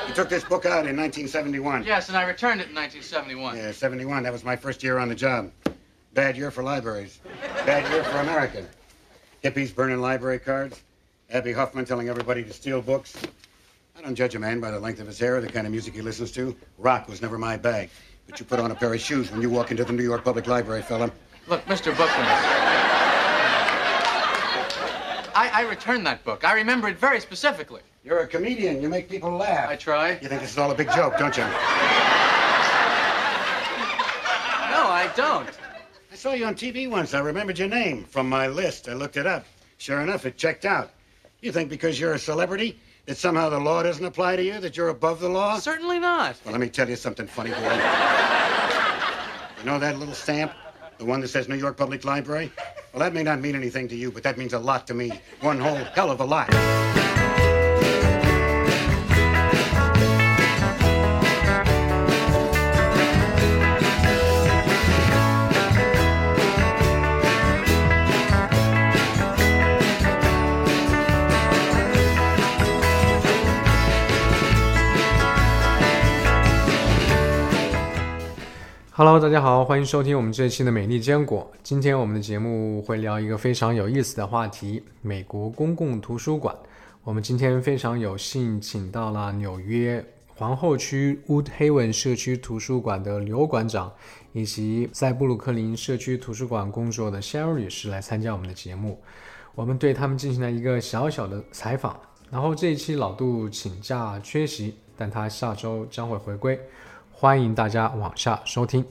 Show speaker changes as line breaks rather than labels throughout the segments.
You took this book out in 1971.
Yes, and I returned it in 1971.
Yeah, 71. That was my first year on the job. Bad year for libraries. Bad year for America. Hippies burning library cards. Abby Hoffman telling everybody to steal books. I don't judge a man by the length of his hair or the kind of music he listens to. Rock was never my bag. But you put on a pair of shoes when you walk into the New York Public Library, fella.
Look, Mr. Bookman. I returned that book. I remember it very specifically.
You're a comedian. You make people laugh.
I try.
You think this is all a big joke, don't you?
No, I don't.
I saw you on TV once. I remembered your name from my list. I looked it up. Sure enough, it checked out. You think because you're a celebrity that somehow the law doesn't apply to you, that you're above the law?
Certainly not.
Well, let me tell you something funny, boy. You know that little stamp? The one that says New York Public Library? Well, that may not mean anything to you, but that means a lot to me. One whole hell of a lot.
Hello， 大家好，欢迎收听我们这一期的美丽坚果。今天我们的节目会聊一个非常有意思的话题——美国公共图书馆。我们今天非常有幸请到了纽约皇后区 Woodhaven 社区图书馆的刘馆长，以及在布鲁克林社区图书馆工作的 Sharon 女士来参加我们的节目。我们对他们进行了一个小小的采访。然后这一期老杜请假缺席，但他下周将会回归。欢迎大家往下收听。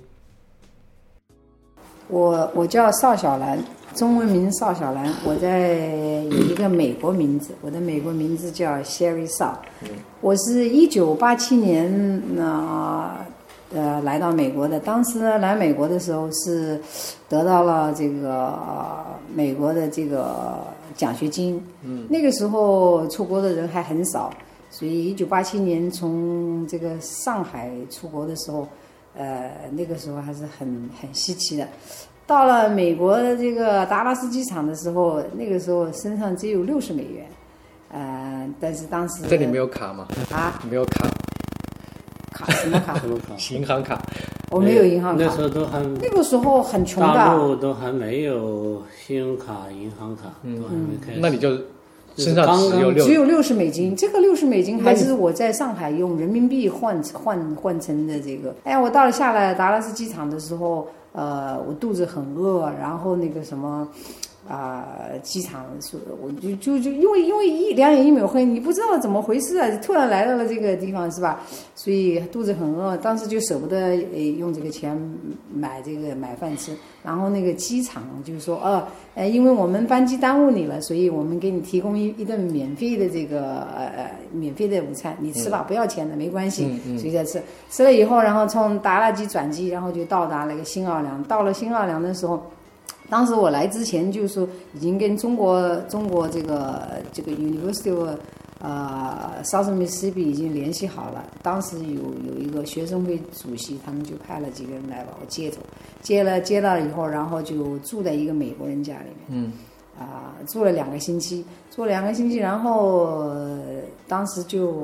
我叫邵小兰，中文名邵小兰，我有一个美国名字，我的美国名字叫 Sherry Shaw。我是1987年来到美国的，当时呢来美国的时候是得到了这个美国的这个奖学金。那个时候出国的人还很少。所以1987年从这个上海出国的时候，那个时候还是很稀奇的。到了美国的这个达拉斯机场的时候，那个时候身上只有60美元，但是当时
这里没有卡吗？
啊，
没有卡。
卡什么卡？
什么卡？
银行卡。
我没有银行卡。
那时候都还
那个时候很穷的。
大陆都还没有信用卡、银行卡，都还没开始。
那你就。身上只
有60美金，这个60美金还是我在上海用人民币换成的这个。哎，我到了下来达拉斯机场的时候，我肚子很饿，然后那个什么，机场我就因为两眼一抹黑，你不知道怎么回事啊，突然来到了这个地方是吧？所以肚子很饿，当时就舍不得用这个钱买饭吃。然后那个机场就是说，因为我们班机耽误你了，所以我们给你提供一顿免费的这个免费的午餐，你吃吧，不要钱的，没关系。所以在吃了以后，然后从达拉机转机，然后就到达了个新奥良。到了新奥良的时候，当时我来之前就是说已经跟中国这个 University of Southern Mississippi 已经联系好了。当时有一个学生会主席，他们就派了几个人来把我接走，接到以后，然后就住在一个美国人家里面。住了2个星期，然后当时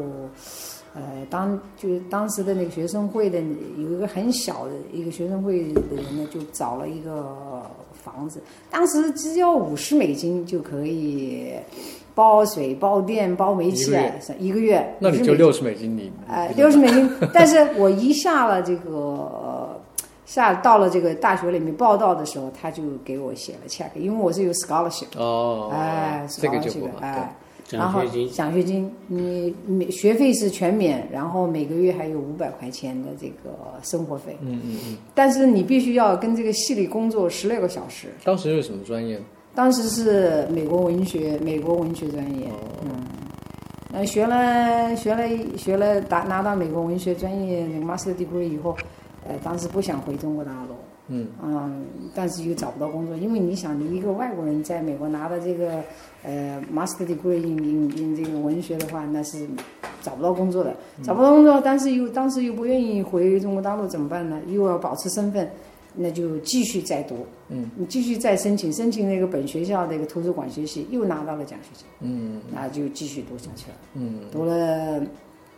当时的那个学生会的有一个很小的一个学生会的人呢，就找了一个房子，当时只要50美金就可以包水、包电、包煤气一个月。
那你就60美金你
60美金，但是我一下了这个到了这个大学里面报道的时候，他就给我写了 check， 因为我是有 scholarship。
这个就不好。
然后奖学金，你学费是全免，然后每个月还有500块钱的这个生活费。但是你必须要跟这个系里工作16个小时。
当时是什么专业？
当时是美国文学专业。学了拿到美国文学专业那个 master degree 以后，当时不想回中国大陆。但是又找不到工作，因为你想，你一个外国人在美国拿的这个master degree in 这个文学的话，那是找不到工作的，但是当时又不愿意回中国大陆，怎么办呢？又要保持身份，那就继续再读。你继续再申请那个本学校的一个图书馆学习，又拿到了奖学金。那就继续读下去了。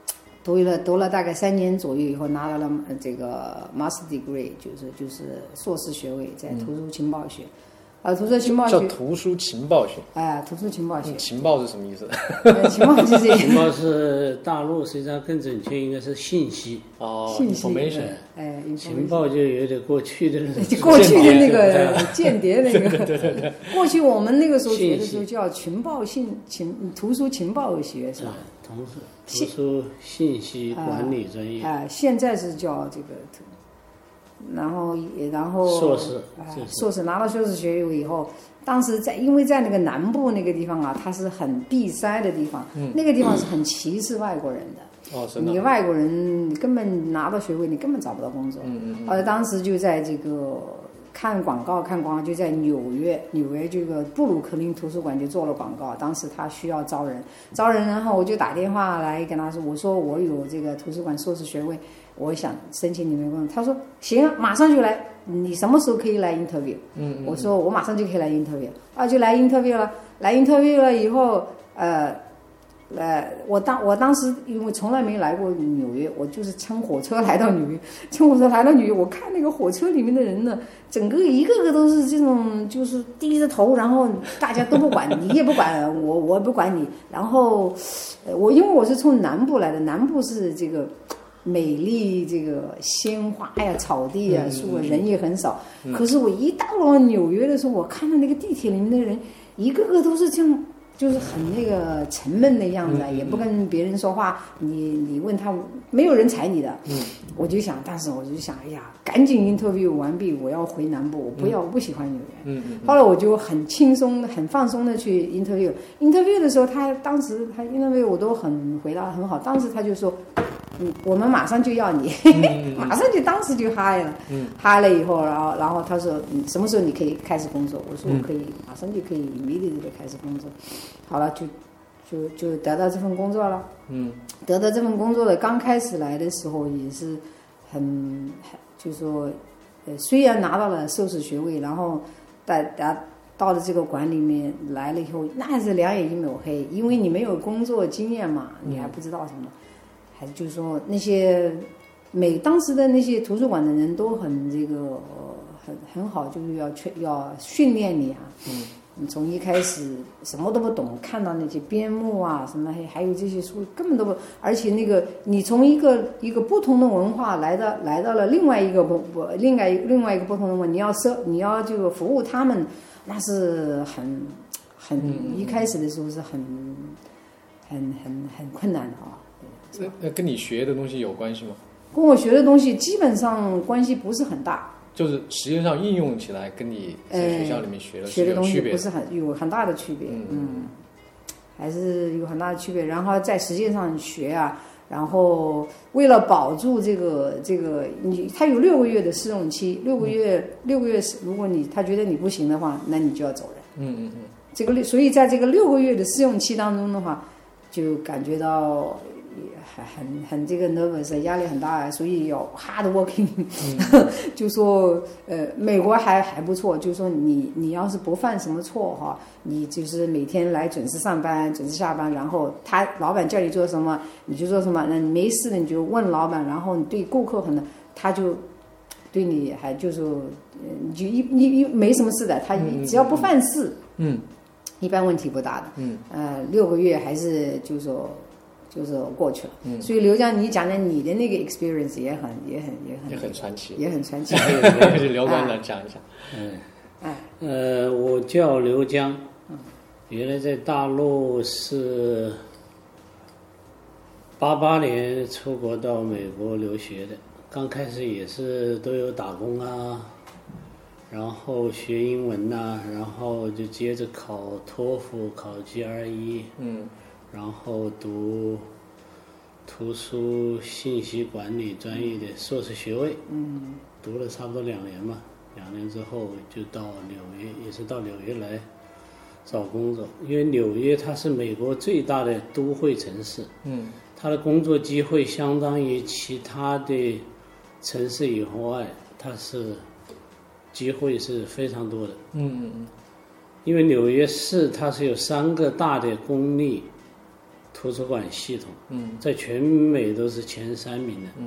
读了大概3年左右以后，拿到了这个 master degree，就是硕士学位，在图书情报学。图书情报学
叫图书情报学。
图书情报学。
情报是什么意思？
情报就是
情报是大陆，实际上更准确应该是信息。
信息
information。
情报就有点过去的
过去的那个间谍那个。
对。
过去我们那个时候学的时候叫情报图书情报学是吧？
图书信息管理专业。
现在是叫这个。然后硕士拿到硕士学位以后，当时因为在那个南部那个地方啊，它是很闭塞的地方，那个地方是很歧视外国人的。
真的。
你外国人根本拿到学位，你根本找不到工作。当时就在这个看广告就在纽约这个布鲁克林图书馆就做了广告，当时他需要招人，然后我就打电话来跟他说，我说我有这个图书馆硕士学位，我想申请你们工作。他说行啊，马上就来，你什么时候可以来 interview？我说我马上就可以来 interview， 就来 interview 了。来 interview 了以后，我当时因为从来没来过纽约，我就是乘火车来到纽约，我看那个火车里面的人呢，整个一个个都是这种，就是低着头，然后大家都不管你，也不管我不管你。然后因为我是从南部来的，南部是这个美丽这个鲜花呀、草地啊、树啊，人也很少。可是我一到了纽约的时候，我看到那个地铁里面的人，一个个都是这样。就是很那个沉闷的样子，也不跟别人说话。你问他，没有人睬你的。当时我就想，哎呀，赶紧 interview 完毕，我要回南部，我不喜欢纽约。后来我就很轻松、很放松的去 interview。interview 的时候，当时他 interview 我都回答很好。当时他就说，我们马上就要你，马上就当时就嗨了。嗨了以后，然后他说，什么时候你可以开始工作？我说我可以，马上就可以 immediately 开始工作。好了，就得到这份工作了。得到这份工作了。刚开始来的时候也是就说，虽然拿到了硕士学位，然后到了这个馆里面来了以后，那还是两眼一抹黑，因为你没有工作经验嘛，你还不知道什么。还是就是说那些当时的那些图书馆的人都很这个很好，就是要训练你啊。你从一开始什么都不懂，看到那些编目啊什么，还有这些书根本都不，而且那个你从一个不同的文化来到了另外一个另外一个不同的文化，你要这个服务他们，那是很一开始的时候是很困难的啊。
那跟你学的东西有关系吗？
跟我学的东西基本上关系不是很大。
就是实际上应用起来跟你在学校里面学的
东西不是有很大的区别。还是有很大的区别。然后在实践上学啊，然后为了保住这个他有6个月的试用期，6个月，如果他觉得你不行的话，那你就要走人。所以在这个6个月的试用期当中的话，就感觉到很这个 nervous， 压力很大，所以要 hard working。就说美国还不错，就说你要是不犯什么错哈，你就是每天来准时上班、准时下班，然后老板叫你做什么你就做什么，那你没事的你就问老板，然后你对顾客他就对你还就说你就你没什么事的，他只要不犯事，一般问题不大的。6个月还是就是过去了。所以刘江，你讲讲你的那个 experience 也很
传奇，
也很传奇。
刘馆长讲一下。
我叫刘江，原来在大陆是88年出国到美国留学的，刚开始也是都有打工啊，然后学英文呐，然后就接着考托福、考 GRE，然后读图书信息管理专业的硕士学位，读了差不多2年吧。2年之后就到纽约，也是到纽约来找工作。因为纽约它是美国最大的都会城市，它的工作机会相当于其他的城市以外，它是机会是非常多的。因为纽约市它是有3个大的公立图书馆系统，在全美都是前3名的。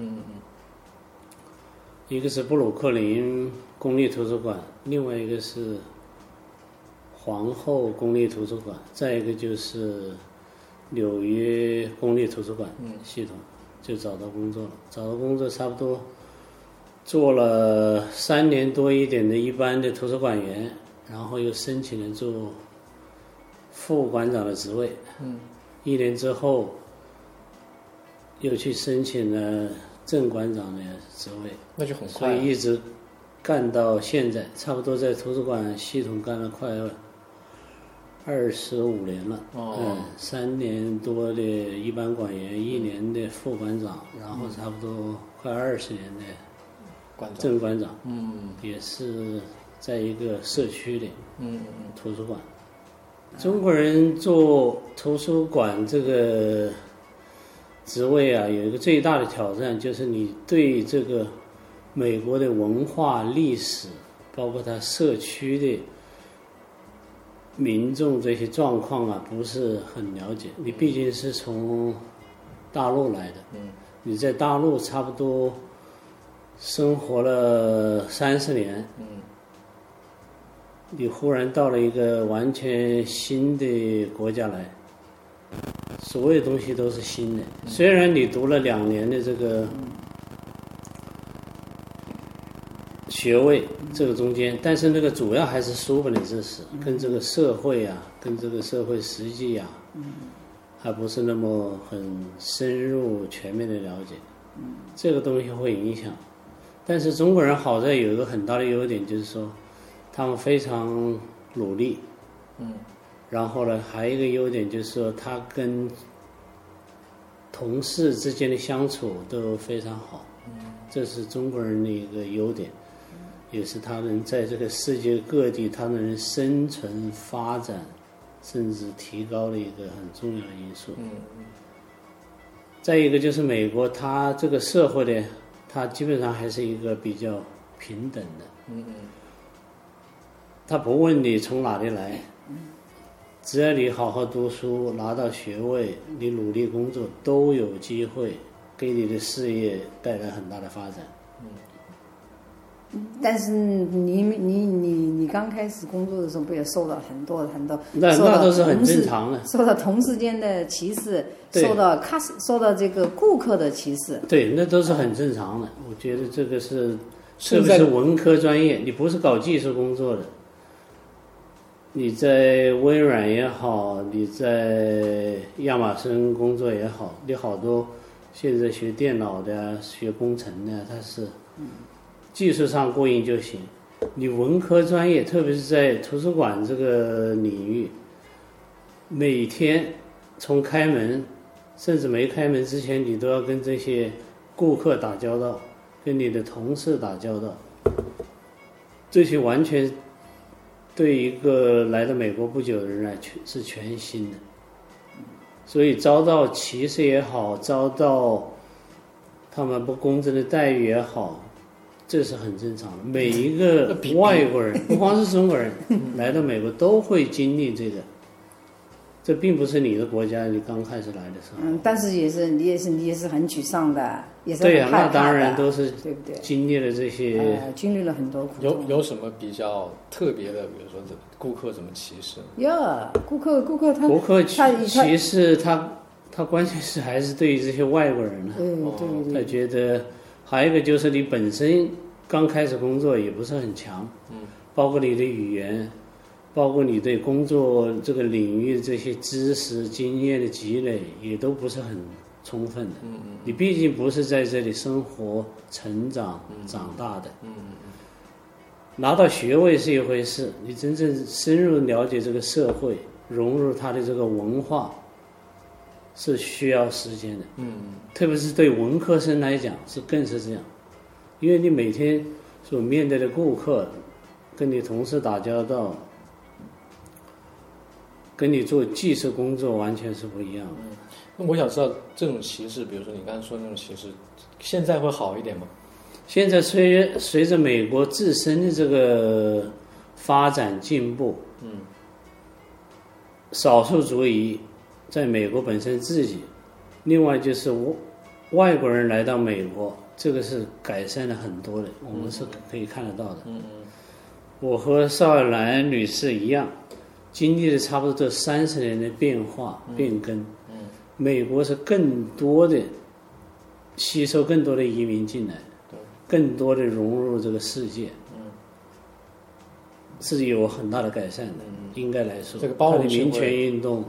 一个是布鲁克林公立图书馆，另外一个是皇后公立图书馆，再一个就是纽约公立图书馆系统，就找到工作了。找到工作差不多做了3年多一点的一般的图书馆员，然后又申请了做副馆长的职位。1年之后又去申请了正馆长的职位，
那就很快
所以一直干到现在，差不多在图书馆系统干了快25年了。3年多的一般馆员，1年的副馆长，然后差不多快20年的正馆长。也是在一个社区里，图书馆。中国人做图书馆这个职位啊，有一个最大的挑战，就是你对这个美国的文化历史，包括它社区的民众这些状况啊，不是很了解。你毕竟是从大陆来的，你在大陆差不多生活了30年，你忽然到了一个完全新的国家来，所有东西都是新的。虽然你读了2年的这个学位，这个中间，但是那个主要还是书本的知识，跟这个社会啊，跟这个社会实际啊，还不是那么很深入全面的了解。这个东西会影响。但是中国人好在有一个很大的优点，就是说他们非常努力。然后呢，还有一个优点就是说，他跟同事之间的相处都非常好。这是中国人的一个优点，也是他能在这个世界各地他能生存发展甚至提高的一个很重要的因素。再一个就是美国，它这个社会呢，它基本上还是一个比较平等的。他不问你从哪里来，只要你好好读书，拿到学位，你努力工作，都有机会给你的事业带来很大的发展。
但是你刚开始工作的时候，不也受到很多，
那都是很正常的，
受到同事间的歧视，受到这个顾客的歧视。
对，那都是很正常的。我觉得这个是，特别是文科专业，你不是搞技术工作的，你在微软也好，你在亚马逊工作也好，你好多现在学电脑的、学工程的，他是技术上过硬就行。你文科专业，特别是在图书馆这个领域，每天从开门甚至没开门之前，你都要跟这些顾客打交道，跟你的同事打交道，这些完全对一个来到美国不久的人来是全新的。所以遭到歧视也好，遭到他们不公正的待遇也好，这是很正常的。每一个外国人，不光是中国人，来到美国都会经历这个。这并不是你的国家，你刚开始来的时候。
但是你也是很沮丧的，也是
对
很害怕的。
那当然都是
对不对？
经历了这些，
经历了很多苦痛。
有什么比较特别的，比如说顾客怎么歧视？
顾客
歧视他关键是还是对于这些外国人呢。
对。
他觉得还有一个就是你本身刚开始工作也不是很强，包括你的语言，包括你对工作这个领域这些知识经验的积累也都不是很充分的。你毕竟不是在这里生活成长长大的。拿到学位是一回事，你真正深入了解这个社会，融入它的这个文化，是需要时间的。特别是对文科生来讲更是这样，因为你每天所面对的顾客，跟你同事打交道，跟你做技术工作完全是不一样的。
那我想知道这种歧视，比如说你刚才说的那种歧视，现在会好一点吗？
现在随着美国自身的这个发展进步，少数族裔在美国本身自己，另外就是外国人来到美国，这个是改善了很多的，我们是可以看得到的。我和邵尔兰女士一样，经历了差不多这30年的变化变更。美国是更多的吸收更多的移民进来，更多的融入这个世界，是有很大的改善的。应该来说，
这个包容
民权运动，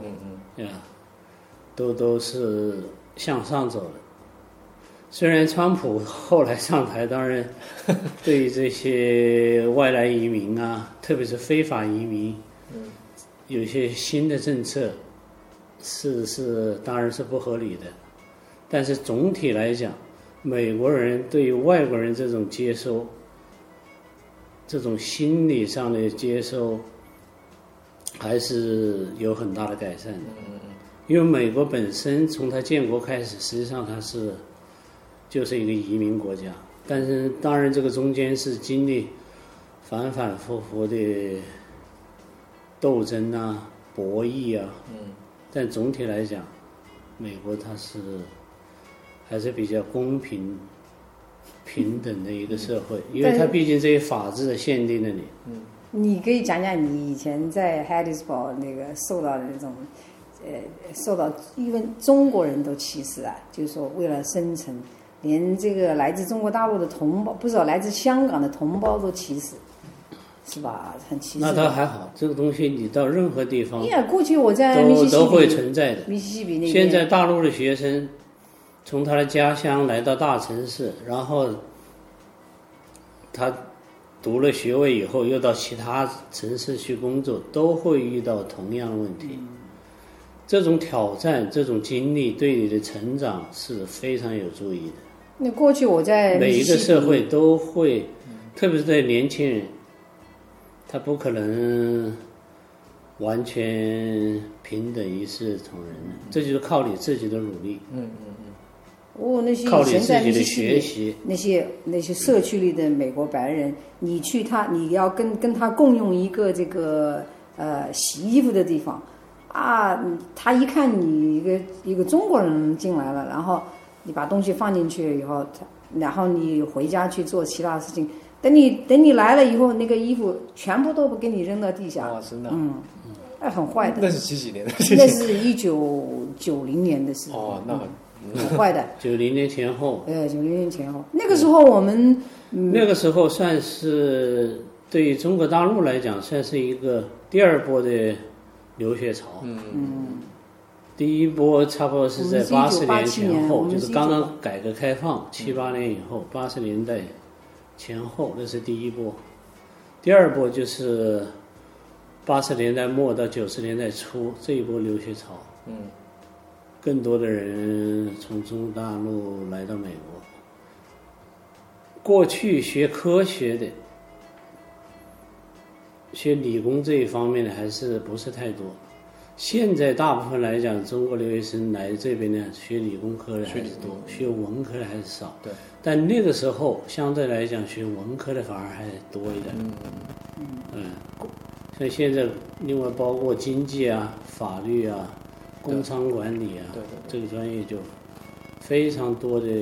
都是向上走的。虽然川普后来上台，当然对于这些外来移民啊，特别是非法移民，有一些新的政策是当然是不合理的。但是总体来讲，美国人对于外国人这种接收，这种心理上的接收，还是有很大的改善的。因为美国本身从它建国开始，实际上它就是一个移民国家，但是当然这个中间是经历反反复复的斗争啊、博弈啊，但总体来讲，美国它还是比较公平、平等的一个社会，因为它毕竟这些法制的限定了你。
你可以讲讲你以前在 Hattiesburg 那个受到的那种，受到因为中国人都歧视啊，就是说为了生存，连这个来自中国大陆的同胞，不少来自香港的同胞都歧视，是吧？很歧视。
那倒还好，这个东西你到任何地方，
过去我在密西西比
都会存在的。
密西西比那边，
现在大陆的学生从他的家乡来到大城市，然后他读了学位以后，又到其他城市去工作，都会遇到同样的问题。这种挑战、这种经历对你的成长是非常有助益的。
那过去我在
每一个社会都会，特别是对年轻人，他不可能完全平等一视同仁的，这就是靠你自己的努力。
那些以前在密西西比那些社区里的美国白人，你去你要跟他共用一个这个洗衣服的地方啊，他一看你一个中国人进来了，然后你把东西放进去以后，然后你回家去做其他事情，等你来了以后，那个衣服全部都不给你扔到地下。
真的。
那很坏的。
那是几年的事情？
那是1990年的事。
那
很坏的。
90年前后。
90年前后，那个时候我们
那个时候算是对于中国大陆来讲，算是一个第二波的留学潮。第一波差不多是在80年前后，就是刚刚改革开放7、8年以后，80年代前后，那是第一波。第二波就是80年代末到90年代初这一波留学潮。更多的人从中国大陆来到美国。过去学科学的、学理工这一方面的还是不是太多。现在大部分来讲，中国留学生来这边呢，学理工科的还是多，学文科的还是少。
对。
但那个时候相对来讲，学文科的反而还多一点。像现在，另外包括经济啊、法律啊、工商管理啊，这个专业就非常多的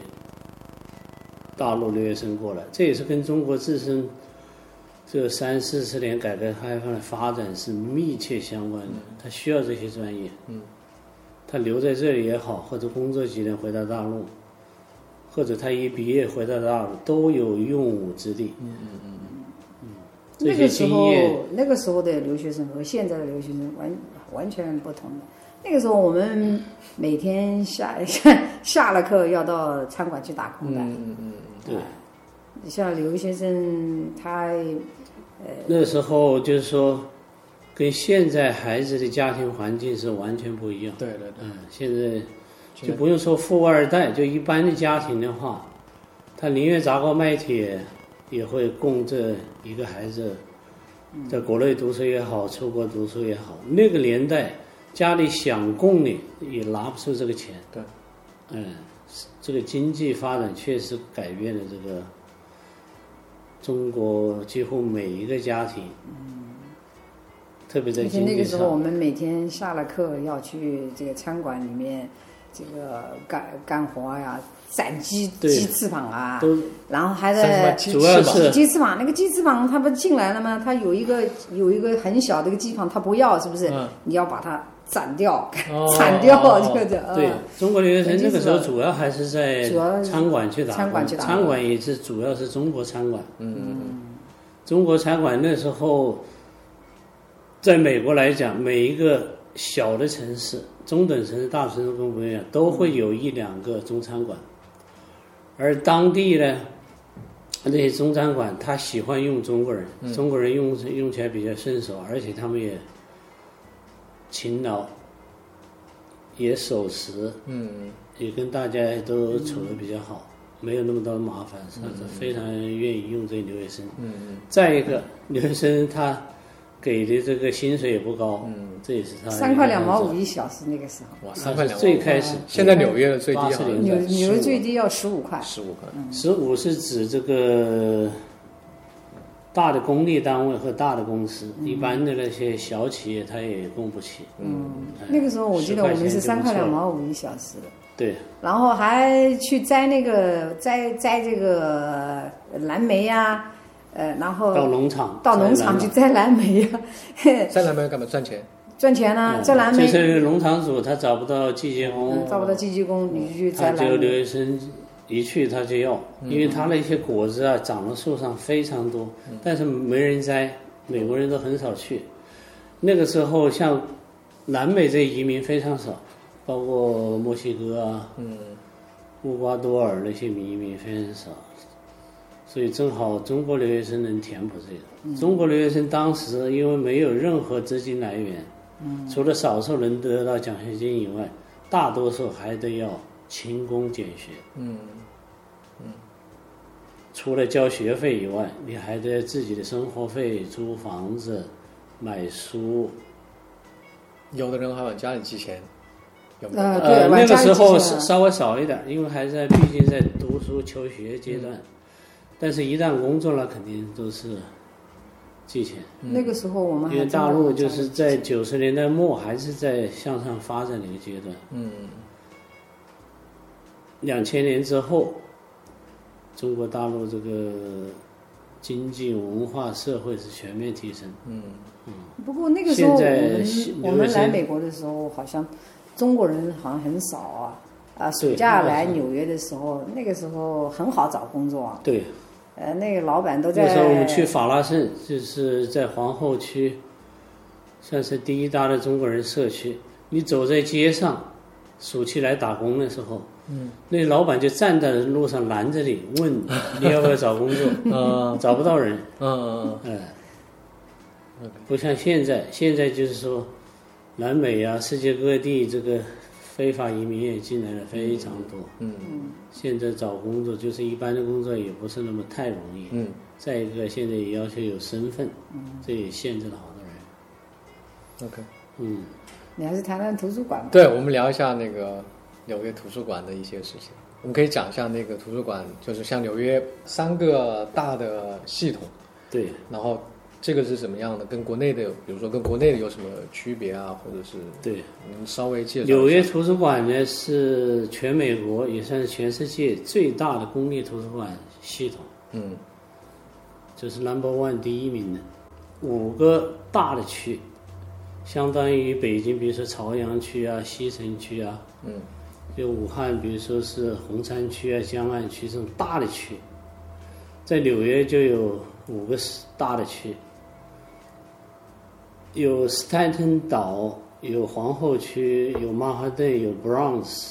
大陆留学生过来，这也是跟中国自身这30-40年改革开放的发展是密切相关的。他需要这些专业，他留在这里也好，或者工作几年回到大陆，或者他一毕业回到大陆，都有用武之地。这些经验，
那个时候的留学生和现在的留学生完全不同的。那个时候我们每天下了课要到餐馆去打工的。
对。
像刘先生他
那时候就是说，跟现在孩子的家庭环境是完全不一样。
对。
现在就不用说富二代，就一般的家庭的话，他宁愿砸锅卖铁，也会供这一个孩子，在国内读书也好，出国读书也好。那个年代，家里想供你也拿不出这个钱。
对。
这个经济发展确实改变了这个中国几乎每一个家庭。 特别在
而且
经济
那个时候我
上。
们每天下了课要去这个餐馆里面，这个干活呀，斩鸡翅膀啊，然后还在
主要是
鸡翅膀，那个鸡翅膀它不进来了吗？它有一个很小的一个鸡膀，它不要，是不是？你要把它斩掉，铲掉这个的。
对，中国留学生那个时候主要还是在餐馆去打工，餐馆也是主要是中国餐馆。中国餐馆那时候，在美国来讲，每一个小的城市、中等城市、大城市跟不一样，都会有1、2个中餐馆。而当地呢，那些中餐馆他喜欢用中国人，中国人用起来比较顺手，而且他们也勤劳，也守时，也跟大家都处得比较好，没有那么多麻烦，是非常愿意用这些留学生。再一个，留学生他给的这个薪水也不高，这也是他
3块2毛5一小时那个时候。
哇，3块2毛5。
最开始，
现在纽约的最低好
像纽约最低要15块。
15块。
15是指这个大的公立单位和大的公司，一般的那些小企业他也供不起。
那个时候我记得我们是3块2毛5一小时。
对。
然后还去摘那个摘这个蓝莓呀。然后
到农场
去摘蓝莓呀，
摘蓝莓干嘛？赚钱？
赚钱呢，摘蓝莓。
就是农场主他找不到季节工，
找不到季节工，你去摘蓝莓。
他就留学生一去他就要，因为他那些果子啊长在树上非常多，但是没人摘，美国人都很少去。那个时候像南美这移民非常少，包括墨西哥啊，厄瓜多尔那些移民非常少。所以正好中国留学生能填补这个。中国留学生当时因为没有任何资金来源，除了少数人得到奖学金以外，大多数还得要勤工俭学。除了交学费以外，你还得自己的生活费、租房子、买书。
有的人还往家里寄钱。
对，
那个时候稍微少一点，因为还在毕竟在读书求学阶段。但是，一旦工作了，肯定都是寄钱。
那个时候我们
因为大陆就是在90年代末还是在向上发展的一个阶段。2000年之后，中国大陆这个经济、文化、社会是全面提升。
不过那个时候我们来美国的时候，好像中国人好像很少啊。暑假来纽约的时候，那个时候很好找工作啊。
对。
那个老板都在。
那时候我们去法拉盛，就是在皇后区，算是第一大的中国人社区。你走在街上，暑期来打工的时候，那老板就站在路上拦着你，问你要不要找工作。找不到人。不像现在就是说，南美啊，世界各地这个非法移民也进来了非常多。现在找工作就是一般的工作也不是那么太容易。再一个现在也要求有身份，这也限制了好多人。
OK。
你还是谈谈图书馆吧。
对，我们聊一下那个纽约图书馆的一些事情。我们可以讲一下那个图书馆，就是像纽约3个大的系统。
对。
然后这个是怎么样的？跟国内的，比如说跟国内的有什么区别啊？或者是
对，
能稍微介绍一下。
纽约图书馆呢是全美国也算是全世界最大的公立图书馆系统。这是 No.1 第1名的，5个大的区，相当于北京，比如说朝阳区啊、西城区啊，就武汉，比如说是红山区啊、江岸区这种大的区，在纽约就有5个大的区。有斯坦顿岛，有皇后区，有曼哈顿，有 Bronx。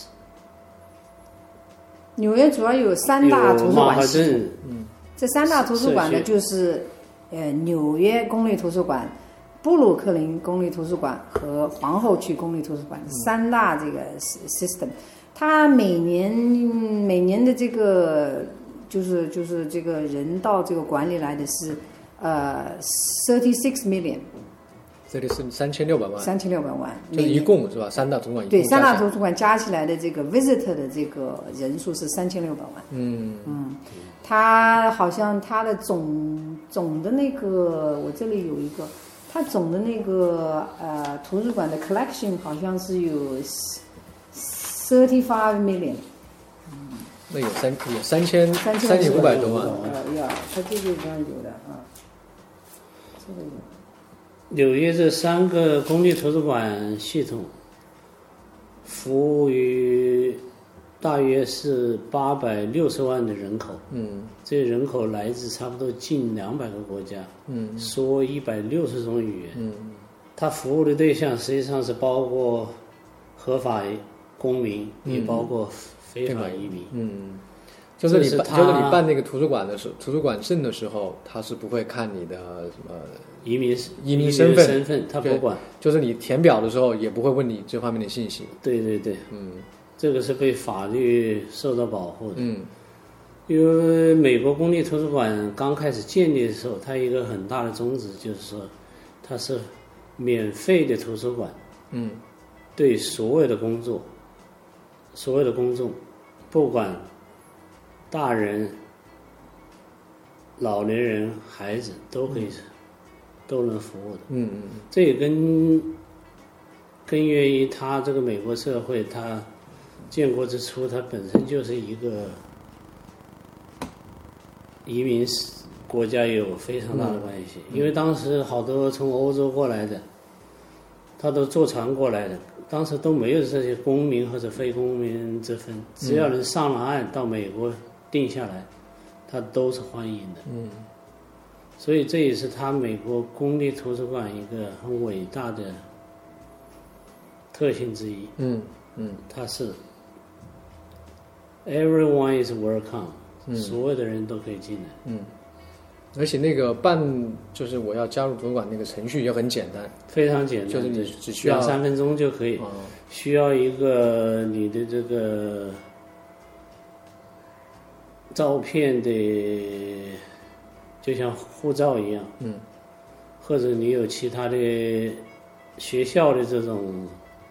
纽约主要有3大图书馆系统。这3大图书馆呢，就是纽约公立图书馆、布鲁克林公立图书馆和皇后区公立图书馆3大这个 system。它每年的这个就是这个人到这个馆里来的是36 million。
这里是3600万
，3600万，
就是一共是吧？3大图书馆
对，3大图书馆加起来的这个 visitor 的这个人数是3600万。它好像它的总的那个，我这里有一个， 它总的那个图书馆的 collection 好像是有35 million。
那有3500多万。
要，它这个上有的啊，这个有。
纽约这3个公立图书馆系统服务于大约是860万的人口，这人口来自差不多近200个国家，说160种语言，它服务的对象实际上是包括合法公民，也包括非法移民，
就是你办那个图书馆的时候，图书馆证的时候，他是不会看你的什么移民身份，
他不管。
就是你填表的时候也不会问你这方面的信息。
对，这个是被法律受到保护的。因为美国公立图书馆刚开始建立的时候，它一个很大的宗旨就是说，它是免费的图书馆，对所有的公众，不管大人、老年人、孩子都能服务的。这也根源于它这个美国社会，它建国之初，它本身就是一个移民国家，有非常大的关系。因为当时好多从欧洲过来的，他都坐船过来的，当时都没有这些公民或者非公民之分，只要能上了岸到美国定下来，他都是欢迎的。所以这也是他美国公立图书馆一个很伟大的特性之一。它是 everyone is welcome，所有的人都可以进来。
而且那个就是我要加入图书馆那个程序也很简单，
非常简单，
就是你只需要
2-3分钟就可以。需要一个你的这个照片的，就像护照一样，或者你有其他的学校的这种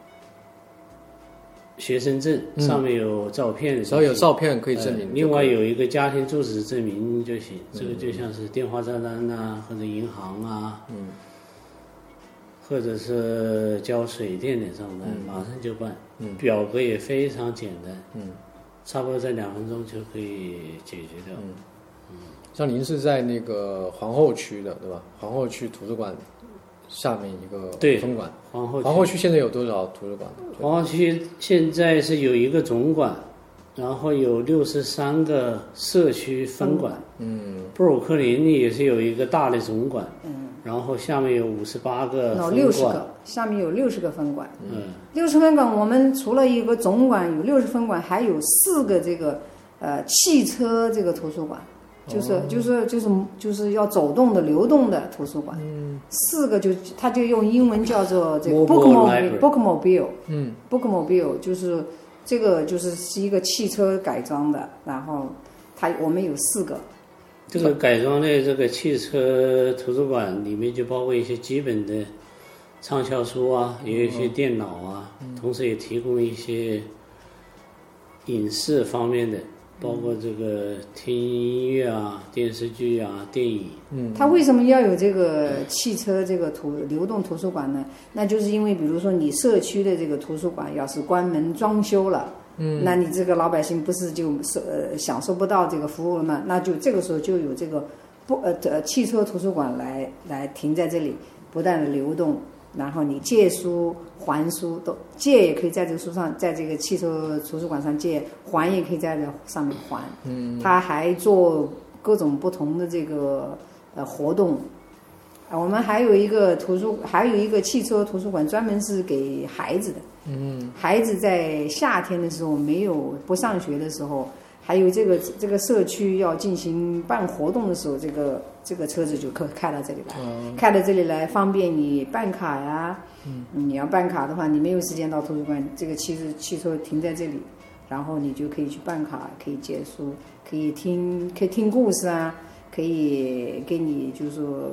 学生证，上面有照片的，
只要有照片可以证明。
另外有一个家庭住址证明就行，这个就像是电话账单啊，或者银行啊，或者是交水电的账单，马上就办。表格也非常简单，差不多在2分钟就可以解决掉。
像您是在那个皇后区的，对吧？皇后区图书馆下面一个分馆。皇后区现在有多少图书馆？
皇后区现在是有一个总馆，然后有63个社区分馆。布鲁克林也是有一个大的总馆，然后下面有58个分馆，
下面有60个分馆。60分馆，我们除了一个总馆有60分馆，还有4个这个汽车这个图书馆。就是要走动的、流动的图书馆，4个它就用英文叫做这个 bookmobile， bookmobile 就是这个是一个汽车改装的，然后我们有4个。
这个改装的这个汽车图书馆里面就包括一些基本的畅销书啊，也有一些电脑啊，同时也提供一些影视方面的。包括这个听音乐啊、电视剧啊、电影。
它为什么要有这个汽车这个流动图书馆呢？那就是因为比如说你社区的这个图书馆要是关门装修了，那你这个老百姓不是就享受不到这个服务了吗？那就这个时候就有这个汽车图书馆来停在这里，不断的流动。然后你借书还书都借也可以在这个书上，在这个汽车图书馆上借，还也可以在这上面还。他还做各种不同的这个活动。我们还有一个汽车图书馆专门是给孩子的。孩子在夏天的时候不上学的时候，还有这个社区要进行办活动的时候，这个车子就开到这里来，开到这里来方便你办卡呀。你要办卡的话，你没有时间到图书馆，这个汽车停在这里，然后你就可以去办卡，可以借书，可以听故事啊，可以给你就是说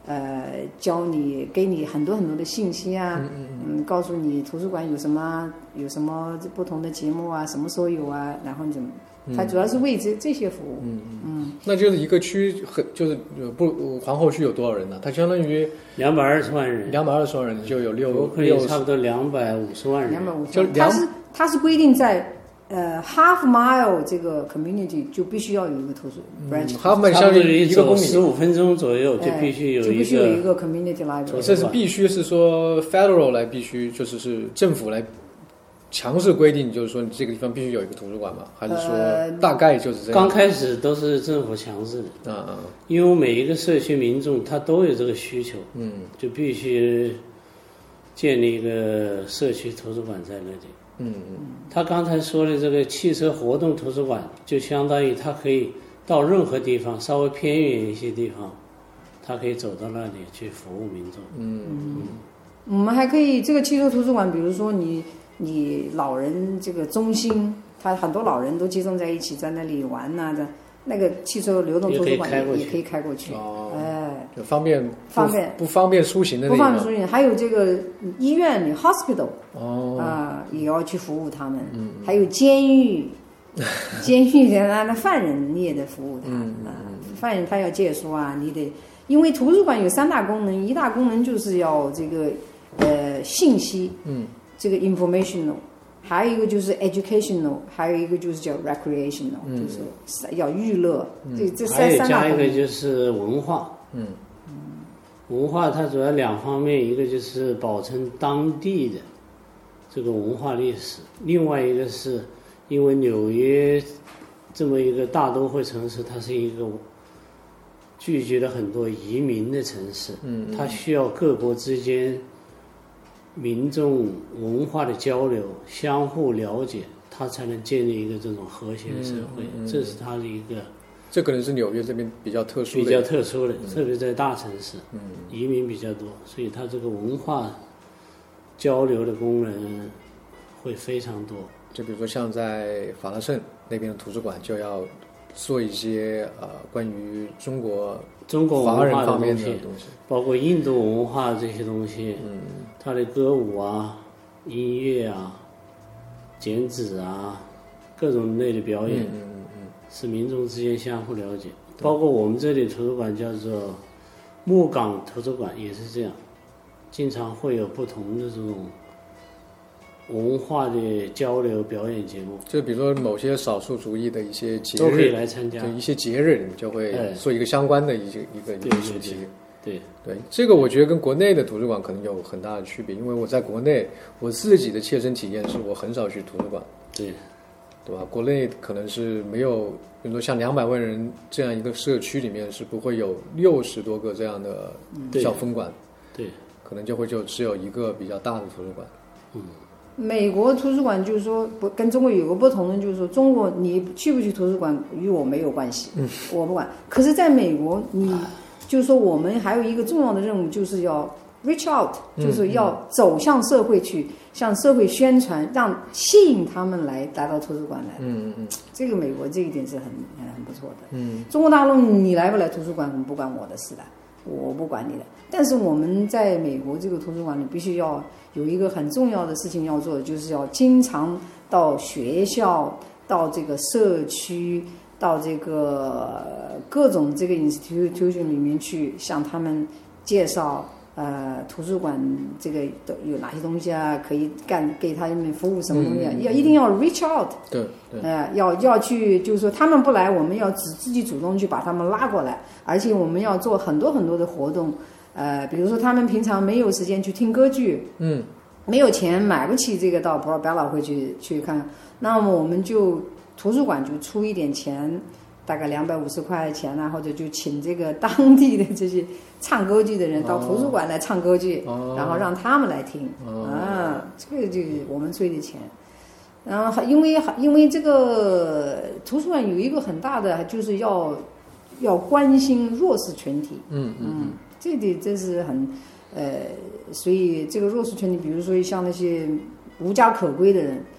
教你给你很多很多的信息啊，告诉你图书馆有什么不同的节目啊，什么时候有啊，然后你怎么，它主要是为这些服务。
那就是一个区就是皇后区有多少人呢？它相当于
220万人
，220万人就有
差不多250万人。
它是规定在half mile 这个 community 就必须要有一个图书
branch，half mile 相当于1个公里
，15分钟左右就必须有
一个 community library。
这是必须是说 federal 来必须是政府来强制规定，就是说你这个地方必须有一个图书馆吗？还是说大概就是这样？
刚开始都是政府强制的，因为每一个社区民众他都有这个需求，就必须建立一个社区图书馆在那里。他刚才说的这个汽车活动图书馆，就相当于他可以到任何地方，稍微偏远一些地方，他可以走到那里去服务民众。
我们还可以这个汽车图书馆，比如说你老人这个中心，他很多老人都集中在一起，在那里玩呐的，那个汽车流动图书馆也可以开过去。
就方便不方便出行的那种。
不方便出行，还有这个医院，你 hospital 也要去服务他们。还有监狱的那犯人你也得服务他。犯人他要借书啊，你得，因为图书馆有3大功能，一大功能就是要这个信息，这个 informational， 还有一个就是 educational， 还有一个就是叫 recreational，就是要娱乐。这三大功能。还有
加一个就是文化。文化它主要2方面，一个就是保存当地的这个文化历史，另外一个是因为纽约这么一个大都会城市，它是一个聚集了很多移民的城市，它需要各国之间民众文化的交流，相互了解，它才能建立一个这种和谐的社会。这是它的一个。
这可能是纽约这边比较特殊的，
特别在大城市，移民比较多，所以它这个文化交流的功能会非常多。
就比如说像在法拉盛那边的图书馆，就要做一些关于中国华人方面的东西，
包括印度文化这些东西，它的歌舞啊、音乐啊、剪纸啊，各种类的表演。使民众之间相互了解，包括我们这里图书馆叫做木港图书馆也是这样，经常会有不同的这种文化的交流表演节目。
就比如说某些少数族裔的一些节日
都可以来参加，
就一些节日你就会做一个相关的一个主题。
对，
这个我觉得跟国内的图书馆可能有很大的区别，因为我在国内我自己的切身体验是我很少去图书馆。对吧？国内可能是没有，比如说像200万人这样一个社区里面是不会有60多个这样的小分馆，可能就只有一个比较大的图书馆。
美国图书馆就是说跟中国有个不同的，就是说中国你去不去图书馆与我没有关系，我不管。可是在美国，你就是说我们还有一个重要的任务，就是要reach out， 就是要走向社会去，向社会宣传，吸引他们来到图书馆来。这个美国这一点是很不错的。中国大陆你来不来图书馆，不关我的事的，我不管你的。但是我们在美国这个图书馆里，必须要有一个很重要的事情要做的，就是要经常到学校、到这个社区、到这个各种这个 institution 里面去，向他们介绍。图书馆这个都有哪些东西啊？可以给他们服务什么东西啊？一定要 reach out， 要去，就是说他们不来，我们要自己主动去把他们拉过来，而且我们要做很多很多的活动，比如说他们平常没有时间去听歌剧，没有钱买不起这个到百老汇去看，那么我们就图书馆就出一点钱。大概250块钱啊，或者就请这个当地的这些唱歌剧的人到图书馆来唱歌剧，然后让他们来听，这个就是我们出的钱。然后因为这个图书馆有一个很大的，就是要关心弱势群体，这是很所以这个弱势群体，比如说像那些无家可归的人。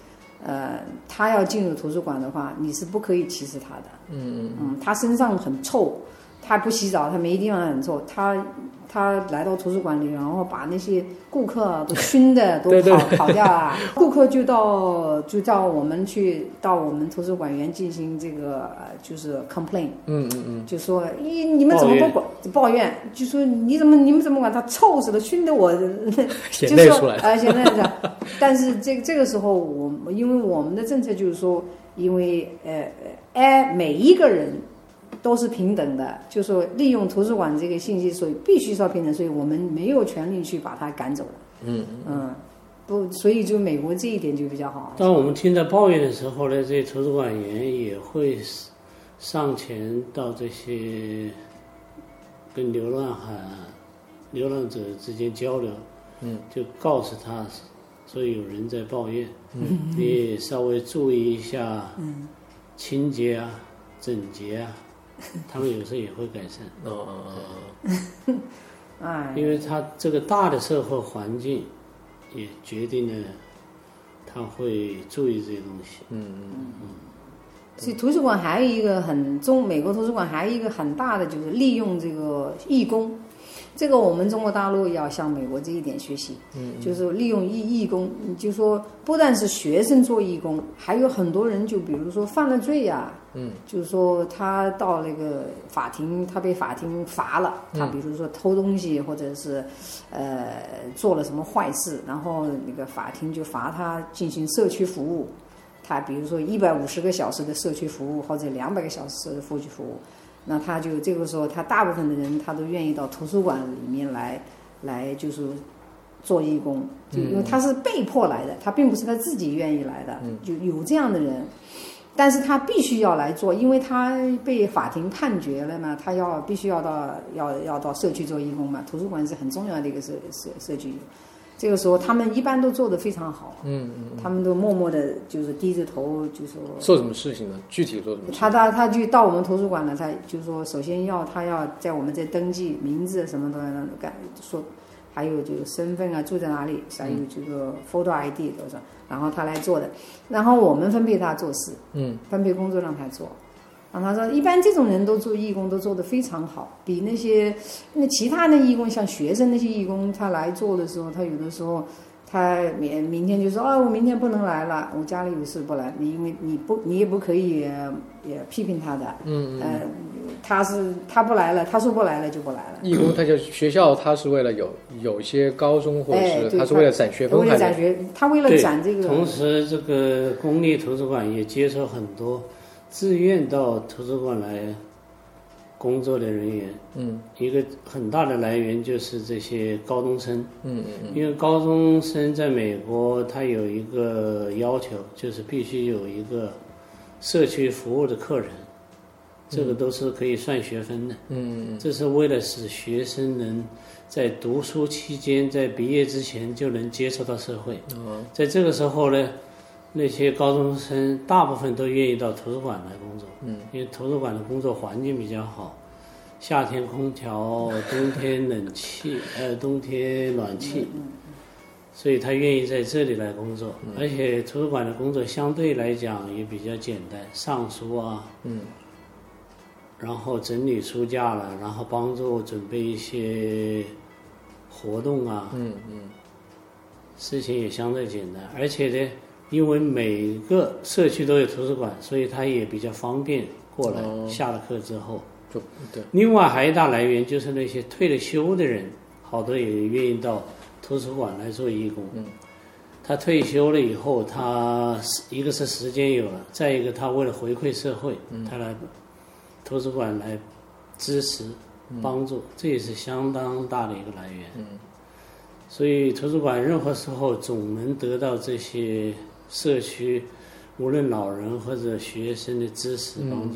他要进入图书馆的话，你是不可以歧视他的。他身上很臭， 他不洗澡，他没地方很臭，他来到图书馆里，然后把那些顾客都熏的都跑掉了，顾客就叫我们去到我们图书馆员进行这个就是 complain， 就说你们怎么不管抱怨，就说你们怎么管，他臭死了，熏得我
眼泪出来了，
现在是，但是这个时候因为我们的政策就是说，因为每一个人都是平等的，就说利用图书馆这个信息，所以必须是要平等，所以我们没有权利去把他赶走了。不，所以就美国这一点就比较好。
当我们听到抱怨的时候呢，这些图书馆员也会上前到这些跟流浪者之间交流，就告诉他说有人在抱怨，你也稍微注意一下清洁啊、整洁啊。他们有时候也会改善。因为他这个大的社会环境也决定了他会注意这些东西。
所以图书馆还有一个美国图书馆还有一个很大的就是利用这个义工。这个我们中国大陆要向美国这一点学习，就是利用义工，就说不但是学生做义工，还有很多人就比如说犯了罪呀，就是说他到那个法庭，他被法庭罚了，他比如说偷东西或者是做了什么坏事，然后那个法庭就罚他进行社区服务，他比如说150个小时的社区服务或者200个小时的社区服务。那他就这个时候，他大部分的人他都愿意到图书馆里面来就是做义工，就因为他是被迫来的，他并不是他自己愿意来的，就有这样的人，但是他必须要来做，因为他被法庭判决了嘛，他必须要到社区做义工嘛，图书馆是很重要的一个社区。这个时候他们一般都做得非常好，他们都默默的，就是低着头，就说
做什么事情呢？具体做什么事情？
他就到我们图书馆了，他就说首先他要在我们这登记名字什么的干，说还有这个身份啊，住在哪里，还有这个 photo ID 都是，然后他来做的，然后我们分配他做事，分配工作让他做。然后他说，一般这种人都做义工都做得非常好，比那其他的义工，像学生那些义工，他来做的时候，他有的时候他明天就说我明天不能来了，我家里有事不来，因为你也不可以也批评他的，他不来了，他说不来了就不来了。
义工他就学校，他是为了有一些高中或者是他是为了攒学分，
为了攒学，他为了攒这个。
同时，这个公立图书馆也接受很多自愿到图书馆来工作的人员，一个很大的来源就是这些高中生，因为高中生在美国他有一个要求，就是必须有一个社区服务的课程，这个都是可以算学分的，这是为了使学生能在读书期间，在毕业之前就能接触到社会，在这个时候呢。那些高中生大部分都愿意到图书馆来工作，因为图书馆的工作环境比较好，夏天空调，冬天冬天暖气，所以他愿意在这里来工作。而且图书馆的工作相对来讲也比较简单，上书啊，然后整理书架了，然后帮助准备一些活动啊，事情也相对简单，而且呢。因为每个社区都有图书馆，所以它也比较方便过来。下了课之后，
对。另
外还有一大来源就是那些退了休的人，好多也愿意到图书馆来做义工。他退休了以后，他一个是时间有了，再一个他为了回馈社会，他来图书馆来支持、帮助，这也是相当大的一个来源。所以图书馆任何时候总能得到这些。社区无论老人或者学生的支持帮助。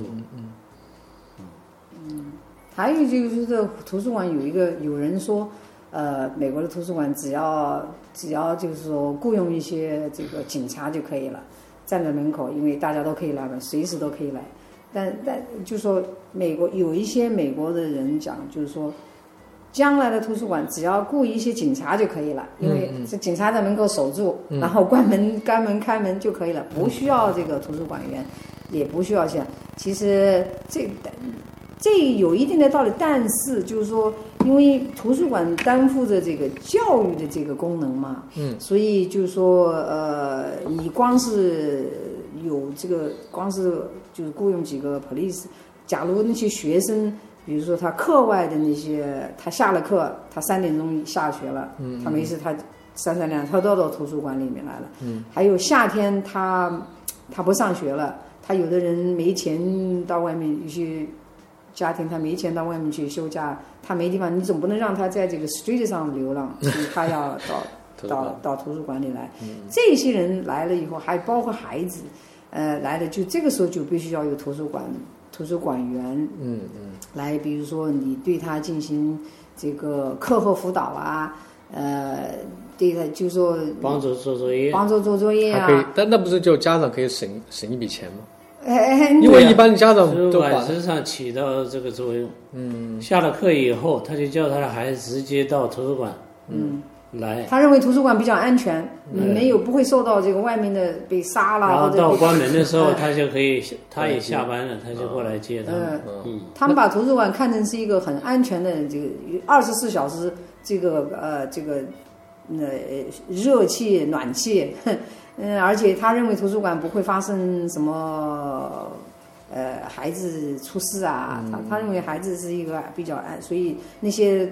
还有就是这图书馆有人说，美国的图书馆只要就是说雇佣一些这个警察就可以了，站在门口，因为大家都可以来嘛，随时都可以来。但就说有一些美国的人讲，就是说。将来的图书馆只要雇一些警察就可以了，因为这警察在门口守住，然后关门开门就可以了，不需要这个图书馆员，也不需要钱。其实这有一定的道理，但是就是说，因为图书馆担负着这个教育的这个功能嘛，所以就是说，你光是有这个，光是就是雇佣几个 police， 假如那些学生，比如说他课外的那些，他下了课，他3点钟下学了，他没事，他3、4点他都到图书馆里面来了，还有夏天他不上学了，他有的人没钱到外面，有些家庭他没钱到外面去休假，他没地方，你总不能让他在这个 street 上流浪，所以他要到图书馆里来。这些人来了以后，还包括孩子，来了，就这个时候就必须要有图书馆员，来，比如说你对他进行这个课后辅导啊，对他就说
帮助做作业
啊，
还可以，但那不是就家长可以省一笔钱吗？
因
为一般的家长都
管实上起到这个作用。下了课以后，他就叫他的孩子直接到图书馆，来。
他认为图书馆比较安全，没有不会受到这个外面的被杀了。
然后到关门的时候，他就可以，他也下班了，他就过来接他们。
他们把图书馆看成是一个很安全的这个24小时这个热气暖气。而且他认为图书馆不会发生什么孩子出事啊，他认为孩子是一个比较所以那些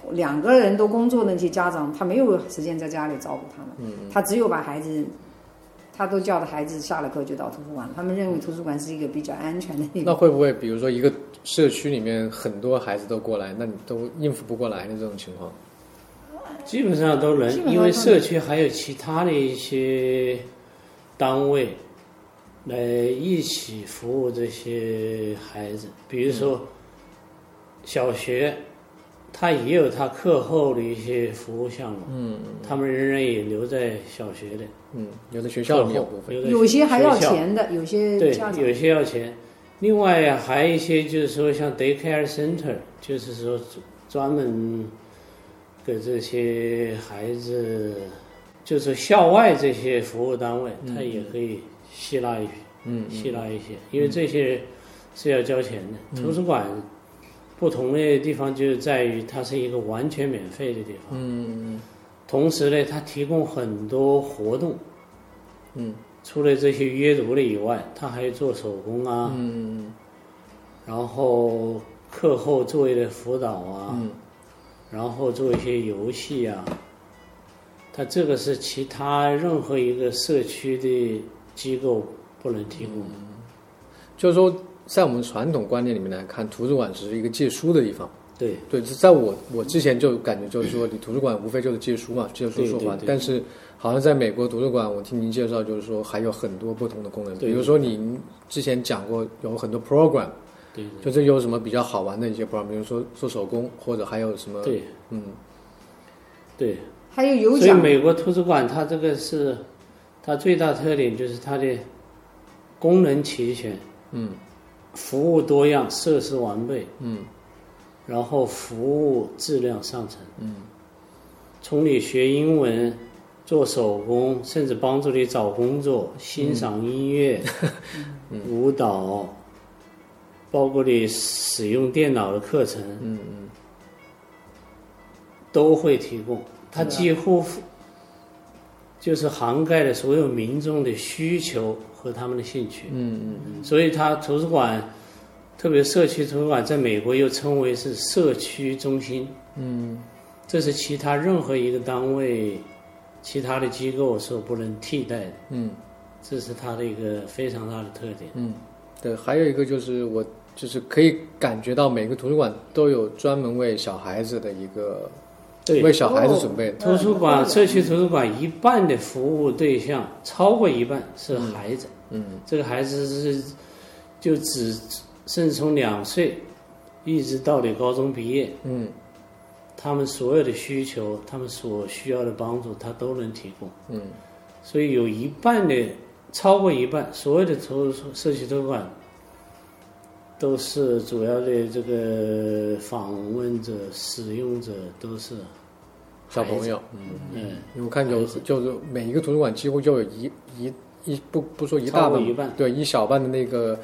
2个人都工作的那些家长，他没有时间在家里照顾他们，他只有把孩子，他都叫的孩子下了课就到图书馆，他们认为图书馆是一个比较安全的一个。
那会不会比如说一个社区里面很多孩子都过来，那你都应付不过来的这种情况？
基本上都能，因为社区还有其他的一些单位来一起服务这些孩子，比如说小学，他也有他课后的一些服务项目，他们仍然也留在小学的，
有的学校里有部分，
有些还要钱的，有些家长
对，有些要钱。另外还有一些就是说像 daycare center， 就是说专门给这些孩子，就是校外这些服务单位，他也可以吸纳一些，因为这些是要交钱的。图书馆不同的地方就在于它是一个完全免费的地方，同时呢，它提供很多活动，除了这些阅读的以外，它还有做手工啊，然后课后作业的辅导啊。然后做一些游戏啊，它这个是其他任何一个社区的机构不能提供的。
就是说，在我们传统观念里面来看，图书馆只是一个借书的地方。
对，
在我之前就感觉就是说，你图书馆无非就是借书嘛，借书说话。但是好像在美国图书馆，我听您介绍，就是说还有很多不同的功能。比如说您之前讲过有很多 program。就这有什么比较好玩的一些 program， 比如说做手工，或者还有什么？
对，
还有有奖。
所以美国图书馆它这个是它最大特点就是它的功能齐全，服务多样，设施完备，然后服务质量上乘，从你学英文、做手工，甚至帮助你找工作、欣赏音乐、舞蹈。包括你使用电脑的课程，都会提供。它几乎就是涵盖了所有民众的需求和他们的兴趣。所以它图书馆，特别社区图书馆，在美国又称为是社区中心。这是其他任何一个单位、其他的机构所不能替代的。这是它的一个非常大的特点。
对，还有一个就是就是可以感觉到每个图书馆都有专门为小孩子的一个，为小孩子准备的。
图书馆、社区图书馆一半的服务对象，超过一半是孩子。这个孩子是甚至从2岁一直到你高中毕业，他们所有的需求，他们所需要的帮助，他都能提供。所以有超过一半，所有的社区图书馆都是主要的这个访问者、使用者都是
小朋友。因为我看就是每一个图书馆几乎就有不说一大半，对，一小半的那个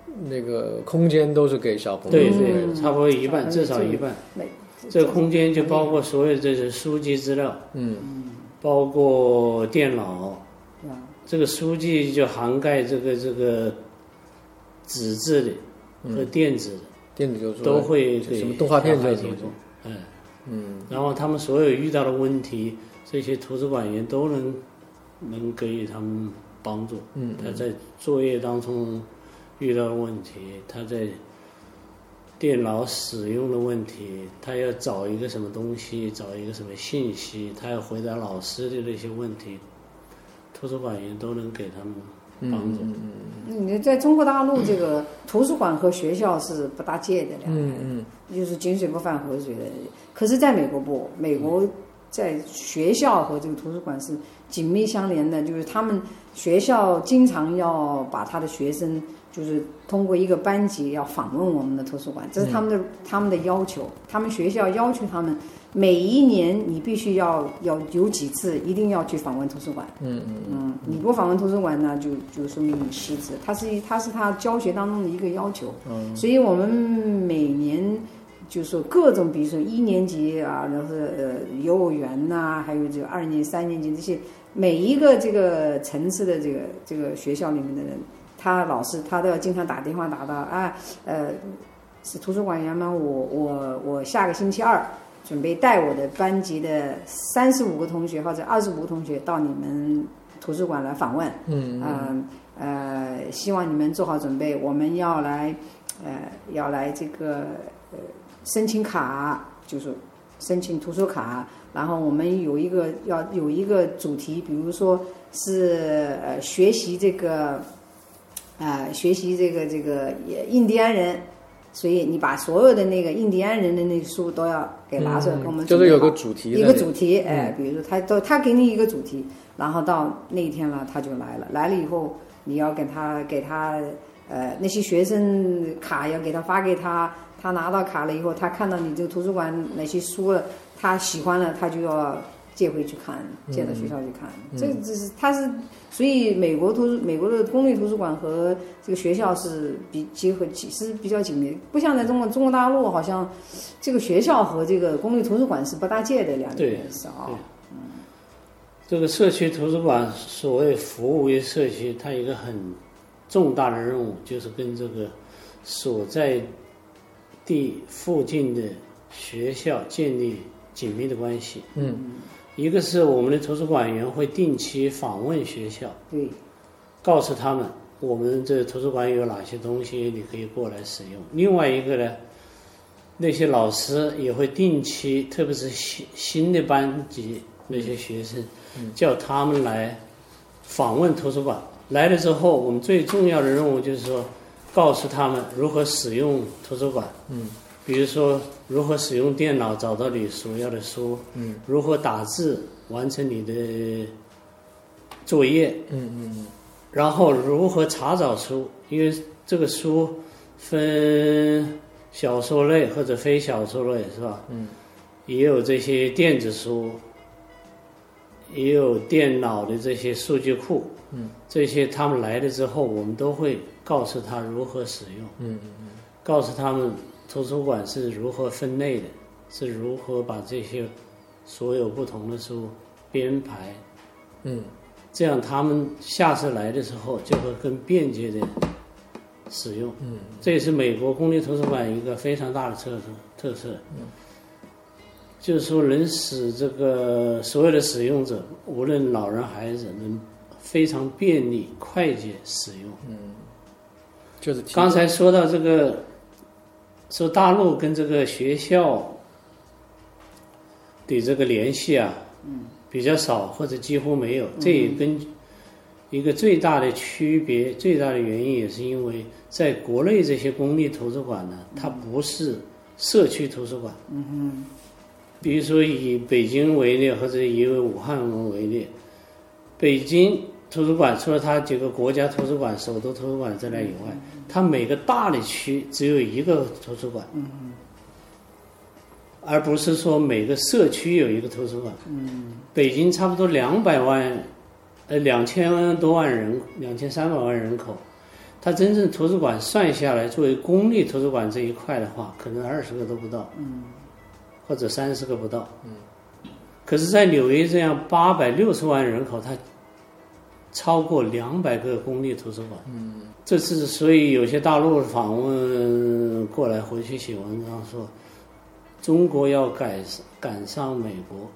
那个空间都是给小朋友。
对对，差不多一半，至少一半。这个空间就包括所有这些书籍资料，包括电脑，这个书籍就涵盖这个纸质的和电子的，
电子就是
都会给
什么动画片这种，
然后他们所有遇到的问题，这些图书馆员都能给予他们帮助。他在作业当中遇到的问题，他在电脑使用的问题，他要找一个什么东西，找一个什么信息，他要回答老师的那些问题，图书馆员都能给他们帮助。
你在中国大陆，这个图书馆和学校是不搭界的两个，就是井水不犯河水的。可是在美国不，美国在学校和这个图书馆是紧密相连的，就是他们学校经常要把他的学生，就是通过一个班级要访问我们的图书馆，这是他们的要求。他们学校要求他们每一年你必须要有几次一定要去访问图书馆。你不访问图书馆呢，就说明你失职。它是他教学当中的一个要求。所以我们每年就是说各种，比如说1年级啊，然后幼儿园呐，还有这个2年级、3年级这些每一个这个层次的这个学校里面的人。老师他都要经常打电话打到是图书馆员吗？我下个星期2准备带我的班级的35个同学或者25个同学到你们图书馆来访问。希望你们做好准备，我们要来这个申请卡，就是申请图书卡。然后我们有一个主题，比如说是学习这个印第安人，所以你把所有的那个印第安人的那个书都要给拿出来跟我们
就是有个主题，
一个主题，比如说他给你一个主题，然后到那一天了他就来了以后，你要给他那些学生卡要给他发给他，他拿到卡了以后，他看到你这个图书馆哪些书了，他喜欢了，他就要借回去看，借到学校去看。所以美国的公立图书馆和这个学校是结合其实比较紧密，不像在中国大陆，好像这个学校和这个公立图书馆是不搭界的两个意思啊。
这个社区图书馆所谓服务于社区，它有一个很重大的任务，就是跟这个所在地附近的学校建立紧密的关系。一个是我们的图书馆员会定期访问学校，
对，
告诉他们我们这图书馆有哪些东西你可以过来使用。另外一个呢，那些老师也会定期，特别是新的班级那些学生，叫他们来访问图书馆。来了之后，我们最重要的任务就是说，告诉他们如何使用图书馆。比如说如何使用电脑找到你所要的书，如何打字完成你的作业，然后如何查找书，因为这个书分小说类或者非小说类，是吧？也有这些电子书，也有电脑的这些数据库，这些他们来了之后，我们都会告诉他如何使用，告诉他们图书馆是如何分类的，是如何把这些所有不同的书编排，这样他们下次来的时候就会更便捷的使用。这也是美国公立图书馆一个非常大的特色，就是说能使这个所有的使用者，无论老人孩子，能非常便利快捷使用。
就是
刚才说到这个。说大陆跟这个学校的这个联系啊，比较少或者几乎没有。这也跟一个最大的区别、最大的原因，也是因为在国内这些公立图书馆呢，它不是社区图书馆。比如说以北京为例，或者以武汉为例，北京图书馆除了它几个国家图书馆、首都图书馆在那以外，它每个大的区只有一个图书馆，而不是说每个社区有一个图书馆。北京差不多2000多万人，2300万人口， 它真正图书馆算下来，作为公立图书馆这一块的话，可能20个都不到，或者30个不到，可是，在纽约这样860万人口，它超过200个公立图书馆，这次所以有些大陆访问过来回去写文章说，中国要赶上美国，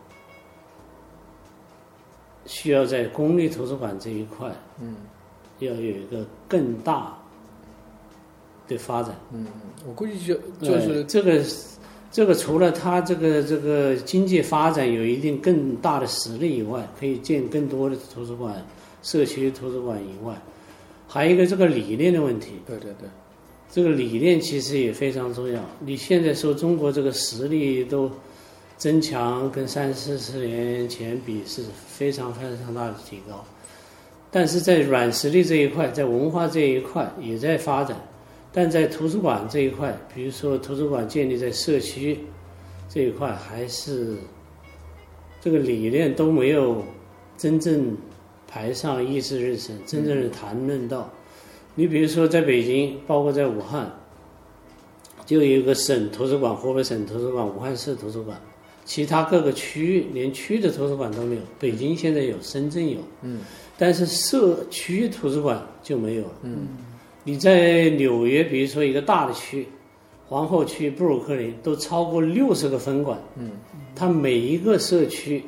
需要在公立图书馆这一块，要有一个更大的发展。
我估计就是
这个除了它这个经济发展有一定更大的实力以外，可以建更多的图书馆、社区图书馆以外，还有一个这个理念的问题。
对，
这个理念其实也非常重要。你现在说中国这个实力都增强，跟30-40年前比是非常非常大的提高，但是在软实力这一块，在文化这一块也在发展。但在图书馆这一块，比如说图书馆建立在社区这一块，还是这个理念都没有真正排上议事日程，真正的谈论到。你比如说在北京，包括在武汉，就有一个省图书馆，湖北省图书馆、武汉市图书馆，其他各个区域连区的图书馆都没有。北京现在有，深圳有，但是社区图书馆就没有了。你在纽约，比如说一个大的区，皇后区、布鲁克林都超过60个分馆，它每一个社区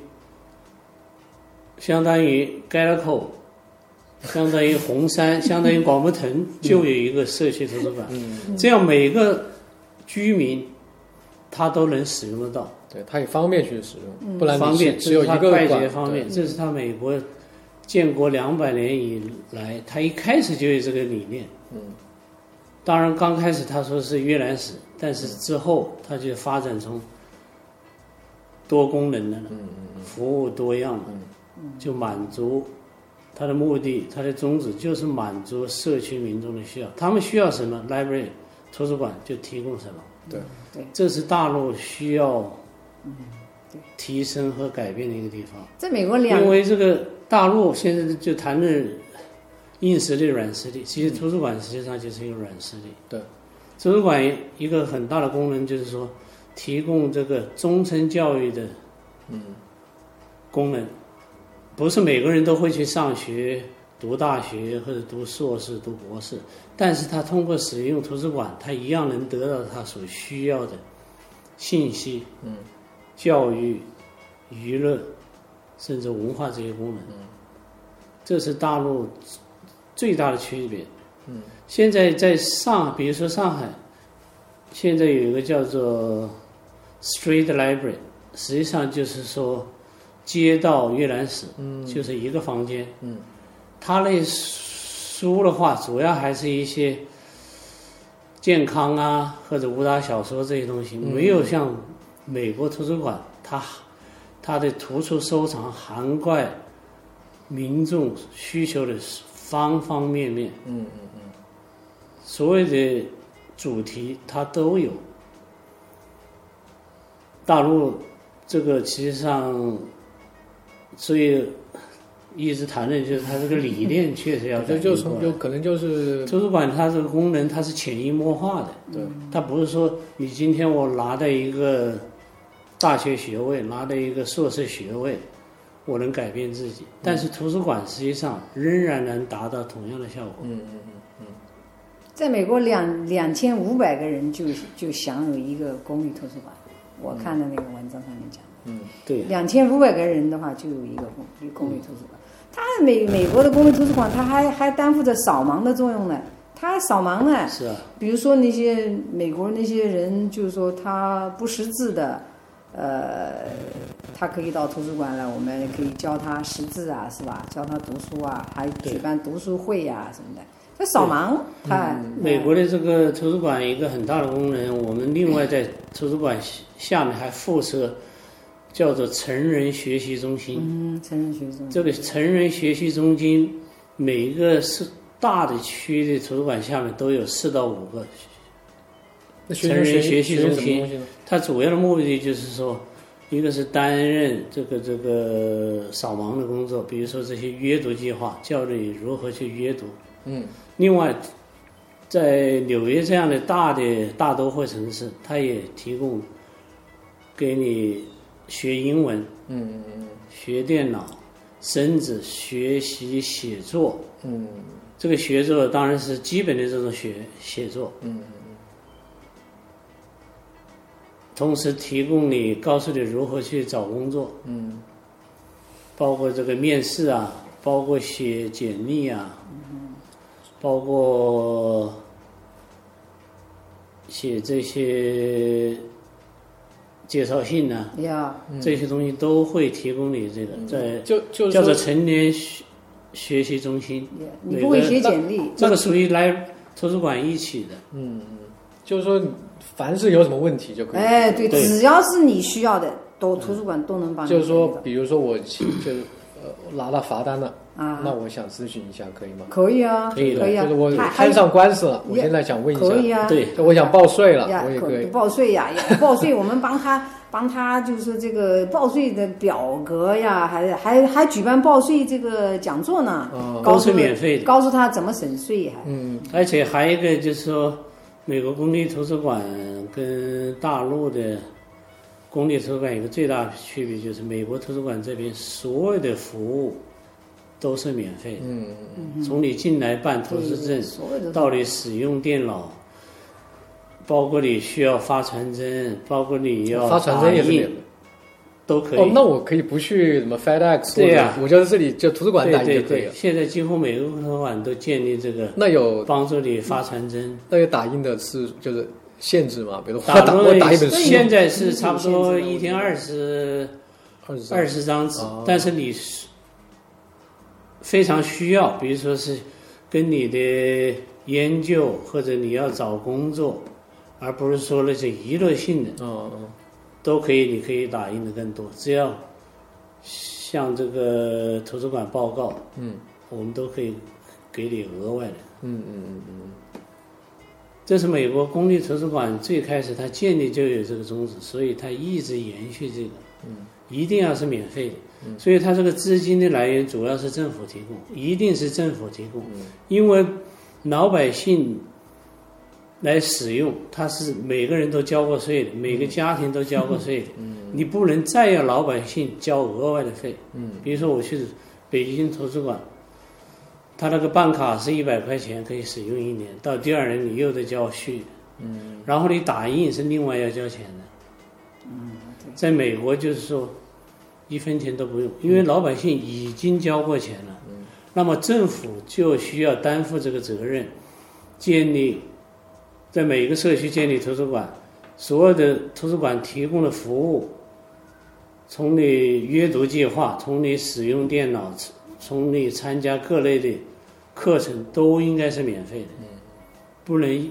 相当于盖拉口，相当于红山，相当于广播藤，就有一个社区图书馆，这样每个居民他都能使用得到，
对，它也方便去使用，不然
方便，
只有一个
快捷
馆
方便，这是他美国建国200年以来，他一开始就有这个理念。当然刚开始他说是阅览室，但是之后他就发展成多功能的了，服务多样了，就满足他的目的，他的宗旨就是满足社区民众的需要。他们需要什么 ，library 图书馆就提供什么。
对，
这是大陆需要提升和改变的一个地方。
在美国
因为这个大陆现在就谈论硬实力、软实力，其实图书馆实际上就是一个软实力。
对，
图书馆一个很大的功能就是说，提供这个终身教育的功能，不是每个人都会去上学、读大学或者读硕士、读博士，但是他通过使用图书馆，他一样能得到他所需要的信息、教育、娱乐，甚至文化这些功能。这是大陆最大的区别。现在在比如说上海，现在有一个叫做 Street Library， 实际上就是说街道阅览室，就是一个房间。它那书的话，主要还是一些健康啊或者武打小说这些东西，没有像美国图书馆，它的图书收藏涵盖民众需求的方方面面。所有的主题它都有。大陆这个其实上，所以一直谈论就是它这个理念确实要改变过来。
就可能就是
图书馆它这个功能它是潜移默化的，
对，
它不是说你今天我拿到一个大学学位，拿到一个硕士学位，我能改变自己，但是图书馆实际上仍然能达到同样的效果。
在美国2500个人就享有一个公立图书馆，我看的那个文章上面讲的。
对
，2500个人的话就有一个公立图书馆。它美国的公立图书馆，它还担负着扫盲的作用呢。它扫盲呢，
是啊，
比如说那些美国那些人，就是说他不识字的，他可以到图书馆来，我们可以教他识字啊，是吧？教他读书啊，还举办读书会呀、什么的。它扫盲，
美国的这个图书馆一个很大的功能，我们另外在图书馆下面还附设叫做成人学习中心。
成人学习中心。
这个成人学习中心，每一个是大的区的图书馆下面都有4到5个成人学习中心。它主要的目的就是说，一个是担任这个扫盲的工作，比如说这些阅读计划，教你如何去阅读。另外， 在纽约这样的大都会城市，它也提供给你学英文，学电脑，甚至学习写作，这个写作当然是基本的这种写作，同时提供你告诉你如何去找工作，包括这个面试啊，包括写简历啊，包括写这些介绍信啊，这些东西都会提供你这个在
就是
叫做成年学习中心。
你不会写简历，
这个属于来图书馆一起的。
就是说凡是有什么问题就可以。
哎，对，只要是你需要的，图书馆都能帮你。
就是说，比如说我拿到罚单了。那我想咨询一下，可以吗？
可以啊，
可以啊。
就是我摊上官司了，我现在想问一下，
可以啊，
对，
我想报税了，我也可以
报税呀，报税，我们帮他就是这个报税的表格呀，还举办报税这个讲座呢，
都是免费的，
告诉他怎么省税，
而且还有一个就是说，美国公立图书馆跟大陆的公立图书馆有个最大的区别，就是美国图书馆这边所有的服务都是免费的，从你进来办图书证，到你使用电脑，包括你需要发传真，包括你要
发传真也是免费，
都可以。
那我可以不去什么 FedEx，
对呀，
我就在这里就图书馆打印就可以了。
现在几乎每个图书馆都建立这个，
那有
帮助你发传真。
那有打印的是就是限制吗？比如
我
打一本书，
现在是差不多一天20张纸，但是你非常需要，比如说是跟你的研究或者你要找工作，而不是说那些娱乐性的，都可以，你可以打印的更多，只要向这个图书馆报告，我们都可以给你额外的，这是美国公立图书馆最开始它建立就有这个宗旨，所以它一直延续这个，一定要是免费的。所以它这个资金的来源主要是政府提供，一定是政府提供，因为老百姓来使用，它是每个人都交过税的，每个家庭都交过税的，你不能再要老百姓交额外的费。比如说我去北京图书馆，他那个办卡是100块钱可以使用1年，到第2年你又得交续，然后你打印是另外要交钱的。在美国就是说1分钱都不用，因为老百姓已经交过钱了，那么政府就需要担负这个责任，建立在每一个社区建立图书馆，所有的图书馆提供的服务，从你阅读计划，从你使用电脑，从你参加各类的课程，都应该是免费的，不能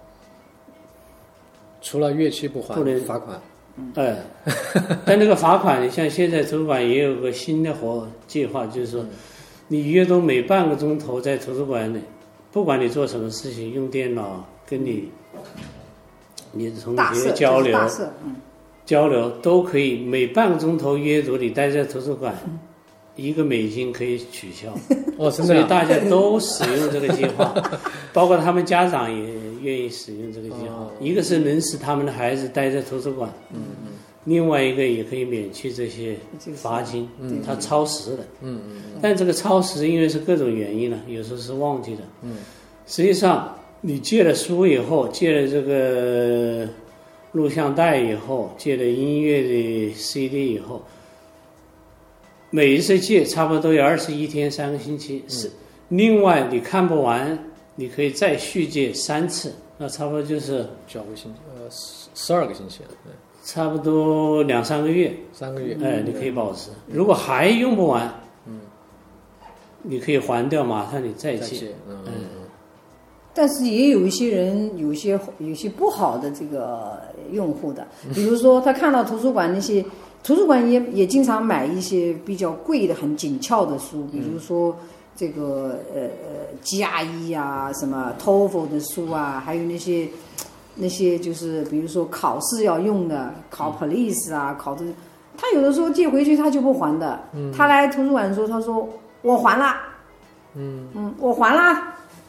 除了乐器不还，
不能
罚款。
但这个罚款，你像现在图书馆也有个新的计划，就是说，你阅读每半个钟头在图书馆里，不管你做什么事情，用电脑跟你同学交流都可以，每半个钟头阅读你待在图书馆，1美金可以取消。
真的，
所以大家都使用这个计划，包括他们家长也愿意使用这个计划。一个是能使他们的孩子待在图书馆，另外一个也可以免去这些罚金，他超时的。但这个超时因为是各种原因呢，有时候是忘记的。实际上你借了书以后，借了这个录像带以后，借了音乐的 CD 以后，每一次借差不多都有21天3个星期，另外你看不完，你可以再续借3次，那差不多就是
9个星期，12个星期了，
差不多2、3个月
，3个月，
你可以保持。如果还用不完，你可以还掉，马上你再借。
但是也有一些人，有些不好的这个用户的，比如说他看到图书馆那些。图书馆也经常买一些比较贵的、很紧俏的书，比如说这个GRE 啊，什么 TOEFL 的书啊，还有那些就是比如说考试要用的，考 police 啊，考这，他有的时候借回去他就不还的。他来图书馆说，他说我还了，我还了，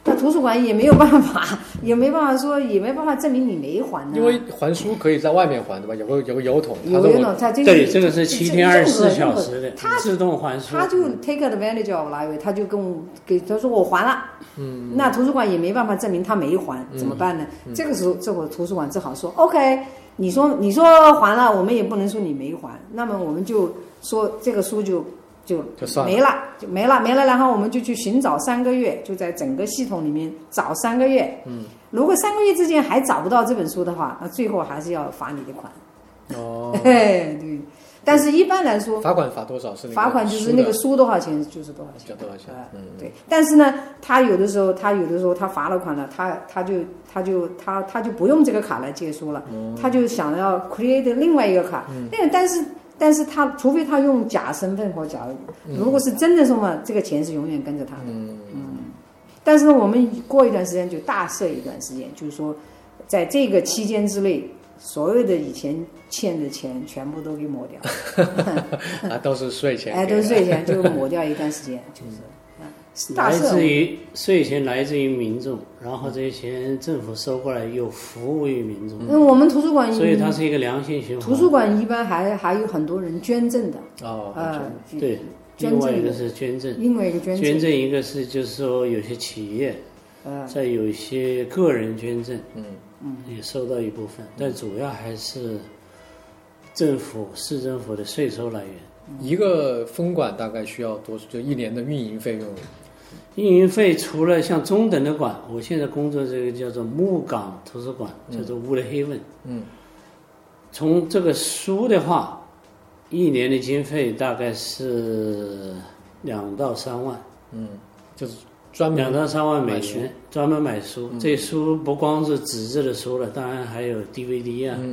那图书馆也没有办法，也没办法证明你没还呢。
因为还书可以在外面还，对吧？有个邮筒，
有邮筒，它
对，这个是7天24小时的，
它
自动还书。
他就 take advantage of 了，他就他说我还了，那图书馆也没办法证明他没还，怎么办呢？这个时候，这会儿图书馆只好说 OK， 你说还了，我们也不能说你没还，那么我们就说这个书就没了，然后我们就去寻找3个月，就在整个系统里面找3个月。如果3个月之间还找不到这本书的话，那最后还是要罚你的款。
哦，
对。但是一般来说，
罚款罚多少是？
罚款就是那个书多少钱就是多少钱。
多少钱？
对。但是呢，他有的时候他罚了款了，他就不用这个卡来借书了，他就想要 create 另外一个卡。但是他除非他用假身份或假，如果是真的说嘛，这个钱是永远跟着他的。但是呢，我们过一段时间就大设一段时间，就是说，在这个期间之内，所有的以前欠的钱全部都给抹掉。
都是税钱。
都是税钱，就抹掉一段时间，就是。
来自于税钱来自于民众，然后这些钱政府收过来又服务于民众。
我们图书馆，
所以它是一个良性循环。
图书馆一般还有很多人捐赠的。
对，另外一个是捐赠，捐赠一个是就是说有些企业，再有一些个人捐赠，也收到一部分，但主要还是市政府的税收来源。
一个分馆大概需要多少？就1年的运营费用？
运营费除了像中等的馆，我现在工作这个叫做木港图书馆，叫做 Woodhaven。从这个书的话，1年的经费大概是2到3万。
就是专门
2到3万美元，专门买书。这书不光是纸质的书了，当然还有 DVD 啊。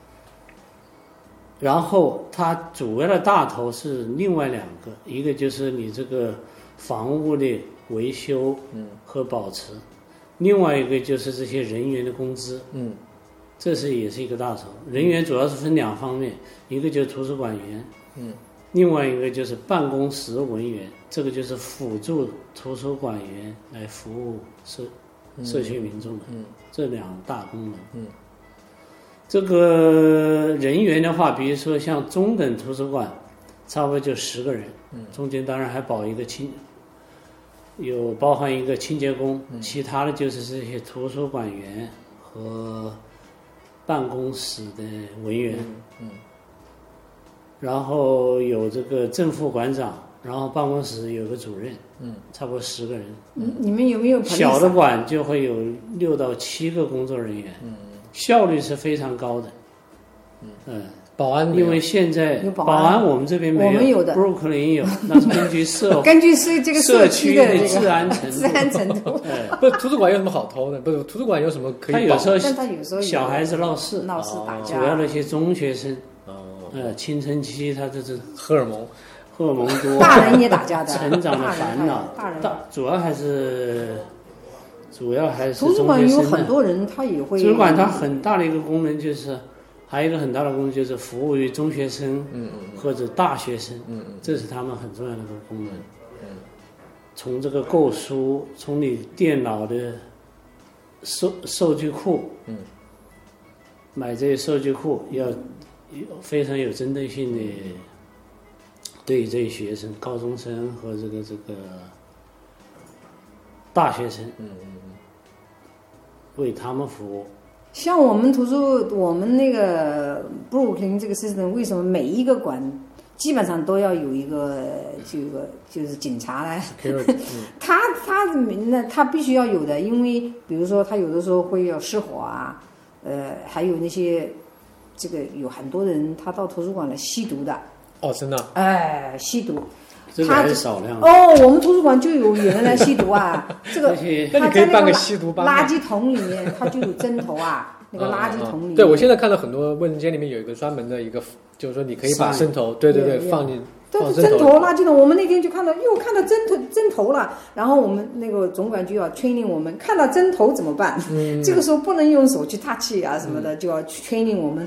然后它主要的大头是另外2个，一个就是你这个房屋的维修和保持，另外一个就是这些人员的工资。这也是一个大头。人员主要是分2方面，一个就是图书馆员，另外一个就是办公室文员，这个就是辅助图书馆员来服务社区民众的。这2大功能。这个人员的话，比如说像中等图书馆，差不多就10个人，中间当然还保一个包含一个清洁工，其他的就是这些图书馆员和办公室的文员，然后有这个正副馆长，然后办公室有个主任，差不多10个人。
你们有没有
小的馆就会有6到7个工作人员？效率是非常高的。
保安
因为现在保安我们这边没有，
我们有的，
布鲁克林有，那是根据
这个社
区
的这个
治安程度。
不，图书馆有什么好偷的？不是，图书馆有什么可以保？
他有时候小孩子闹事
打架，
主要那些中学生，青春期他就是
荷尔蒙
多，
大人也打架的，
成长的烦恼，主要还是
图书馆有很多人，他也会。
图书馆它很大的一个功能就是，还有一个很大的功能就是服务于中学生，或者大学生，这是他们很重要的一个功能。从这个购书，从你电脑的数据库，买这些数据库要非常有针对性的对这些学生、高中生和这个大学生，为他们服务。
像我们那个布鲁克林这个 system， 为什么每一个馆基本上都要有一个就是警察来？他必须要有的，因为比如说他有的时候会要失火啊，还有那些这个有很多人他到图书馆来吸毒的。
真的？
吸毒。
这个还是少量
我们图书馆就有人来吸毒啊。这个
他在那个
垃圾桶里面，他就有针头啊。那个垃圾桶里面。
对，我现在看到很多问间里面有一个专门的一个，就是说你可以把针头，对，放进。
但是针头垃圾桶，我们那天就看到针头了，然后我们那个总管就要 training 我们，看到针头怎么办？这个时候不能用手去touch啊什么的，就要 training 我们。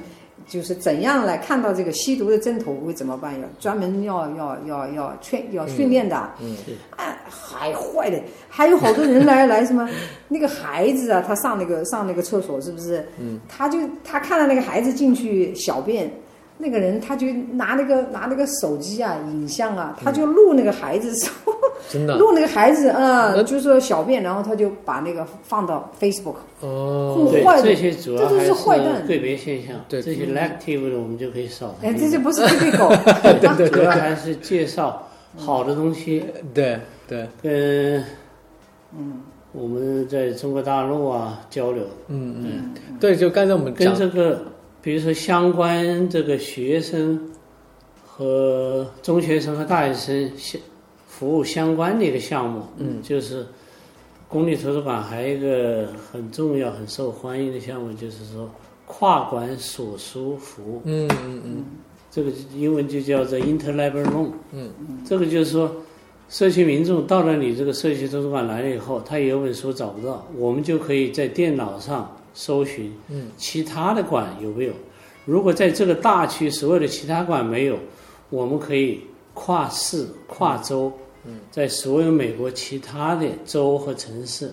就是怎样来看到这个吸毒的针头会怎么办？要专门要训练的。还坏的，还有好多人来什么那个孩子啊，他上那个厕所是不是？他看到那个孩子进去小便。那个人他就拿那个手机啊，影像啊，他就录那个孩子，
真的
录那个孩子就是说小便，然后他就把那个放到 Facebook。
对，
坏的，
这些主要还是
坏蛋，
个别现象。对，这些 active 的我们就可以少。
这就不是对狗。
对，主要还是介绍好的东西。
对，
跟我们在中国大陆啊交流。
对，就刚才我们
跟这个。比如说，相关这个学生和中学生和大学生服务相关的一个项目，就是公立图书馆还有一个很重要、很受欢迎的项目，就是说跨馆索书服务。这个英文就叫做 interlibrary loan。这个就是说，社区民众到了你这个社区图书馆来了以后，他有本书找不到，我们就可以在电脑上搜寻其他的馆有没有。如果在这个大区所有的其他馆没有，我们可以跨市跨州，在所有美国其他的州和城市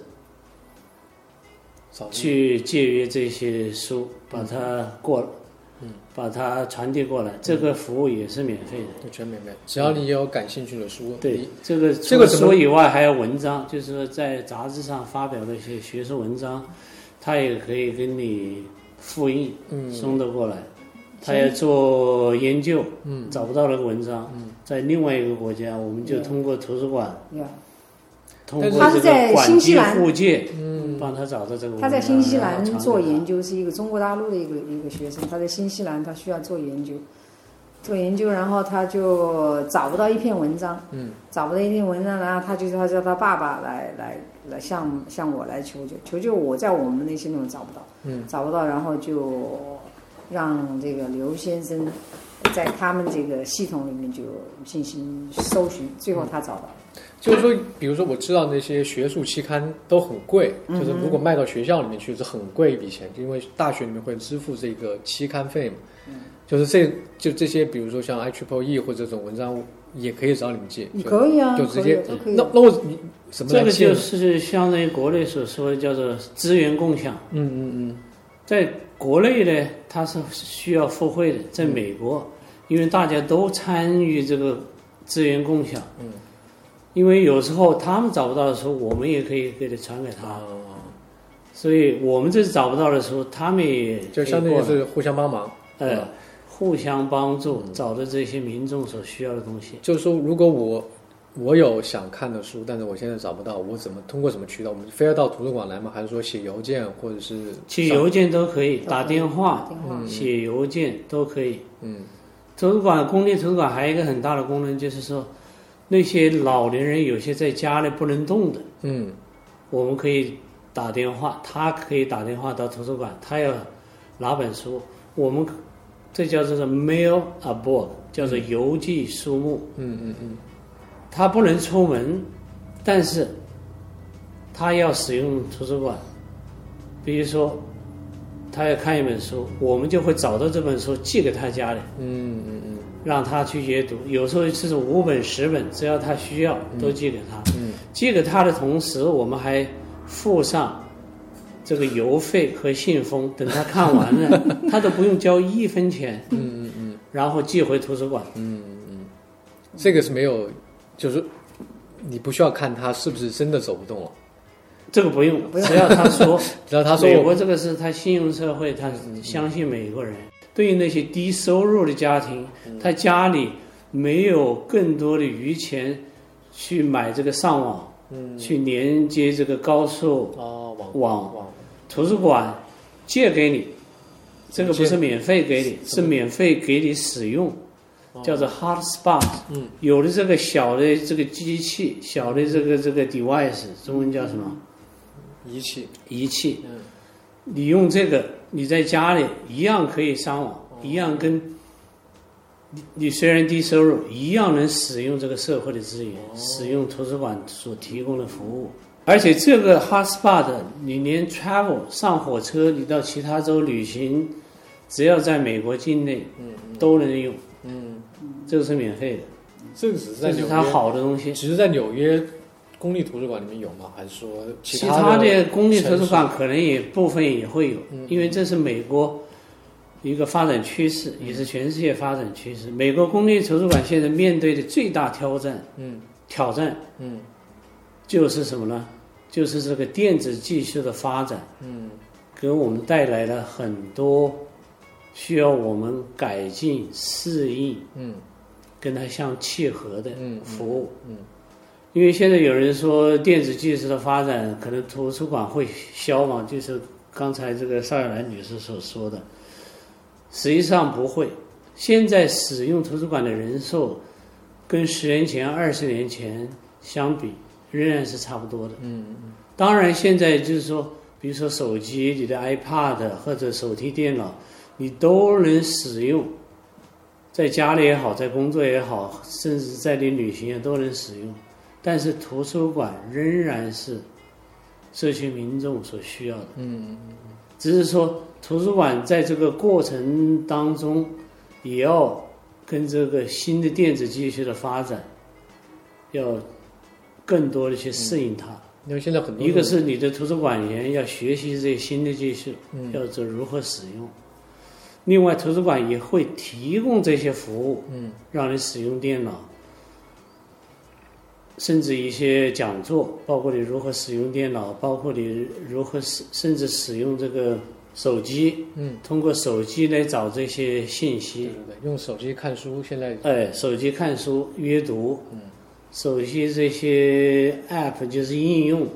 去借阅这些书，把它传递过来。这个服务也是免费的，
全免费，只要你有感兴趣的书。
对，这个除了书以外还有文章，就是说在杂志上发表的一些学术文章，他也可以跟你复印送得过来。他要做研究，找不到那个文章，在另外一个国家，我们就通过图书馆，通过这个馆际互借，帮他找到这个文章。
他在新西兰做研究，是一个中国大陆的一个学生，他在新西兰他需要做研究，然后他就找不到一篇文章，然后他就叫他爸爸来向我来求救，我在我们那些地方找不到，然后就让这个刘先生在他们这个系统里面就进行搜寻，最后他找到。
就是说，比如说我知道那些学术期刊都很贵，就是如果卖到学校里面去是很贵一笔钱，因为大学里面会支付这个期刊费嘛。就是这些，比如说像 IEEE 或者这种文章，也可以找你们借。
你可以啊，
就直接。
那
我什么来借？
这个就是相当于国内所说的叫做资源共享。在国内呢，它是需要付费的。在美国，因为大家都参与这个资源共享，因为有时候他们找不到的时候，我们也可以给他传给他。所以我们这次找不到的时候，他们也
就相当于是互相帮忙。
互相帮助，找到这些民众所需要的东西。
就是说，如果我有想看的书，但是我现在找不到，我通过什么渠道？我们非要到图书馆来吗？还是说写邮件，或者是
写邮件都可以，打电话、写邮件都可以。图书馆公立图书馆还有一个很大的功能，就是说那些老年人有些在家里不能动的，我们可以打电话，他可以打电话到图书馆，他要拿本书，我们这叫做 mail a book， 叫做邮寄书目。他不能出门，但是他要使用图书馆。比如说，他要看一本书，我们就会找到这本书寄给他家里，让他去阅读。有时候是5本、10本，只要他需要，都寄给他。寄给他的同时，我们还附上这个邮费和信封，等他看完了，他都不用交1分钱。然后寄回图书馆。
这个是没有。就是你不需要看他是不是真的走不动了，
这个不用，只要他说，美国这个是他信用社会，他相信每个人。对于那些低收入的家庭，他家里没有更多的余钱去买这个上网，去连接这个高速网，图书馆借给你，这个不是免费给你，是免费给你使用。叫做 hotspot， 有的这个小的这个机器，小的这个 device， 中文叫什么？仪器。你用这个，你在家里一样可以上网，一样跟你虽然低收入，一样能使用这个社会的资源，使用图书馆所提供的服务。而且这个 hotspot， 你连 travel 上火车，你到其他州旅行， 只要在美国境内，都能用，这个是免费的。
这个只是在纽约，
这是它好的东西。
只是在纽约公立图书馆里面有吗？还是说
其
他
的公立图书馆可能也部分也会有，因为这是美国一个发展趋势，也是全世界发展趋势。美国公立图书馆现在面对的最大挑战，就是什么呢？就是这个电子技术的发展，给我们带来了很多需要我们改进、适应，跟它相契合的服务，因为现在有人说电子技术的发展可能图书馆会消亡，就是刚才这个邵亚兰女士所说的，实际上不会。现在使用图书馆的人数跟10年前、20年前相比，仍然是差不多的。当然现在就是说，比如说手机、你的 iPad 或者手提电脑，你都能使用，在家里也好，在工作也好，甚至在你旅行也都能使用。但是图书馆仍然是社区民众所需要的。只是说图书馆在这个过程当中，也要跟这个新的电子技术的发展，要更多的去适应它。
因为现在很多
一个是你的图书馆员要学习这些新的技术，要做如何使用。另外，图书馆也会提供这些服务，让你使用电脑，甚至一些讲座，包括你如何使用电脑，包括你如何甚至使用这个手机，通过手机来找这些信息。
对，用手机看书，现在
手机看书、阅读，手机这些 app 就是应用，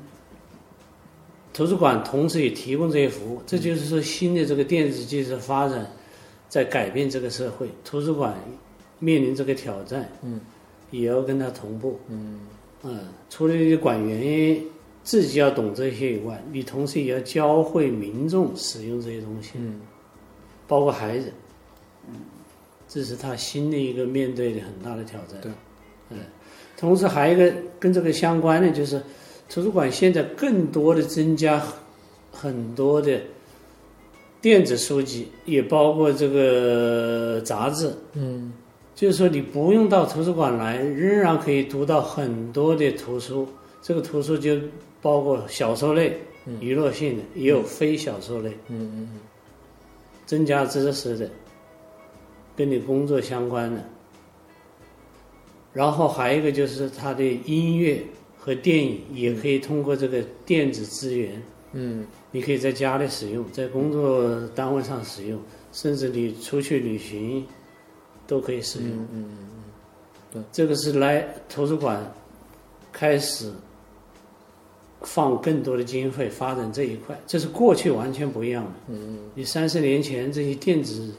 图书馆同时也提供这些服务。这就是说，新的这个电子技术的发展在改变这个社会，图书馆面临这个挑战，也要跟它同步。除了你的馆员自己要懂这些以外，你同时也要教会民众使用这些东西，包括孩子，这是他新的一个面对的很大的挑战。
对，
同时还有一个跟这个相关的，就是图书馆现在更多的增加很多的电子书籍，也包括这个杂志。就是说你不用到图书馆来，仍然可以读到很多的图书。这个图书就包括小说类、娱乐性的，也有非小说类，增加知识的，跟你工作相关的。然后还有一个就是它的音乐和电影也可以通过这个电子资源，你可以在家里使用，在工作单位上使用，甚至你出去旅行都可以使用。
对，
这个是来图书馆开始放更多的经费发展这一块，这是过去完全不一样的。你30年前这些电子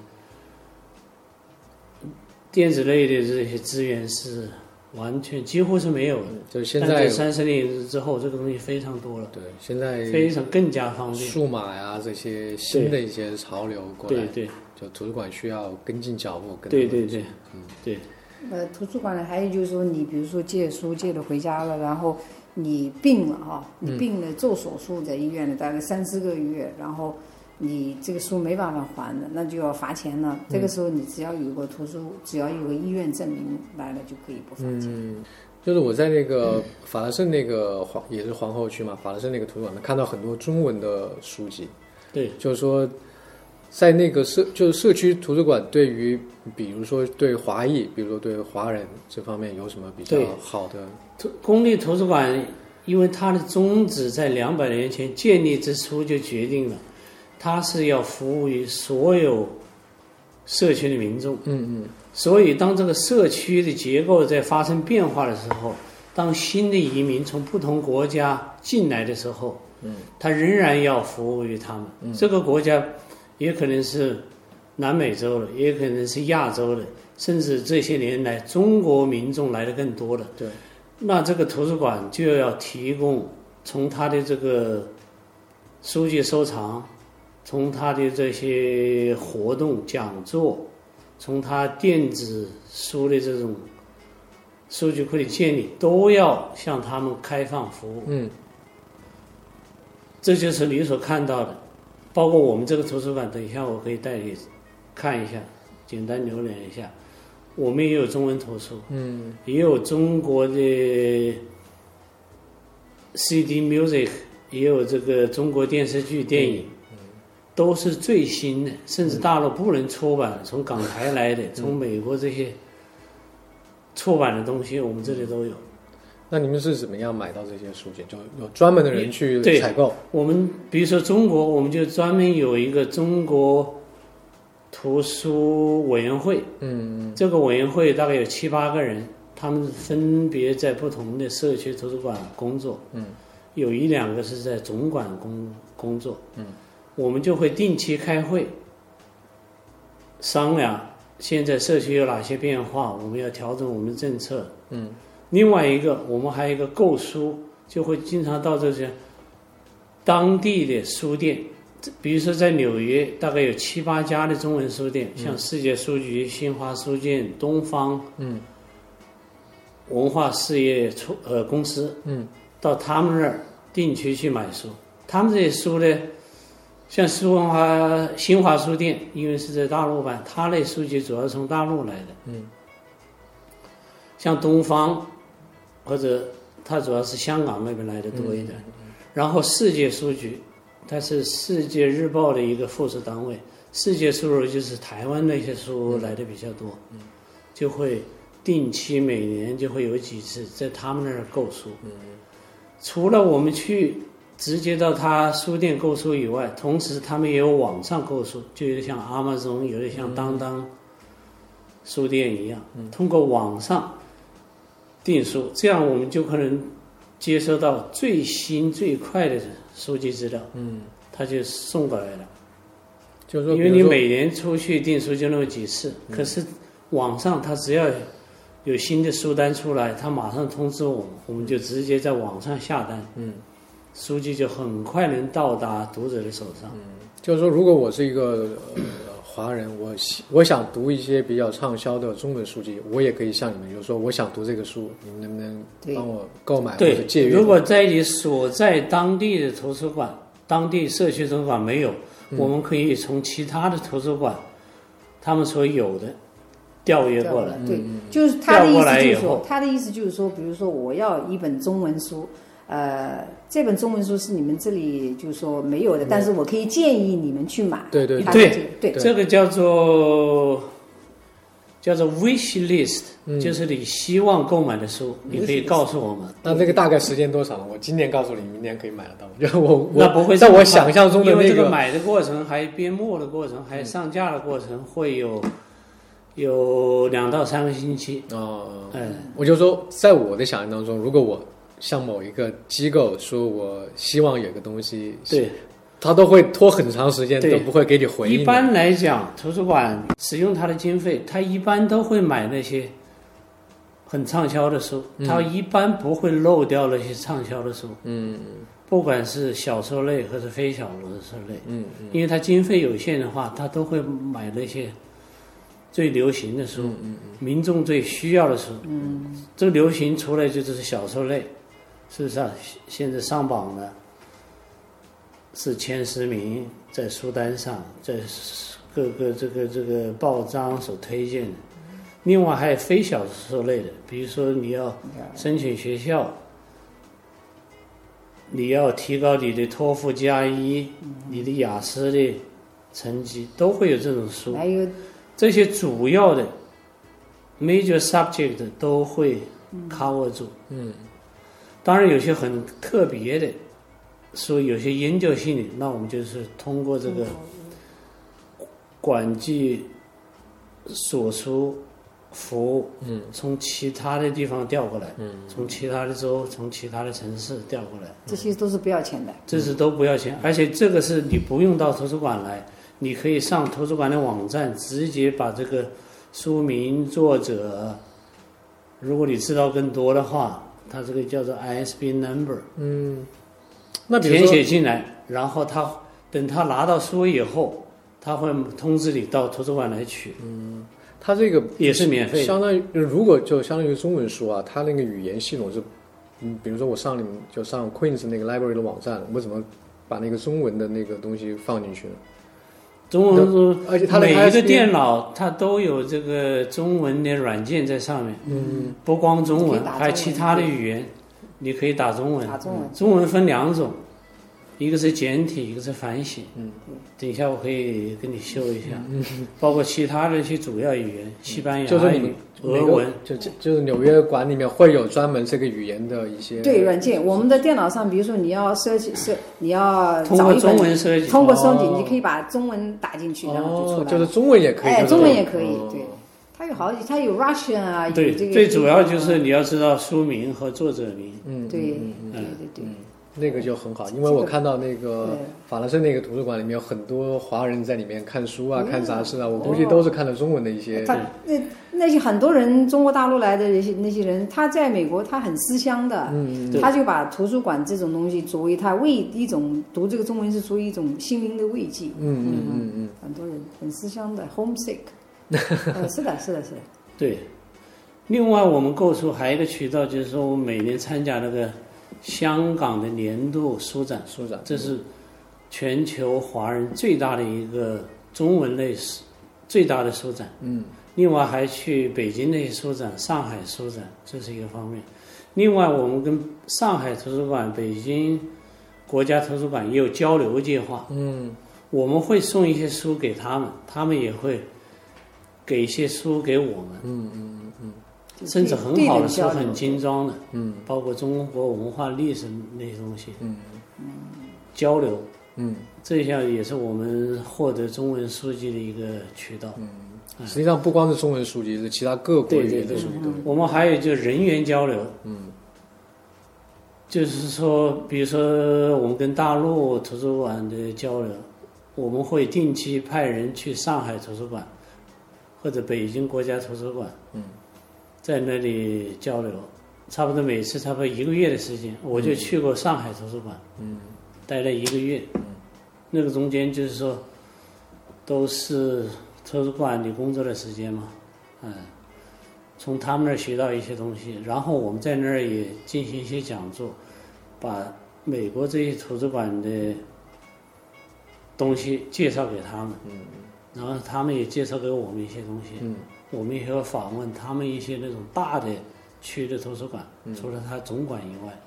类的这些资源是完全几乎是没有的，
就是现在
30年之后，这个东西非常多了。
对，现在
非常更加方便，
数码呀这些新的一些潮流过来，
对，
就图书馆需要跟进脚步。
对，
图书馆呢，还有就是说，你比如说借书借了回家了，然后你病了哈，你病了做手术在医院里大概3-4个月，然后你这个书没办法还的，那就要罚钱了。这个时候你只要有个只要有个医院证明来了就可以不罚钱。
就是我在那个法拉盛那个也是皇后区嘛，法拉盛那个图书馆看到很多中文的书籍。
对，
就是说在那个社区图书馆对于比如说对华裔，比如说对华人这方面有什么比较好的？
公立图书馆因为它的宗旨在200年前建立之初就决定了，它是要服务于所有社区的民众。所以当这个社区的结构在发生变化的时候，当新的移民从不同国家进来的时候，它仍然要服务于他们。这个国家也可能是南美洲的，也可能是亚洲的，甚至这些年来中国民众来的更多了。
对，
那这个图书馆就要提供从它的这个书籍收藏，从它的这些活动讲座，从它电子书的这种数据库的建立，都要向他们开放服务。这就是你所看到的包括我们这个图书馆，等一下我可以带你看一下，简单浏览一下。我们也有中文图书，也有中国的 CD music， 也有这个中国电视剧、电影，都是最新的，甚至大陆不能出版，从港台来的，从美国这些出版的东西，我们这里都有。
那你们是怎么样买到这些书籍？就有专门的人去采购？
我们比如说中国，我们就专门有一个中国图书委员会，这个委员会大概有7、8个人，他们分别在不同的社区图书馆工作，有1、2个是在总馆工作，我们就会定期开会，商量现在社区有哪些变化，我们要调整我们的政策，另外一个，我们还有一个购书，就会经常到这些当地的书店，比如说在纽约，大概有7、8家的中文书店，像世界书局、新华书店、东方，文化事业公司，到他们那儿定期去买书。他们这些书呢，像新华书店，因为是在大陆办，它类书籍主要是从大陆来的，像东方。或者它主要是香港那边来的多一点，然后世界书局，它是世界日报的一个附属单位，世界书局就是台湾那些书来的比较多，就会定期每年就会有几次在他们那儿购书。除了我们去直接到他书店购书以外，同时他们也有网上购书，就有点像 Amazon， 有点像当当书店一样，通过网上订书，这样我们就可能接收到最新最快的书籍资料，他就送过来了。
就是说，
因为你每年出去订书就那么几次，可是网上他只要有新的书单出来，他马上通知我们，我们就直接在网上下单，书籍就很快能到达读者的手上。
就是说，如果我是一个华人，我想读一些比较畅销的中文书籍，我也可以向你们，比如说我想读这个书，你们能不能帮我购买或者借阅？
如果在你所在当地的图书馆、当地社区图书馆没有，我们可以从其他的图书馆他们所有的调阅过来。
对，就是他的意思就是说，比如说我要一本中文书。这本中文书是你们这里就是说没有的，但是我可以建议你们去买。
对，
这个叫做 wish list，就是你希望购买的书，你可以告诉我们。
那这个大概时间多长？我今年告诉你，明年可以买得到。就
那不会
在我想象中的那个，
因为这个买的过程，还编墨的过程，还上架的过程，会有2到3个星期。
我就说，在我的想象当中，如果我向某一个机构说我希望有个东西，
对，
他都会拖很长时间，都不会给你回应。
一般来讲，图书馆使用它的经费，他一般都会买那些很畅销的书，他一般不会漏掉那些畅销的书。不管是小说类或者非小说类，因为他经费有限的话，他都会买那些最流行的书，民众最需要的书。这个流行出来就是小说类。事实上，现在上榜的是前10名，在书单上，在各个这个报章所推荐的。另外还有非小说类的，比如说你要申请学校，你要提高你的托福加1，你的雅思的成绩，都会有这种书。
还有
这些主要的 major subject 都会 cover 住。当然有些很特别的书，有些研究性的，那我们就是通过这个管际所书服务，从其他的地方调过来，从其他的州、从其他的城市调过来，
这些都是不要钱的，
这是都不要钱，而且这个是你不用到图书馆来，你可以上图书馆的网站，直接把这个书名、作者，如果你知道更多的话。它这个叫做 ISBN number，
那比如说
填写进来，然后等他拿到书以后，他会通知你到图书馆来取。
它这个
也是免费的，
相当于如果就相当于中文书啊，它那个语言系统是，比如说我上 Queen's 那个 library 的网站，我怎么把那个中文的那个东西放进去了。
中文书，
而且它的
每一个电脑它都有这个中文的软件在上面，不光中文，还有其他的语言，你可以打中文。中文分2种，一个是简体，一个是繁体。等一下我可以跟你秀一下，包括其他的一些主要语言，西班牙语、俄文，
就是纽约馆里面会有专门这个语言的一些
对软件。我们的电脑上，比如说你要你要
通过中文设计，
通过搜集，你可以把中文打进去，然后就出来了。
就是中文也可以，
中文也可以，对。它有好几，它有 Russian 啊，
对，
这个
最主要就是你要知道书名和作者名。
对。
那个就很好，因为我看到那个法兰盛那个图书馆里面有很多华人在里面看书啊、看杂志啊，我估计都是看了中文的一些。
那些很多人中国大陆来的那些人，他在美国他很思乡的，他就把图书馆这种东西作为他一种读这个中文是作为一种心灵的慰藉。很多人很思乡的 homesick。是的。
对，另外我们购书还有一个渠道，就是说我们每年参加那个香港的年度书展，这是全球华人最大的一个中文类最大的书展。另外还去北京的书展、上海书展，这是一个方面。另外我们跟上海图书馆、北京国家图书馆也有交流计划。我们会送一些书给他们，他们也会给一些书给我们。甚至很好的书，很精装的，包括中国文化历史那些东西，交流，这项也是我们获得中文书籍的一个渠道。
实际上不光是中文书籍，是其他各国语言的书籍。
我们还有就人员交流，就是说，比如说我们跟大陆图书馆的交流，我们会定期派人去上海图书馆或者北京国家图书馆，在那里交流，差不多每次差不多1个月的时间，我就去过上海图书馆，待了1个月，那个中间就是说，都是图书馆里工作的时间嘛，从他们那儿学到一些东西，然后我们在那儿也进行一些讲座，把美国这些图书馆的东西介绍给他们，然后他们也介绍给我们一些东西，我们也会访问他们一些那种大的区的图书馆，除了它总馆以外。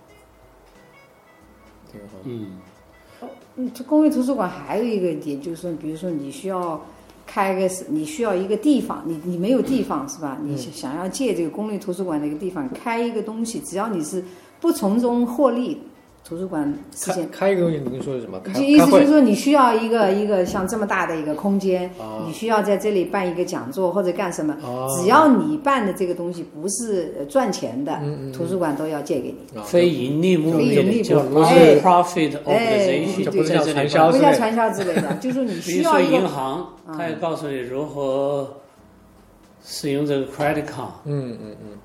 公立图书馆还有一个点就是说，比如说你需要你需要一个地方，你没有地方是吧？你想要借这个公立图书馆的一个地方开一个东西，只要你是不从中获利。图书馆实现
开一个东西，您说的什么？
意思就是说，你需要一个像这么大的一个空间，你需要在这里办一个讲座或者干什么，只要你办的这个东西不是赚钱的，图书馆都要借给你。
非盈利目的的，就不是 profit organization，
不是像传
销不像传销之类的，就是你需要一个。
比如说银行，他也告诉你如何使用这个 credit card。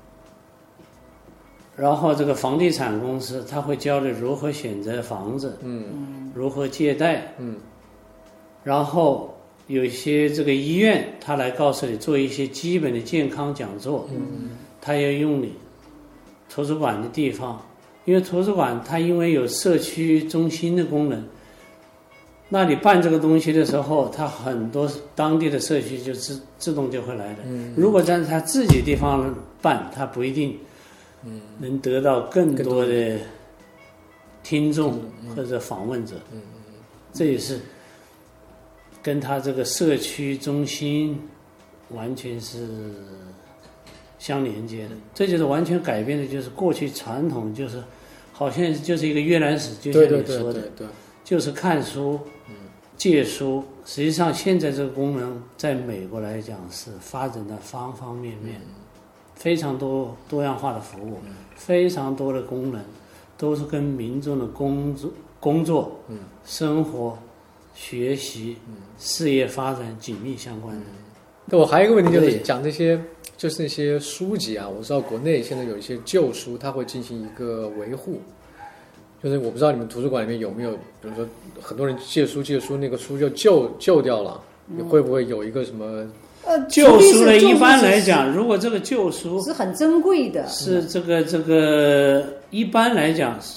然后这个房地产公司他会教你如何选择房子，如何借贷，然后有一些这个医院他来告诉你做一些基本的健康讲座，他要用你图书馆的地方，因为图书馆它因为有社区中心的功能，那你办这个东西的时候，它很多当地的社区就自动就会来的。如果在他自己地方办，他不一定能得到更多的听众或者访问者。这也是跟他这个社区中心完全是相连接的。这就是完全改变的，就是过去传统就是好像就是一个阅览室，就像你说的，就是看书、借书。实际上现在这个功能在美国来讲是发展的方方面面，非常多样化的服务，非常多的功能，都是跟民众的工作、生活、学习、事业发展紧密相关的。
对，我还有一个问题就是讲这些，就是那些书籍啊，我知道国内现在有一些旧书，它会进行一个维护。就是我不知道你们图书馆里面有没有，比如说很多人借书，那个书就旧掉了，你会不会有一个什么？
旧书呢，一般来讲，如果这个旧书
是很珍贵的，
是这个一般来讲，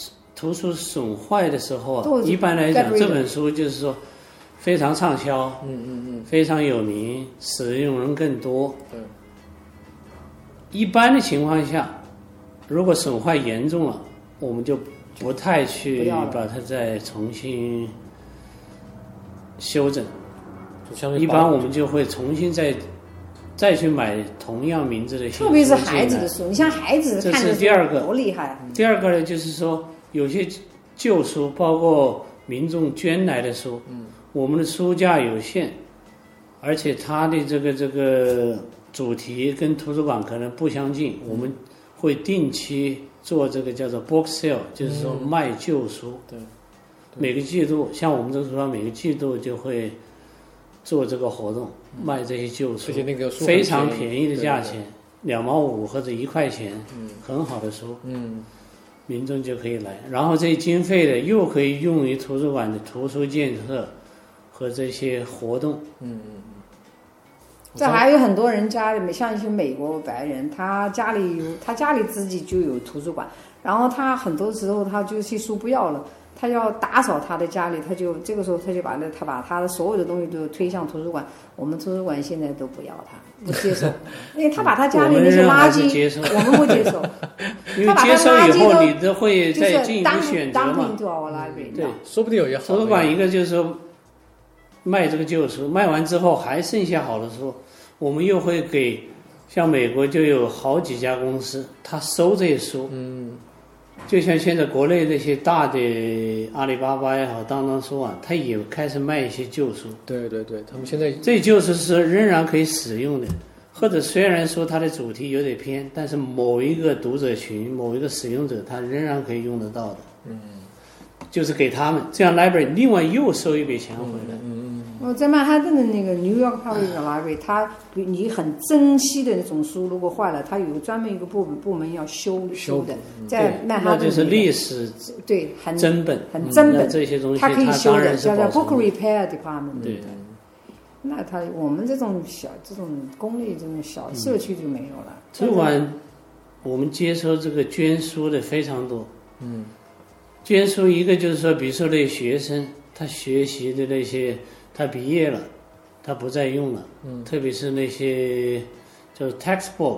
图书损坏的时候
都
一般来讲
get rid of
这本书就是说非常畅销，非常有名，使用人更多。
对，
一般的情况下，如果损坏严重了，我们就不太去把它再重新修整。一般我们就会重新再去买同样名字的新书，
特别是孩子的书，你像孩子看的书多厉害。
第二个呢，就是说有些旧书，包括民众捐来的书，我们的书架有限，而且它的这个主题跟图书馆可能不相近，我们会定期做这个叫做 book sale， 就是说卖旧书。
对，
每个季度，像我们这个书馆每个季度就会做这个活动，卖这些旧书，
而且那个书
非常便宜的价钱，2毛5或者1块钱，很好的书，民众就可以来，然后这些经费的又可以用于图书馆的图书建设和这些活动。
这还有很多人家里，像一些美国白人，他家里自己就有图书馆，然后他很多时候他就些书不要了。他要打扫他的家里，这个时候他就把他的所有的东西都推向图书馆。我们图书馆现在都不要他，不接受，因为他把他家里那些垃圾，我们不接受。
因为接受以后，你都会再进一步选择嘛。
对，
说不定有些好。
图书馆一个就是说卖这个旧书，卖完之后还剩下好的书，我们又会给，像美国就有好几家公司，他收这些书。就像现在国内那些大的阿里巴巴也好，当当书啊，他也开始卖一些旧书。
对，他们现在
这旧书是仍然可以使用的，或者虽然说它的主题有点偏，但是某一个读者群、某一个使用者，他仍然可以用得到的。就是给他们，这样 library 另外又收一笔钱回来。
我在曼哈顿的那个 New York Public Library， 它你很珍惜的那种书，如果坏了，它有专门一个部门要修的，在曼哈顿
那就是历史
对很
真本，
很真本
这些东西
它可以修的，叫做 Book
的
Repair Department。
对。
那我们这种公立这种小社区就没有了。
图书馆我们接收这个捐书的非常多。捐书一个就是说，比如说那些学生，他学习的那些，他毕业了，他不再用了，特别是那些就是 textbook，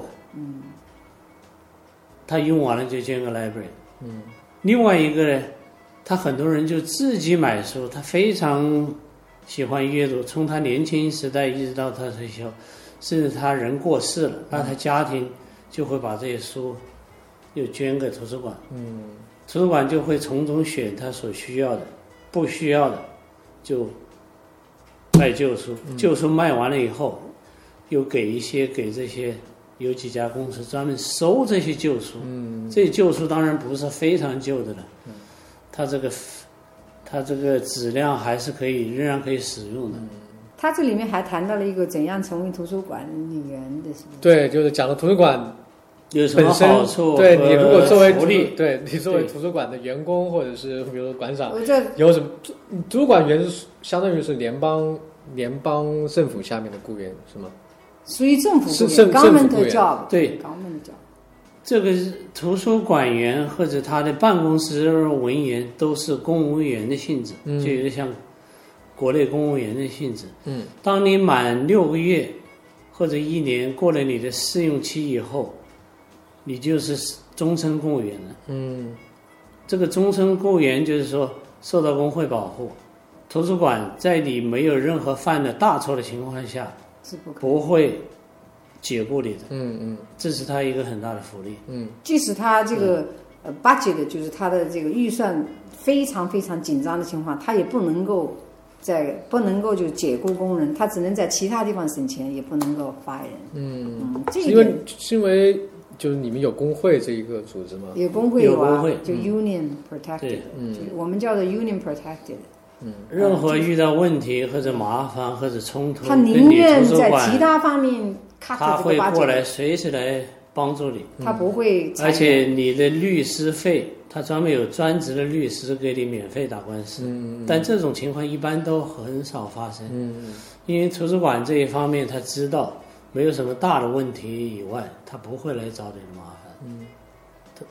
他用完了就捐个 library。另外一个呢，他很多人就自己买书，他非常喜欢阅读，从他年轻时代一直到他退休，甚至他人过世了，那他家庭就会把这些书又捐给图书馆。图书馆就会从中选他所需要的，不需要的就卖旧书。旧书卖完了以后，又给这些有几家公司专门收这些旧书。这些旧书当然不是非常旧的了，它这个质量还是仍然可以使用的。
它这里面还谈到了一个怎样成为图书管理员的。
对，就是讲了图书馆
有什么好处？
对你如果作为
图
书馆的员工，或者是比如说馆长，有什么？图书馆员相当于是联邦政府下面的雇员是吗？
属于政府雇员
，government
job，
对
government job。
这个图书馆员或者他的办公室文员都是公务员的性质，就有点像国内公务员的性质。当你满6个月或者1年过了你的试用期以后，你就是终身公务员了。这个终身公务员就是说受到工会保护，图书馆在你没有任何犯了大错的情况下，不会解雇你的。这是他一个很大的福利。
即使他这个budget 就是他的这个预算非常非常紧张的情况，他也不能够就解雇工人，他只能在其他地方省钱，也不能够发人。这一点
是因为就是你们有工会这一个组织吗？
有工会
有工会，
就 union protected，我们叫做 union protected。
任何遇到问题或者麻烦或者冲突，
他宁愿在其他方面 cut
他会
这个 budget，
过来随时来帮助你。
他不会，
而且你的律师费，他专门有专职的律师给你免费打官司。但这种情况一般都很少发生。因为图书馆这一方面他知道没有什么大的问题以外，他不会来找你的麻烦。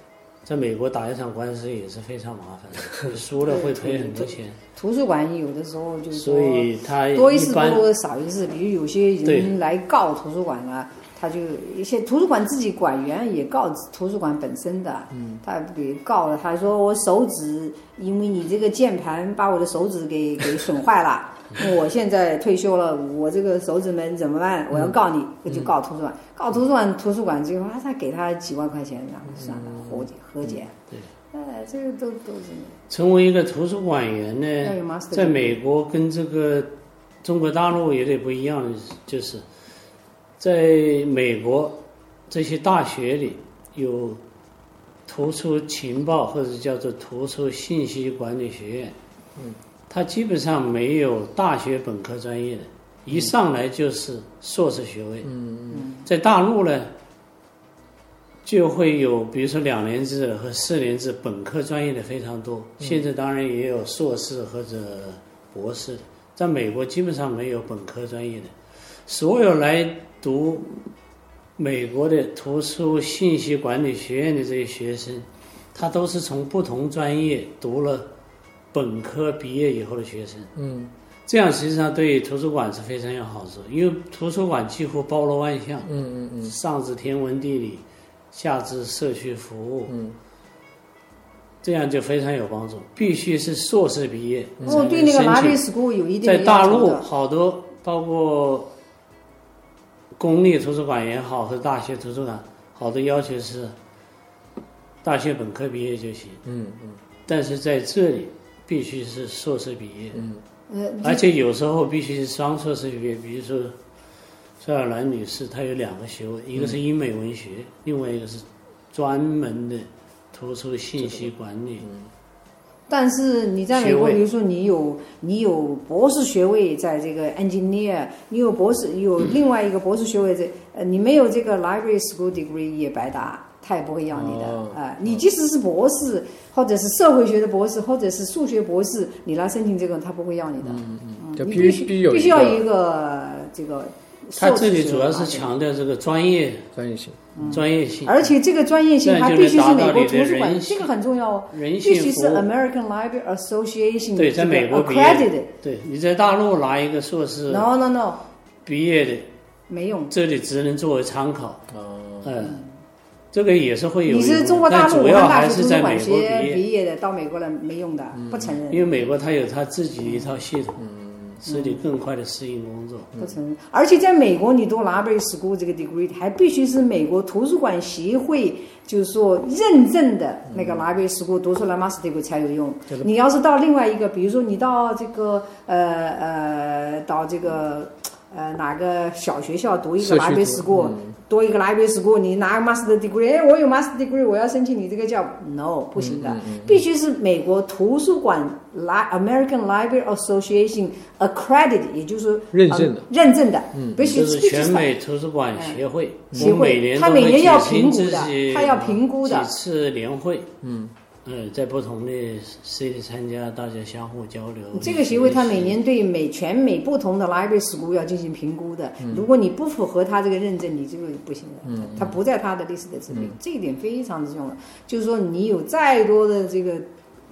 在美国打一场官司也是非常麻烦的，输了会赔很多钱。
图书馆有的时候就是说，
所以他
多一事不如少一事。比如有些人来告图书馆啊，他就一些图书馆自己馆员也告图书馆本身的，他给告了，他说我手指因为你这个键盘把我的手指给损坏了。我现在退休了，我这个手指们怎么办？我要告你，我就告图书馆，告图书馆最后他给他几万块钱，然后算了，和解。
对，
这个都是。
成为一个图书馆员呢，在美国跟这个中国大陆有点不一样的，就是在美国这些大学里有图书情报或者叫做图书信息管理学院，它基本上没有大学本科专业的，一上来就是硕士学位。在大陆呢，就会有比如说2年制的和4年制本科专业的非常多，现在当然也有硕士或者博士的，在美国基本上没有本科专业的，所有来读美国的图书信息管理学院的这些学生，他都是从不同专业读了本科毕业以后的学生。这样实际上对图书馆是非常有好处，因为图书馆几乎包罗万象，上至天文地理，下至社区服务，这样就非常有帮助。必须是硕士毕业。
对那个library school有一定的要求的。
在大陆好多，包括公立图书馆也好，和大学图书馆，好多要求是大学本科毕业就行。但是在这里必须是硕士毕业。而且有时候必须是双硕士毕业，比如说塞尔兰女士，她有2个学位，一个是英美文学，另外一个是专门的图书信息管理。
但是你在美国，比如说你有博士学位，在这个 engineer， 你有另外一个博士学位在，你没有这个 library school degree 也白搭，他也不会要你的。你即使是博士，或者是社会学的博士，或者是数学博士，你来申请这个，他不会要你的。
就
必须要有一个这个。
他这里主要是强调这个专业性，
而且这个专业性还必须是美国图书馆，这个很重要哦。必须是 American Library Association
对，在美国
accredited。
对，你在大陆拿一个硕士
no
毕业的
没用，
这里只能作为参考。这个也是会有。
你是中国大陆武汉大学图书馆
学
毕业的，到美国了没用的，不承认。
因为美国它有它自己一套系统。使你更快的适应工作。
不承认。而且在美国，你读 library school 这个 degree 还必须是美国图书馆协会就是说认证的那个 library school 读出来 master degree 才有用。你要是到另外一个，比如说你到这个到这个哪个小学校读一个 library school，多一个 library school， 你拿 master degree， 我有 master degree， 我要申请你这个叫 no 不行的，必须是美国图书馆 American Library Association accredited， 也就是认证的，必须
是全美图书馆协会，
他每年要评估的，他要评估的
几次年会，在不同的 city 参加，大家相互交流。
这个协会它每年对全美不同的 library school 要进行评估的。如果你不符合它这个认证，你这个不行的。它不在它的 list 的之内。这一点非常之重要。就是说，你有再多的这个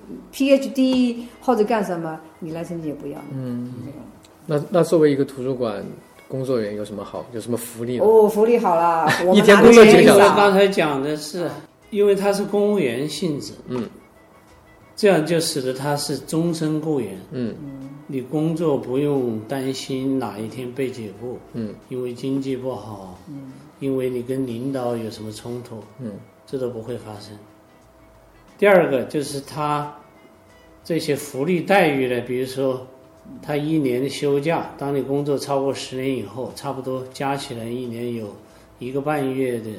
PhD 或者干什么，你来申请也不要。
那作为一个图书馆工作人员有什么好？有什么福利呢？
福利好了，
一天工作几个小时？
刚才讲的是。因为他是公务员性质，这样就使得他是终身雇员，你工作不用担心哪一天被解雇，因为经济不好，因为你跟领导有什么冲突，这都不会发生。第二个就是他这些福利待遇呢，比如说他1年的休假，当你工作超过10年以后，差不多加起来1年有1个半月的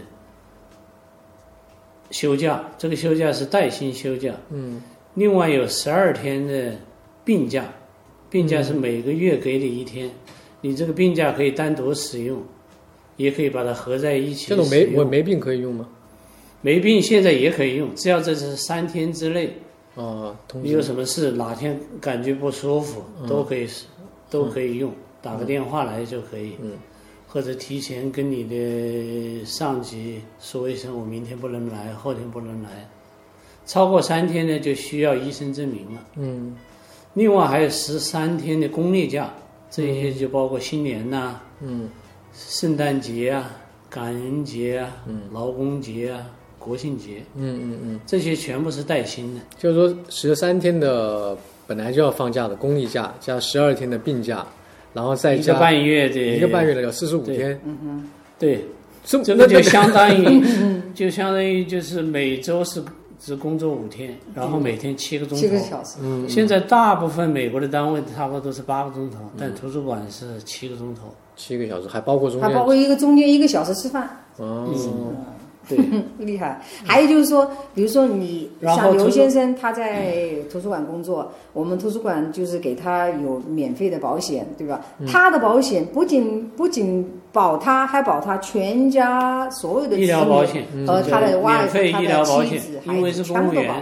休假，这个休假是带薪休假。另外有12天的病假，病假是每个月给你1天，你这个病假可以单独使用，也可以把它合在一起。
这种我没病可以用吗？
没病现在也可以用，只要这是3天之内。你有什么事，哪天感觉不舒服，都可以用，打个电话来就可以。或者提前跟你的上级说一声，我明天不能来，后天不能来， 超过3天呢就需要医生证明了。另外还有13天的公历假，这些就包括新年呐、圣诞节啊、感恩节啊、劳工节啊、国庆节，这些全部是带薪的。
就是说13天的本来就要放假的公历假，加12天的病假，然后再加
一个半月
的有45天。
对，
这
个就相当于就是每周只工作5天，然后每天7个钟头。
7个小时。
现在大部分美国的单位差不多都是8个钟头，但图书馆是7个钟头。
7个小时，还包括中间。
还包括中间1个小时吃饭。
对，
厉害。还有就是说，比如说你像刘先生，他在图书馆工作，我们图书馆就是给他有免费的保险，对吧？他的保险不仅保他，还保他全家所有的
医疗保险
和他的外
免费医疗保险，
因
为是公务员。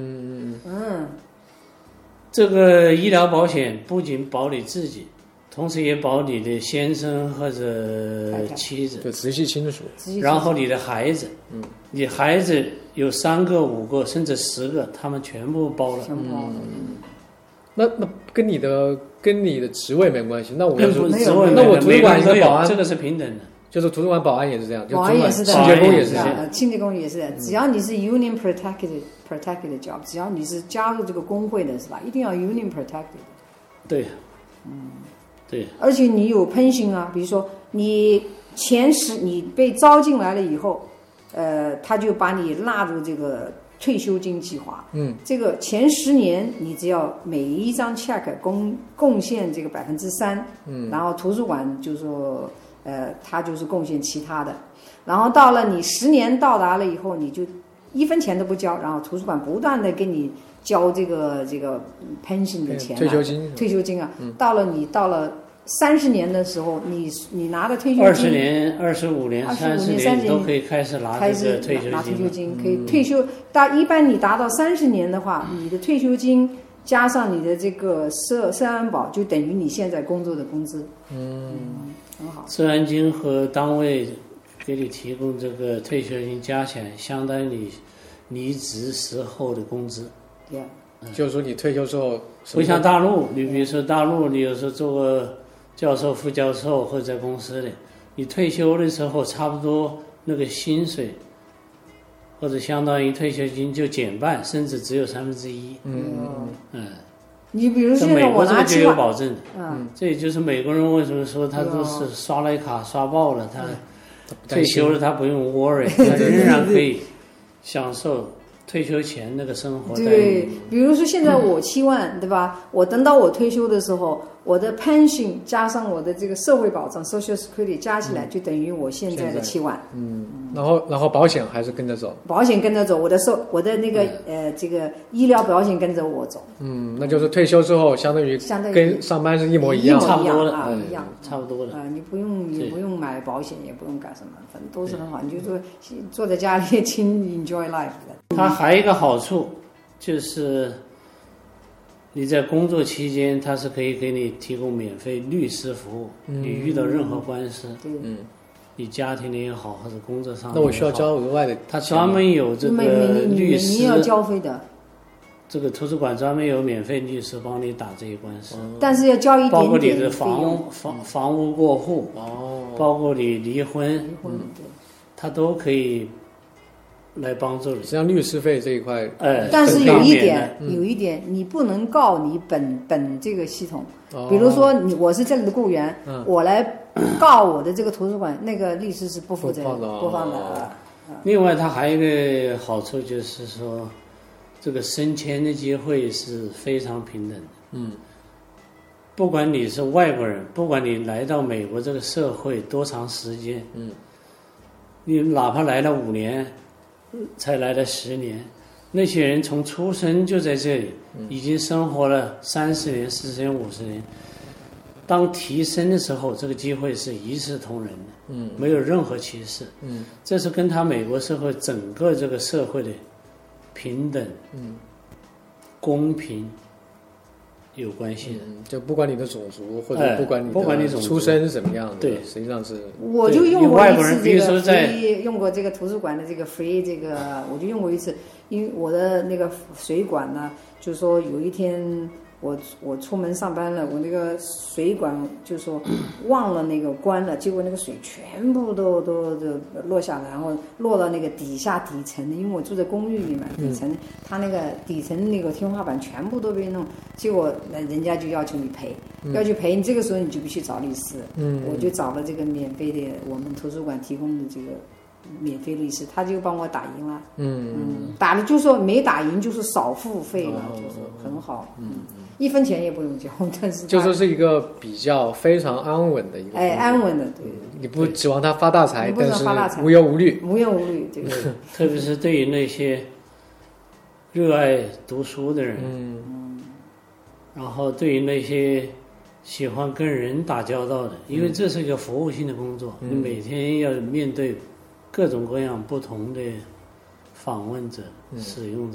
这个医疗保险不仅保你自己，同时也保你的先生或者妻子，
就直系亲属，
然后你的孩子，你孩子有3个、5个甚至10个，他们全部包了。
那跟你的职位没关系。那我
跟职位
那我图书馆的保安，
这个是平等的。
就是图书馆保安也是这样，
保安也是的，
清洁工也是这样，
清洁工也是的。只要你是 union protected job， 只要你是加入这个工会的是吧？一定要 union protected。
对，对。
而且你有pension啊，比如说你你被招进来了以后，他就把你纳入这个退休金计划。这个前10年你只要每一张 check 贡献这个3%，然后图书馆就说。他就是贡献其他的，然后到了你10年到达了以后，你就1分钱都不交，然后图书馆不断的给你交这个 pension 的钱、
退休金啊。
到了30年的时候，你拿的退休金
20年、25年、30年都可以开始拿这个退休金，
可以退休。一般你达到30年的话，你的退休金加上你的这个社安保，就等于你现在工作的工资。很好。
社安金和单位给你提供这个退休金加起来，相当于你离职时候的工资。
就是说你退休之后，
不像大陆，你比如说大陆，你有时候做个教授、副教授或者在公司里，你退休的时候差不多那个薪水或者相当于退休金就减半，甚至只有1/3。
你比如现在
美国这个就有
我拿
保证。这也就是美国人为什么说他都是刷了卡刷爆了，他退休了他不用 worry， 他仍然可以享受退休前那个生活待遇。
对，比如说现在我7万，对吧？我等到我退休的时候，我的 pension 加上我的这个社会保障 social security 加起来就等于我现在的7万。
然后保险还是跟着走。
保险跟着走，我的那个这个医疗保险跟着我走。
那就是退休之后相当于跟上班是一模一样，
差不多的
一样，
差不多的。
你不用买保险，也不用干什么，反正都是很好。你就坐在家里轻 enjoy life 的。
它还有一个好处就是你在工作期间，它是可以给你提供免费律师服务。你遇到任何官司，你家庭里也好，或者工作上，
那我需要交额外的。
他专门有这个律师，
你要交费的。
这个图书馆专门有免费律师帮你打这些官司，
但是要交一点点
包括你的房屋过户，包括你离婚，他都可以来帮助你。
实际上律师费这一块，
但是有一点，你不能告你本这个系统。比如说我是这里的雇员，我来告我的这个图书馆，那个律师是不负责播放的。
另外，它还有一个好处就是说，这个升迁的机会是非常平等的。不管你是外国人，不管你来到美国这个社会多长时间，你哪怕来了5年，才来了10年，那些人从出生就在这里，已经生活了30年、40年、50年。当提升的时候，这个机会是一视同仁的，没有任何歧视。这是跟他美国社会整个这个社会的平等、公平有关系的。
就不管你的种族或者
哎
不管
不管你种族
的出身是怎么样的，
对
实际上是
我就用过一
外国人
次这个
比如说在
free，用过这个图书馆的这个 free 这个，我就用过一次，因为我的那个水管呢，就是说有一天我出门上班了，我那个水管就是说忘了那个关了，结果那个水全部都落下来，然后落到那个底下底层，因为我住在公寓里嘛，底层它那个底层那个天花板全部都被弄，结果人家就要求你赔，要求赔，你这个时候你就必须找律师，我就找了这个免费的我们图书馆提供的这个免费律师，他就帮我打赢了，打了就说没打赢就是少付费了，就是很好，1分钱也不用交，但是
就说是一个比较非常安稳的一个，
安稳的，对，
你不指望他发大财，
你不指望发大财
但是无忧无虑，
无忧无虑，这个
特别是对于那些热爱读书的人，然后对于那些喜欢跟人打交道的，因为这是一个服务性的工作，你每天要面对各种各样不同的访问者、使用者，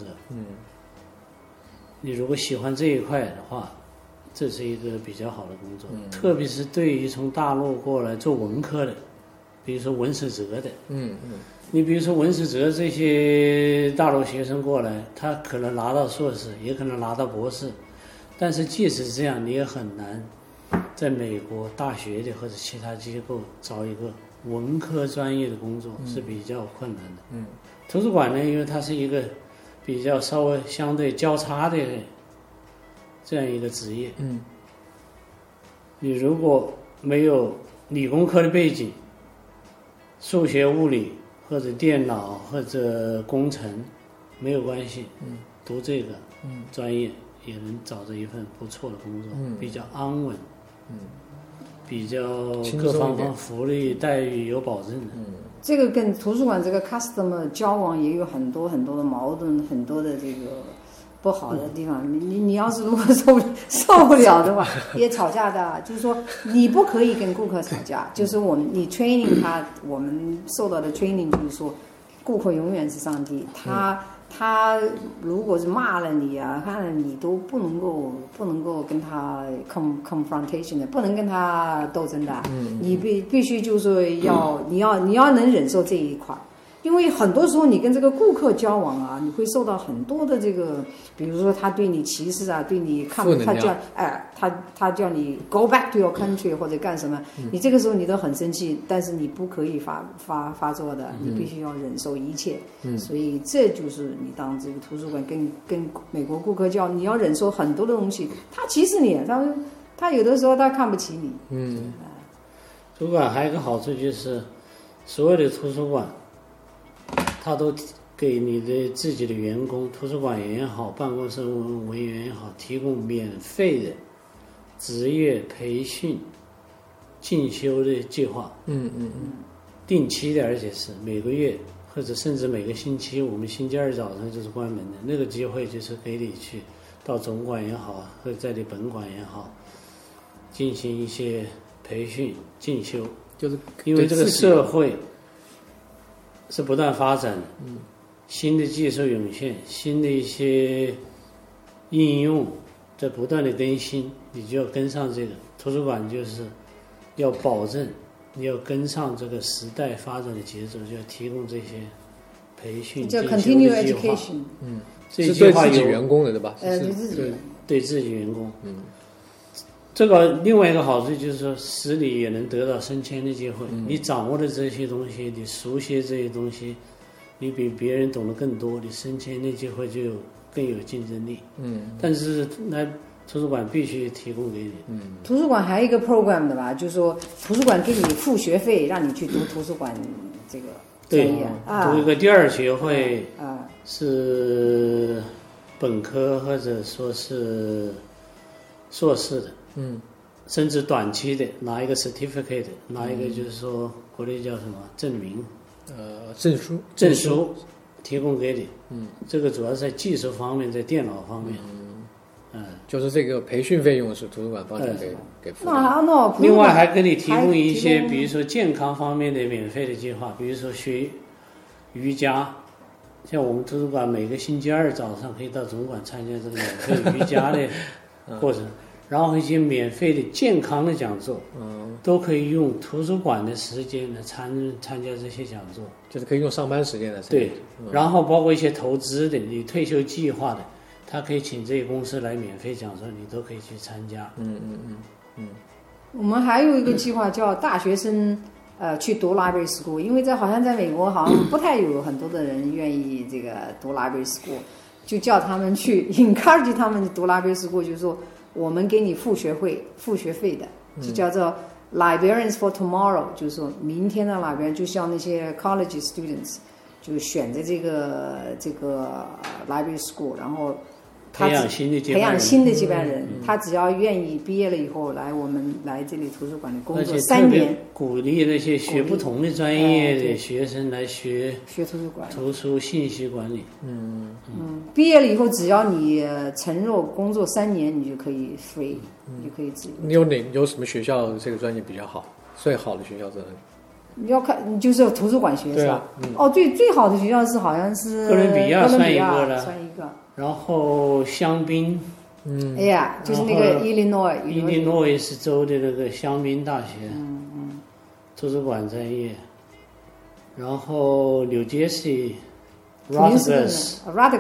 你如果喜欢这一块的话，这是一个比较好的工作，特别是对于从大陆过来做文科的，比如说文史哲的，你比如说文史哲这些大陆学生过来，他可能拿到硕士，也可能拿到博士，但是即使这样，你也很难在美国大学的或者其他机构找一个文科专业的工作是比较困难的。图书馆呢，因为它是一个比较稍微相对交叉的这样一个职业，你如果没有理工科的背景，数学、物理或者电脑或者工程没有关系，读这个专业也能找到一份不错的工作，比较安稳，比较各方面福利待遇有保证的。
这个跟图书馆这个 customer 交往也有很多很多的矛盾，很多的这个不好的地方。你要是如果受不了的话，也吵架的。就是说你不可以跟顾客吵架，就是你 training 他，我们受到的 training 就是说，顾客永远是上帝，他如果是骂了你啊，看了你都不能够跟他 confrontation 的，不能跟他斗争的。你必须就是你要能忍受这一块，因为很多时候你跟这个顾客交往啊，你会受到很多的这个，比如说他对你歧视啊，对你看他叫你 go back to your country 或者干什么，你这个时候你都很生气，但是你不可以发作的，你必须要忍受一切。所以这就是你当这个图书馆跟美国顾客交，你要忍受很多的东西，他歧视你，他有的时候他看不起你。
图书馆还有一个好处就是，所有的图书馆，他都给你的自己的员工，图书馆员也好，办公室文员也好，提供免费的职业培训、进修的计划。定期的，而且是每个月或者甚至每个星期，我们星期二早上就是关门的。那个机会就是给你去到总馆也好，或者在你本馆也好，进行一些培训、进修。
就是
因为这个社会是不断发展的，新的技术涌现，新的一些应用在不断的更新，你就要跟上这个。图书馆就是要保证你要跟上这个时代发展的节奏，就要提供这些培训、
叫
进修
continue
的计划。
education。
这
是对
计划有
自己员工的对吧？
对自己员工。这个另外一个好处就是说，使你也能得到升迁的机会。你掌握的这些东西，你熟悉这些东西，你比别人懂得更多，你升迁的机会就更有竞争力。但是那图书馆必须提供给你。
图书馆还有一个 program 的吧，就是说图书馆给你付学费，让你去读图书馆这个专业
读一个第二学位是本科或者说是硕士的，甚至短期的拿一个 certificate， 拿一个就是说国内叫什么证明，证书提供给你。这个主要是在技术方面，在电脑方面。
就是这个培训费用是图书馆帮你给付的。
另外还给你提供一些，比如说健康方面的免费的计划，比如说学瑜伽。像我们图书馆每个星期二早上可以到总馆参加这个免费瑜伽的过程，然后一些免费的健康的讲座，都可以用图书馆的时间来参加这些讲座，
就是可以用上班时间来参加。
对，然后包括一些投资的、你退休计划的，他可以请这些公司来免费讲座，你都可以去参加。
我们还有一个计划叫大学生去读 library school， 因为好像在美国好像不太有很多的人愿意这个读 library school， 就叫他们去 encourage 他们读 library school， 就是说我们给你付学费的，就叫做 librarians for tomorrow， 就是说明天的 librarian， 就像那些 college students 就选择这个 library school， 然后
培养新的
接班人，他只要愿意毕业了以后我们来这里图书馆里工作3年，
鼓励那些学不同的专业的学生来学
图书馆、
图书信息管理。
毕业了以后，只要你承诺工作3年，你就可以 free，你就可以自由。
你有什么学校这个专业比较好？最好的学校在哪里？
你要看，就是图书馆学是吧？最好的学校是好像是
哥伦比亚算一个了，
算一个。
然后香槟，
就是那个
Illinois 州的那个香槟大学，图书馆专业。然后纽约市 Rutgers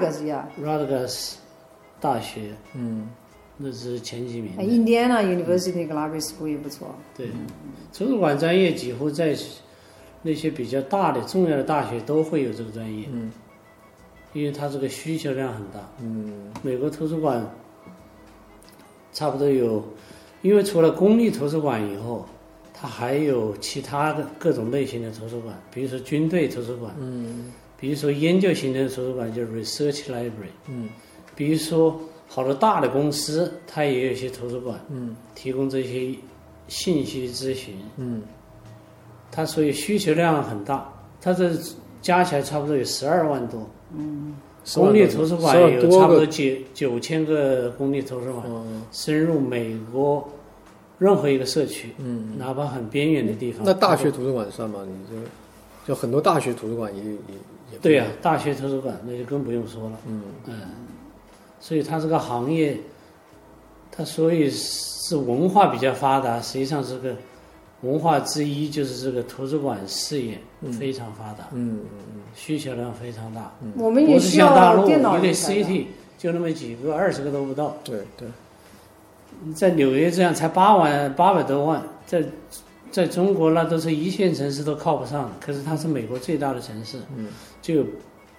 大学，那是前几名。
印第安纳 University 那个 library school 也不错。
对，图书馆专业几乎在那些比较大的重要的大学都会有这个专业。因为它这个需求量很大。美国图书馆差不多有，因为除了公立图书馆以后，它还有其他的各种类型的图书馆，比如说军队图书馆，比如说研究型的图书馆，就是 research library，比如说好多大的公司，它也有一些图书馆，提供这些信息咨询，它所以需求量很大，它这加起来差不多有12万多。公立图书馆有差不多9000个公立图书馆，深入美国任何一个社区，哪怕很边远的地方。
那大学图书馆算吗？你就很多大学图书馆也
对呀，大学图书馆那就更不用说了。所以它这个行业，它所以是文化比较发达，实际上是个文化之一，就是这个图书馆事业非常发达，需求量非常大。
我们也需要电脑
一个 city 就那么几个，20个都不到。
对。
在纽约这样才800多万，在中国那都是一线城市都靠不上，可是它是美国最大的城市，就有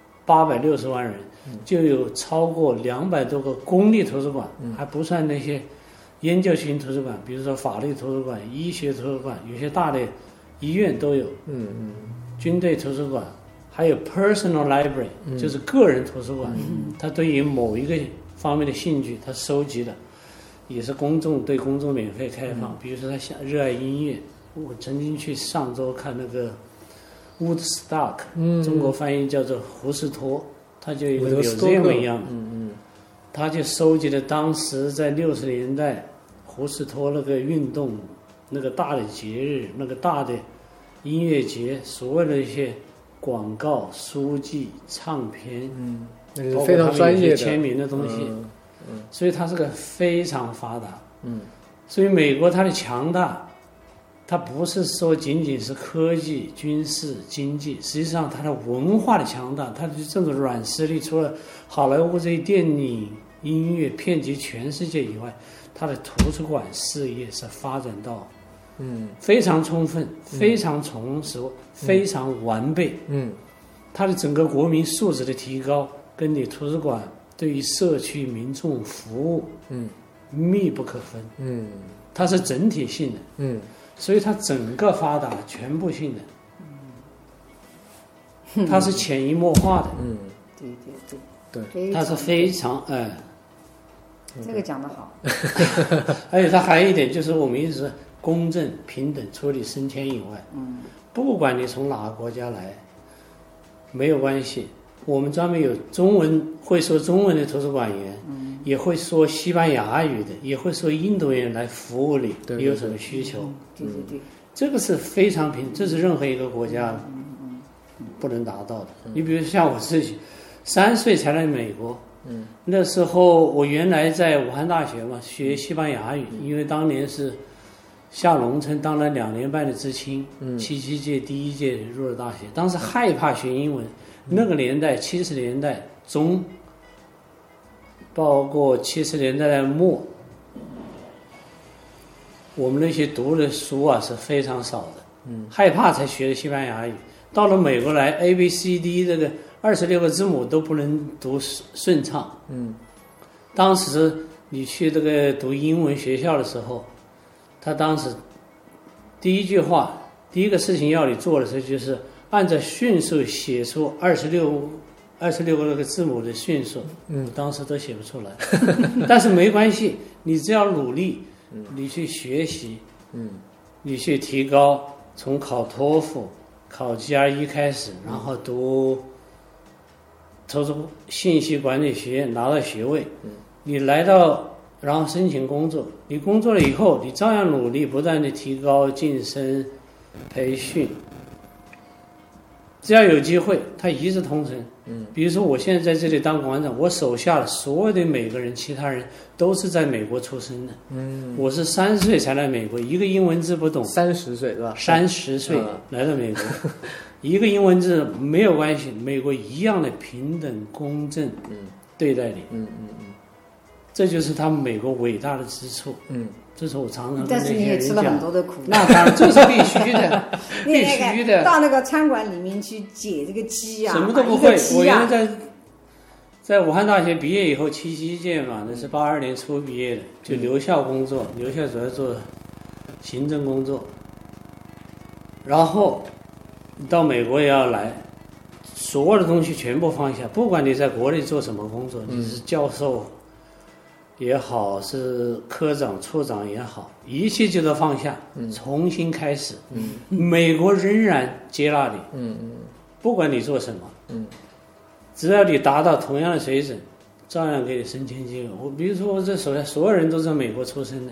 860万人，就有超过200多个公立图书馆，还不算那些研究型图书馆，比如说法律图书馆、医学图书馆，有些大的医院都有。军队图书馆，还有 personal library，就是个人图书馆。它对于某一个方面的兴趣，它收集的也是对公众免费开放。比如说他热爱音乐，我曾经去上周看那个 Woodstock，中国翻译叫做胡士托，它就有一个museum一样的。他就收集了当时在60年代胡士托那个运动、那个大的节日、那个大的音乐节，所有的一些广告、书籍、唱片，
那是非常专业的
签名的东西。所以它是个非常发达。所以美国它的强大，它不是说仅仅是科技、军事、经济，实际上它的文化的强大，它的这种软实力，除了好莱坞这些电影、音乐遍及全世界以外，它的图书馆事业是发展到非常充分、非常成熟、非常完备。它的整个国民素质的提高，跟你图书馆对于社区民众服务密不可分。它是整体性的。所以它整个发达全部性的，它是潜移默化的。
对，
它是非常
这个讲得好。
而且它还有一点就是我们一直说公正平等，除了升迁以外，不管你从哪个国家来，没有关系。我们专门有会说中文的图书馆员，也会说西班牙语的，也会说印度人来服务你，你有什么需求？
对，
这个是非常这是任何一个国家不能达到的。你比如像我自己，3岁才来美国， 那时候我原来在武汉大学嘛，学西班牙语，因为当年是下农村当了2年半的知青，77届第1届入了大学，当时害怕学英文。那个年代70年代中，包括70年代的末，我们那些读的书啊是非常少的，害怕才学的西班牙语。到了美国来 ，A B C D 这个26个字母都不能读顺畅。当时你去这个读英文学校的时候，他当时第一个事情要你做的时候，就是按照迅速写出26个那个字母的迅速。当时都写不出来，但是没关系，你只要努力，你去学习，你去提高，从考托福、考 GRE 开始，然后读信息管理学院拿到学位，你来到然后申请工作，你工作了以后，你照样努力，不断的提高、晋升、培训，只要有机会，他一视同仁。比如说我现在在这里当馆长，我手下的所有的每个人，其他人都是在美国出生的。我是30岁才来美国，一个英文字不懂。
30岁是吧
？30岁来到美国，一个英文字没有关系，美国一样的平等公正对待你。这就是他们美国伟大的之处。这是我常常跟
但是你也吃了很多的苦。
那当然，这是必须的，必须的。
到那个餐馆里面去解这个鸡啊，
什么都不会。我原来在武汉大学毕业以后，77届嘛，那是82年初毕业的，就留校工作，留校主要做行政工作。然后到美国也要来，所有的东西全部放下，不管你在国内做什么工作，你是教授也好，是科长、处长也好，一切就都放下，重新开始。美国仍然接纳你，不管你做什么，只要你达到同样的水准，照样给你升迁机会。我比如说，我这手下所有人都在美国出生的，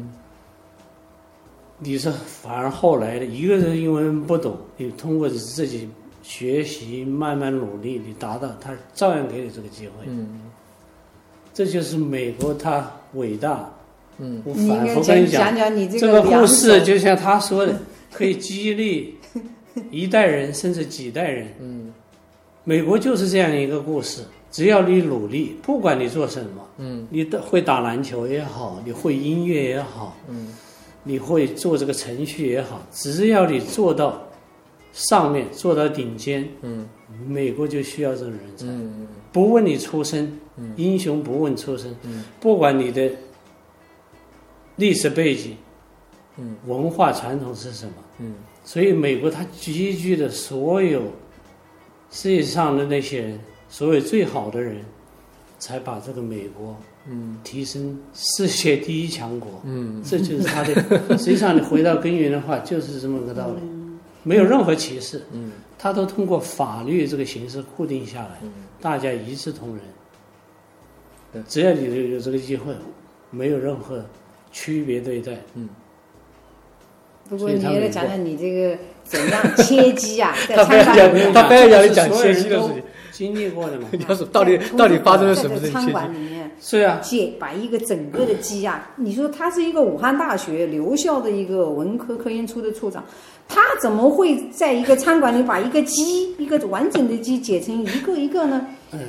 你是反而后来的，一个人英文不懂，你通过自己学习慢慢努力，你达到，他照样给你这个机会。这就是美国它伟大。我反复跟你讲，这个故事就像他说的，可以激励一代人甚至几代人。美国就是这样一个故事，只要你努力，不管你做什么，你会打篮球也好，你会音乐也好，你会做这个程序也好，只要你做到上面，做到顶尖，美国就需要这种人才。不问你出身，英雄不问出身，不管你的历史背景，文化传统是什么，所以美国它集聚的所有世界上的那些人，所有最好的人，才把这个美国提升世界第1强国。这就是它的。实际上你回到根源的话，就是这么个道理，没有任何歧视。它都通过法律这个形式固定下来，大家一视同仁。只要你有这个机会，没有任何区别对待。
不过你也得讲讲你这个怎样切鸡啊，在餐馆里面，
他非要讲你讲切鸡的事情，
经历过的嘛。
你要是到底发生了什么事情？
餐馆里面
是啊，
把一个整个的鸡啊，你说他是一个武汉大学留校的一个文科科研处的处长，他怎么会在一个餐馆里把一个鸡，一个完整的鸡解成一个一个呢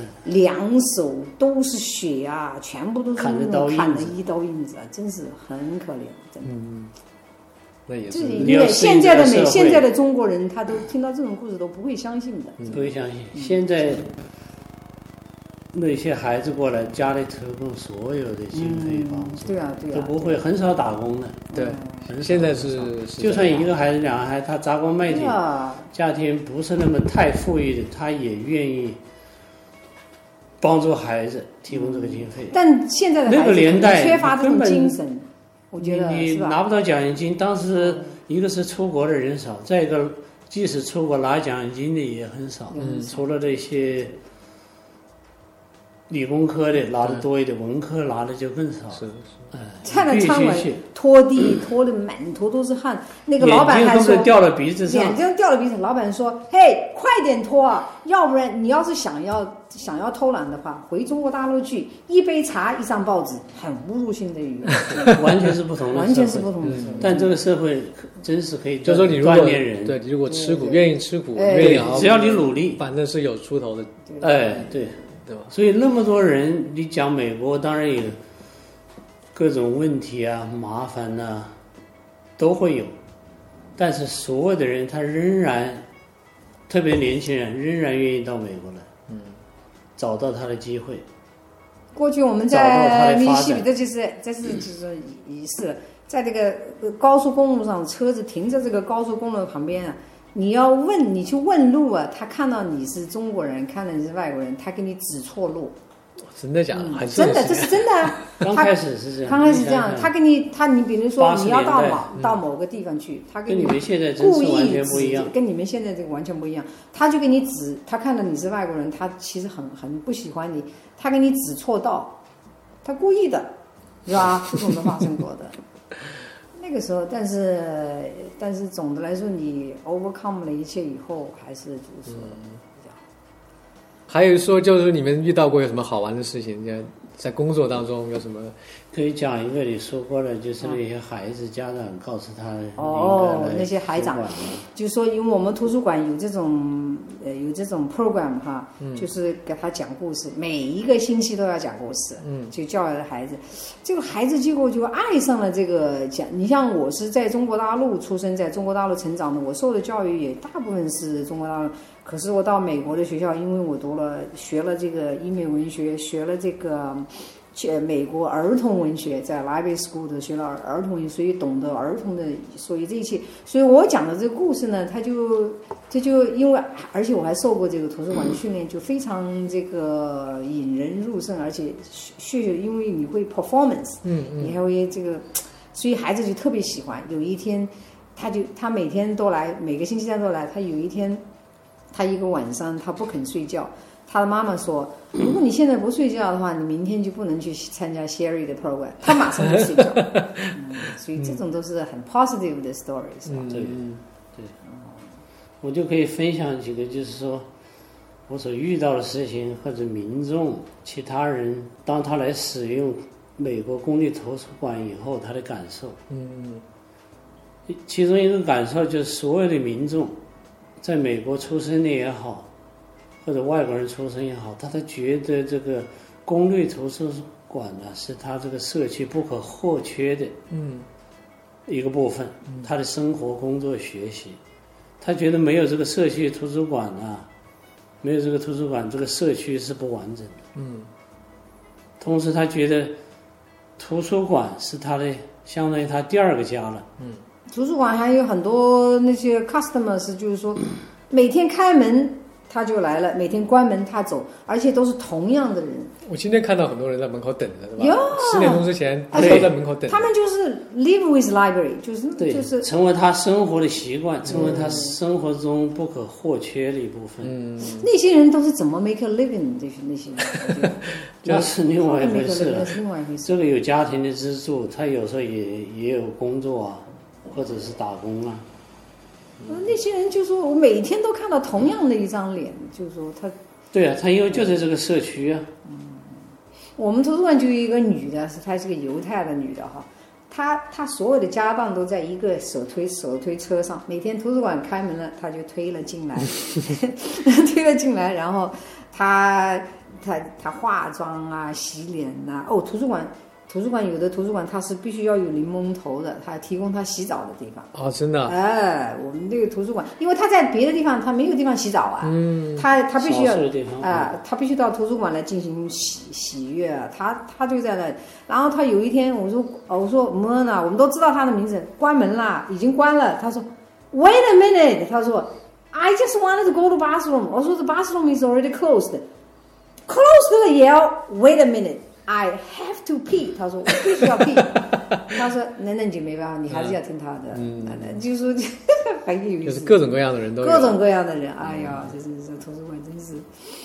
？2手都是血啊，全部都是那种砍的一刀印子啊，真是很可怜，真的。
那也是。
现在的中国人，他都听到这种故事都不会相信的，
不会相信。现在那些孩子过来，家里提供所有的经费帮助，
对啊，
都不会，很少打工的。
对，现在是
就算一个孩子、2个孩子，他砸锅卖铁，家庭不是那么太富裕的，他也愿意帮助孩子提供这个经费。
但现在的孩子
那个年代
缺乏这种精神，我觉得
你拿不到奖学金。当时一个是出国的人少，再一个即使出国拿奖学金的也很少。除了那些理工科的拿的多一点，文科拿的就更少。
是。
看了餐馆拖地拖得满头都是汗，那个老板还说
掉了鼻子上，
眼睛掉了鼻子。老板说：“嘿，快点拖啊！要不然你要是想要偷懒的话，回中国大陆去，一杯茶一张报纸，很侮辱性的语言，
完全是不同的，
完全是不同的。
但这个社会真是可以，
就是说你如果
锻炼人，
对，你如果吃苦，愿意吃苦，愿意熬，
只要你努力，
反正是有出头的。
哎，对，
对吧？
所以那么多人，你讲美国，当然有各种问题啊、麻烦呐、都会有，但是所有的人他仍然，特别年轻人仍然愿意到美国来，找到他的机会。
过去我们在密西西比，这就是仪式了，在这个高速公路上，车子停在这个高速公路旁边啊，你去问路啊，他看到你是中国人，看到你是外国人，他给你指错路。
真的假的？
真的，这是真的啊！
刚开始是这样，
刚开始这样，你比如说你要到某个地方去，他给你
跟你们现在
故意
完全不一样，
跟你们现在这个完全不一样。他就给你指，他看到你是外国人，他其实很不喜欢你，他给你指错道，他故意的，是吧？这种都发生过的。那个时候，但是总的来说，你 overcome 了一切以后，还是就是说。
还有说，就是你们遇到过有什么好玩的事情？在工作当中有什么？
可以讲一个你说过的，就是那些孩子家长告诉他
那些孩长，就是说，因为我们图书馆有这种 program 哈，就是给他讲故事，每一个星期都要讲故事，就教育孩子，这个孩子结果就爱上了这个讲。你像我是在中国大陆出生，在中国大陆成长的，我受的教育也大部分是中国大陆。可是我到美国的学校，因为我学了这个英美文学，学了这个美国儿童文学，在 Library School 的学了儿童文学，所以懂得儿童的，所以这一切，所以我讲的这个故事呢，这就因为，而且我还受过这个图书馆的训练，就非常这个引人入胜，而且因为你会 performance，你还会这个，所以孩子就特别喜欢。有一天，他每天都来，每个星期三都来，他有一天。他一个晚上他不肯睡觉，他的妈妈说：“如果你现在不睡觉的话，你明天就不能去参加 Sherry 的 program。”他马上就睡觉。所以这种都是很 positive 的 stories。
对，我就可以分享几个，就是说我所遇到的事情，或者民众、其他人，当他来使用美国公立图书馆以后，他的感受。其中一个感受就是所有的民众。在美国出生的也好，或者外国人出生也好，他都觉得这个公立图书馆呢是他这个社区不可或缺的一个部分，他的生活、工作、学习，他觉得没有这个社区图书馆啊，没有这个图书馆，这个社区是不完整的。同时他觉得图书馆是他的相当于他第二个家了。
图书馆还有很多那些 customers， 就是说每天开门他就来了，每天关门他走，而且都是同样的人。
我今天看到很多人在门口等着，对吧？10点钟之前都在门口等着。
他们就是 live with library， 就是
成为他生活的习惯，成为他生活中不可或缺的一部分。
那些人都是怎么 make a living？ 那些人，
那是另外一回事了。
另外一回事。
这个有家庭的支柱，他有时候也有工作啊。或者是打工啊，
那些人就说，我每天都看到同样的一张脸，就说他。
对啊，他因为就在这个社区啊。
我们图书馆就有一个女的，她是个犹太的女的哈，她所有的家当都在一个手推车上，每天图书馆开门了，她就推了进来，然后她化妆啊、洗脸啊，图书馆有的图书馆它是必须要有柠檬头的，它提供他洗澡的地方。
真的。
我们这个图书馆，因为他在别的地方他没有地方洗澡啊，他必须要他必须到图书馆来进行洗阅啊，他就在那。然后他有一天我说Mona，我们都知道他的名字，关门啦，已经关了。他说 Wait a minute， 他说 I just wanted to go to bathroom。我说 The bathroom is already closed 了也要 Wait a minute。I have to pee， 他说我必须要 pee， 他说那你就没办法，你还是要听他的，就是说很有意思，
就是各种各样的人都有，
各种各样的人，哎呀，这图书馆真是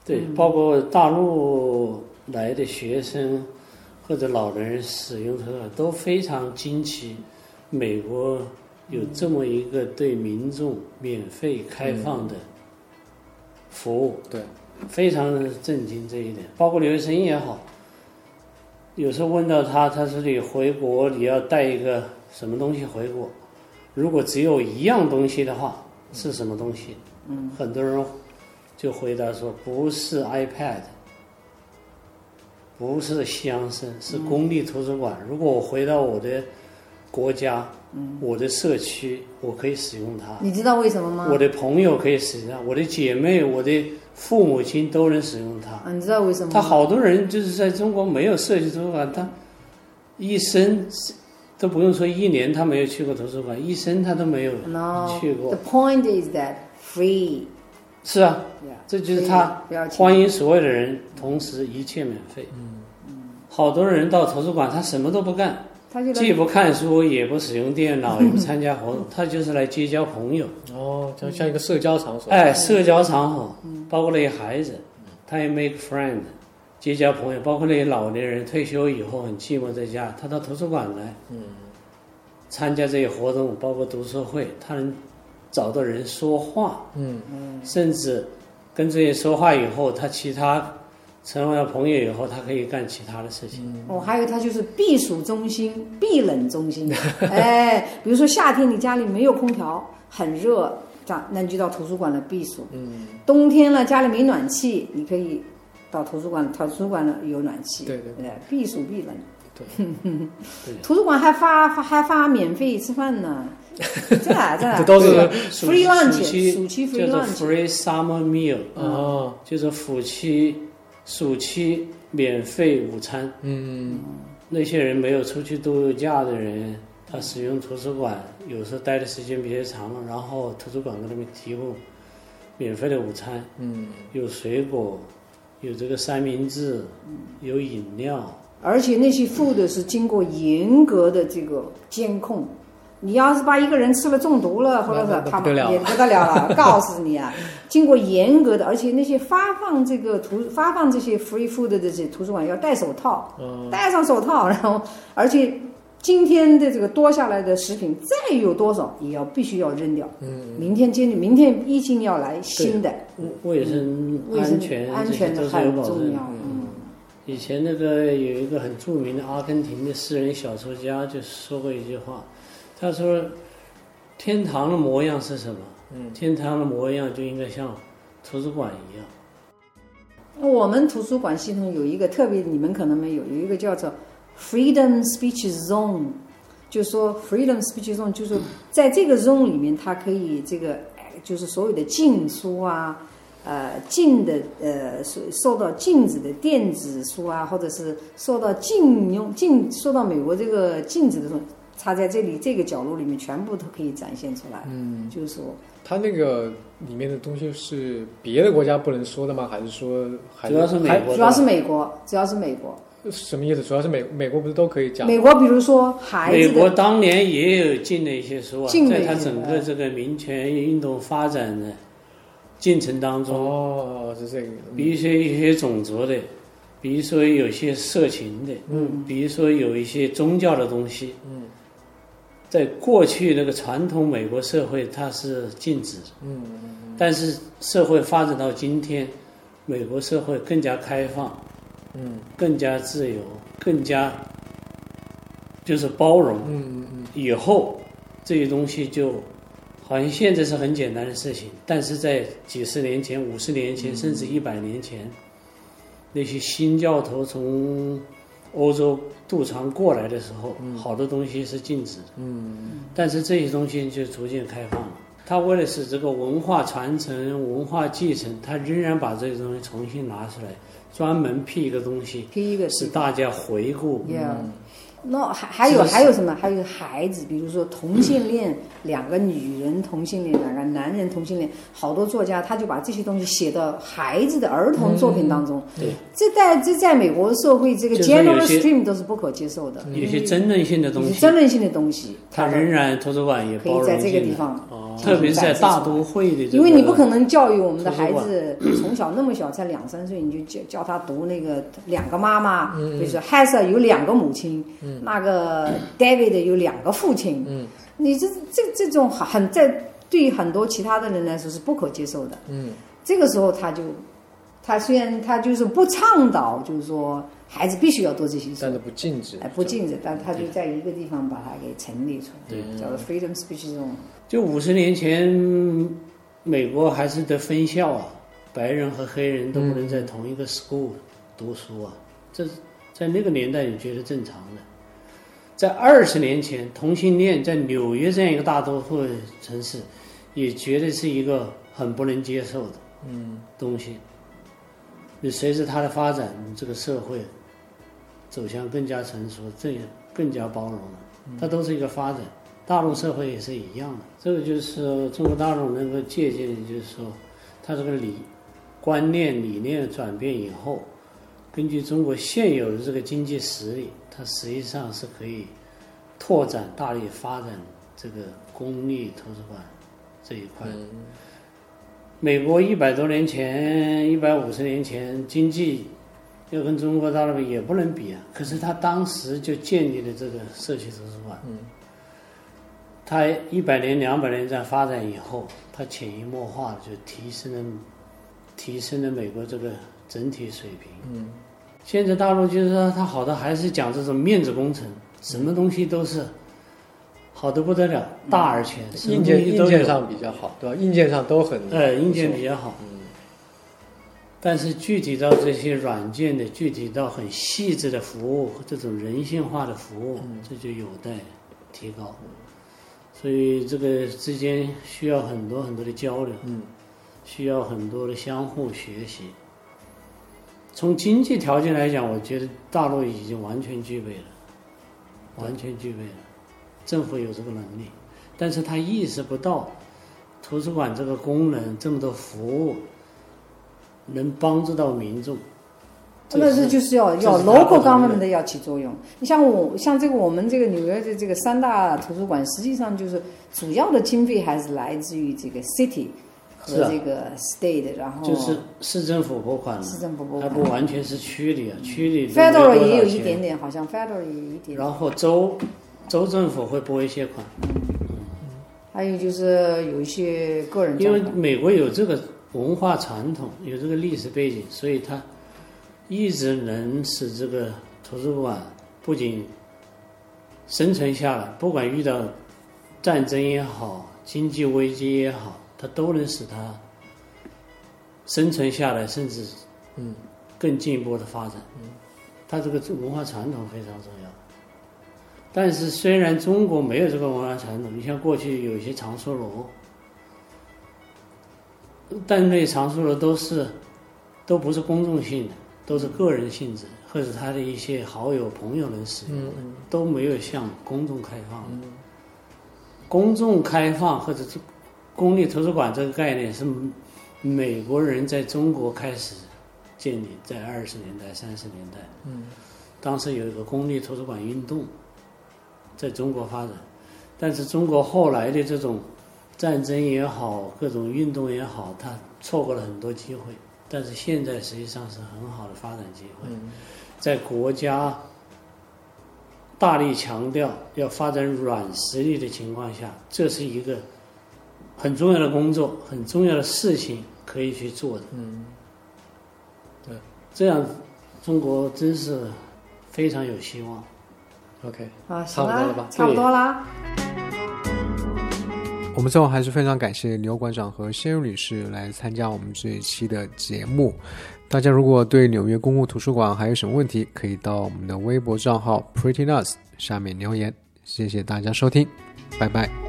对，包括大陆来的学生或者老人使用图书馆都非常惊奇，美国有这么一个对民众免费开放的服务，
对，
非常震惊这一点。包括留学生也好，有时候问到他说你回国你要带一个什么东西回国，如果只有一样东西的话，是什么东西？很多人就回答说不是 iPad， 不是西洋参，是公立图书馆。如果我回到我的国家，我的社区，我可以使用它。
你知道为什么吗？
我的朋友可以使用它，我的姐妹、我的父母亲都能使用它。
你知道为什么吗？
他好多人就是在中国没有社区图书馆，他一生都不用说1年他没有去过图书馆，一生他都没有去过。
The point is that free。
是啊，这就是他欢迎所有的人，同时一切免费。好多人到图书馆，他什么都不干，既不看书，也不使用电脑，也不参加活动，他就是来结交朋友。
哦，就像一个社交场所。
社交场所，包括那些孩子，他也 make friend， 结交朋友，包括那些老年人退休以后很寂寞在家，他到图书馆来，参加这些活动，包括读书会，他能找到人说话，甚至跟这些说话以后，他其他成为了朋友以后，他可以干其他的事情。
还有他就是避暑中心、避冷中心。比如说夏天你家里没有空调，很热，那你就到图书馆来避暑。冬天了家里没暖气，你可以到图书馆，图书馆有暖气。对，避暑避冷。对，图书馆还发免费吃饭呢。这
都是
free lunch， 暑期 free lunch，
叫做 free summer meal， 就是暑期免费午餐。那些人没有出去度假的人，他使用图书馆，有时候待的时间比较长，然后图书馆给他们提供免费的午餐。有水果，有这个三明治，有饮料，
而且那些 food 是经过严格的这个监控。你要是把一个人吃了中毒了，或者是他也不得了了，告诉你啊，经过严格的，而且那些发放这些 free food 的这些图书馆要戴手套，戴上手套，然后而且今天的这个多下来的食品再有多少也必须要扔掉。明天一定要来新的。
卫生安全
的很重要。
以前那个有一个很著名的阿根廷的诗人小说家就说过一句话。他说：“天堂的模样是什么？天堂的模样就应该像图书馆一样。”
我们图书馆系统有一个特别，你们可能没有，有一个叫做 Freedom Speech Zone， 就是说 Freedom Speech Zone， 就是在这个 zone 里面，它可以就是所有的禁书啊，受到禁止的电子书啊，或者是受到受到美国这个禁止的书。它在这里这个角落里面全部都可以展现出来。就是说，
它那个里面的东西是别的国家不能说的吗？还是说
主要是美国？
主要是美国。
什么意思？主要是美国不是都可以讲？
美国比如说孩子的，
美国当年也有禁了一些书啊，在它整个这个民权运动发展的进程当中，
是这个。
比如说一些种族的。比如说有些色情的，比如说有一些宗教的东西，在过去那个传统美国社会它是禁止的，但是社会发展到今天，美国社会更加开放，更加自由，更加就是包容，以后这些东西就好像现在是很简单的事情，但是在几十年前、50年前，甚至100年前。那些新教徒从欧洲渡船过来的时候，好多东西是禁止的，但是这些东西就逐渐开放了。他为了使这个文化传承、文化继承，他仍然把这个东西重新拿出来，专门辟一个东西，使大家回顾。
那还有什么？还有孩子，比如说同性恋，两个女人同性恋，两个男人同性恋，好多作家他就把这些东西写到孩子的儿童作品当中。这在美国社会这个 general stream 都是不可接受的。
有些争论性的东西，
它仍然图书馆也包容
可以在这个地
方。
特别是在大都会的这个，
因为你不可能教育我们的孩子从小那么小才2-3岁，你就叫他读那个2个妈妈，比如说 Hessa 有2个母亲，那个 David 有2个父亲，你这种对于很多其他的人来说是不可接受的。这个时候他虽然他就是不倡导，就是说孩子必须要做这些事，
但是不禁止，
不禁止，但他就在一个地方把它给陈列出来，叫做 freedom speech 这种。
就50年前，美国还是得分校啊，白人和黑人都不能在同一个 school 读书啊，这在那个年代你觉得正常的。在20年前，同性恋在纽约这样一个大都会城市，也觉得是一个很不能接受的东西。你随着它的发展，这个社会走向更加成熟，这也更加包容了。它都是一个发展，大陆社会也是一样的。这个就是中国大陆能够借鉴的，就是说，它这个观念理念转变以后，根据中国现有的这个经济实力，它实际上是可以拓展、大力发展这个公立图书馆这一块。美国100多年前、150年前经济要跟中国大陆也不能比啊，可是他当时就建立了这个社区图书馆。他100年、200年这样发展以后，他潜移默化就提升了美国这个整体水平。现在大陆就是说，他好的还是讲这种面子工程，什么东西都是好的不得了，大而全，
硬件上比较好，对吧？硬件上都很
硬件比较好。但是具体到这些软件的，具体到很细致的服务，这种人性化的服务，这就有待提高。所以这个之间需要很多很多的交流，需要很多的相互学习。从经济条件来讲，我觉得大陆已经完全具备了，完全具备了。政府有这个能力，但是他意识不到图书馆这个功能这么多服务能帮助到民众。
那是就是要 local government 要起作用。你像我们这个纽约的这个3大图书馆，实际上就是主要的经费还是来自于这个 city 和这个 state，然后
就是市政府拨款，还不完全是区里啊，区里
federal 也有一点点，好像 federal 也有一点点。
然后州政府会拨一些款。
还有就是有一些个人，
因为美国有这个文化传统，有这个历史背景，所以它一直能使这个图书馆不仅生存下来，不管遇到战争也好，经济危机也好，它都能使它生存下来，甚至更进一步的发展。它这个文化传统非常重要。但是虽然中国没有这个文化传统，你像过去有一些藏书楼，但那些藏书楼都不是公众性的，都是个人性质，或者他的一些好友朋友能使用的，都没有向公众开放。公众开放或者是公立图书馆这个概念是美国人在中国开始建立，在20年代、30年代。当时有一个公立图书馆运动在中国发展，但是中国后来的这种战争也好，各种运动也好，它错过了很多机会。但是现在实际上是很好的发展机会。在国家大力强调要发展软实力的情况下，这是一个很重要的工作，很重要的事情可以去做的。对，这样中国真是非常有希望。
OK，
差不多了吧？差不多啦。
我们最后还是非常感谢刘馆长和谢茹女士来参加我们这一期的节目。大家如果对纽约公共图书馆还有什么问题，可以到我们的微博账号 Pretty Nuts 下面留言。谢谢大家收听，拜拜。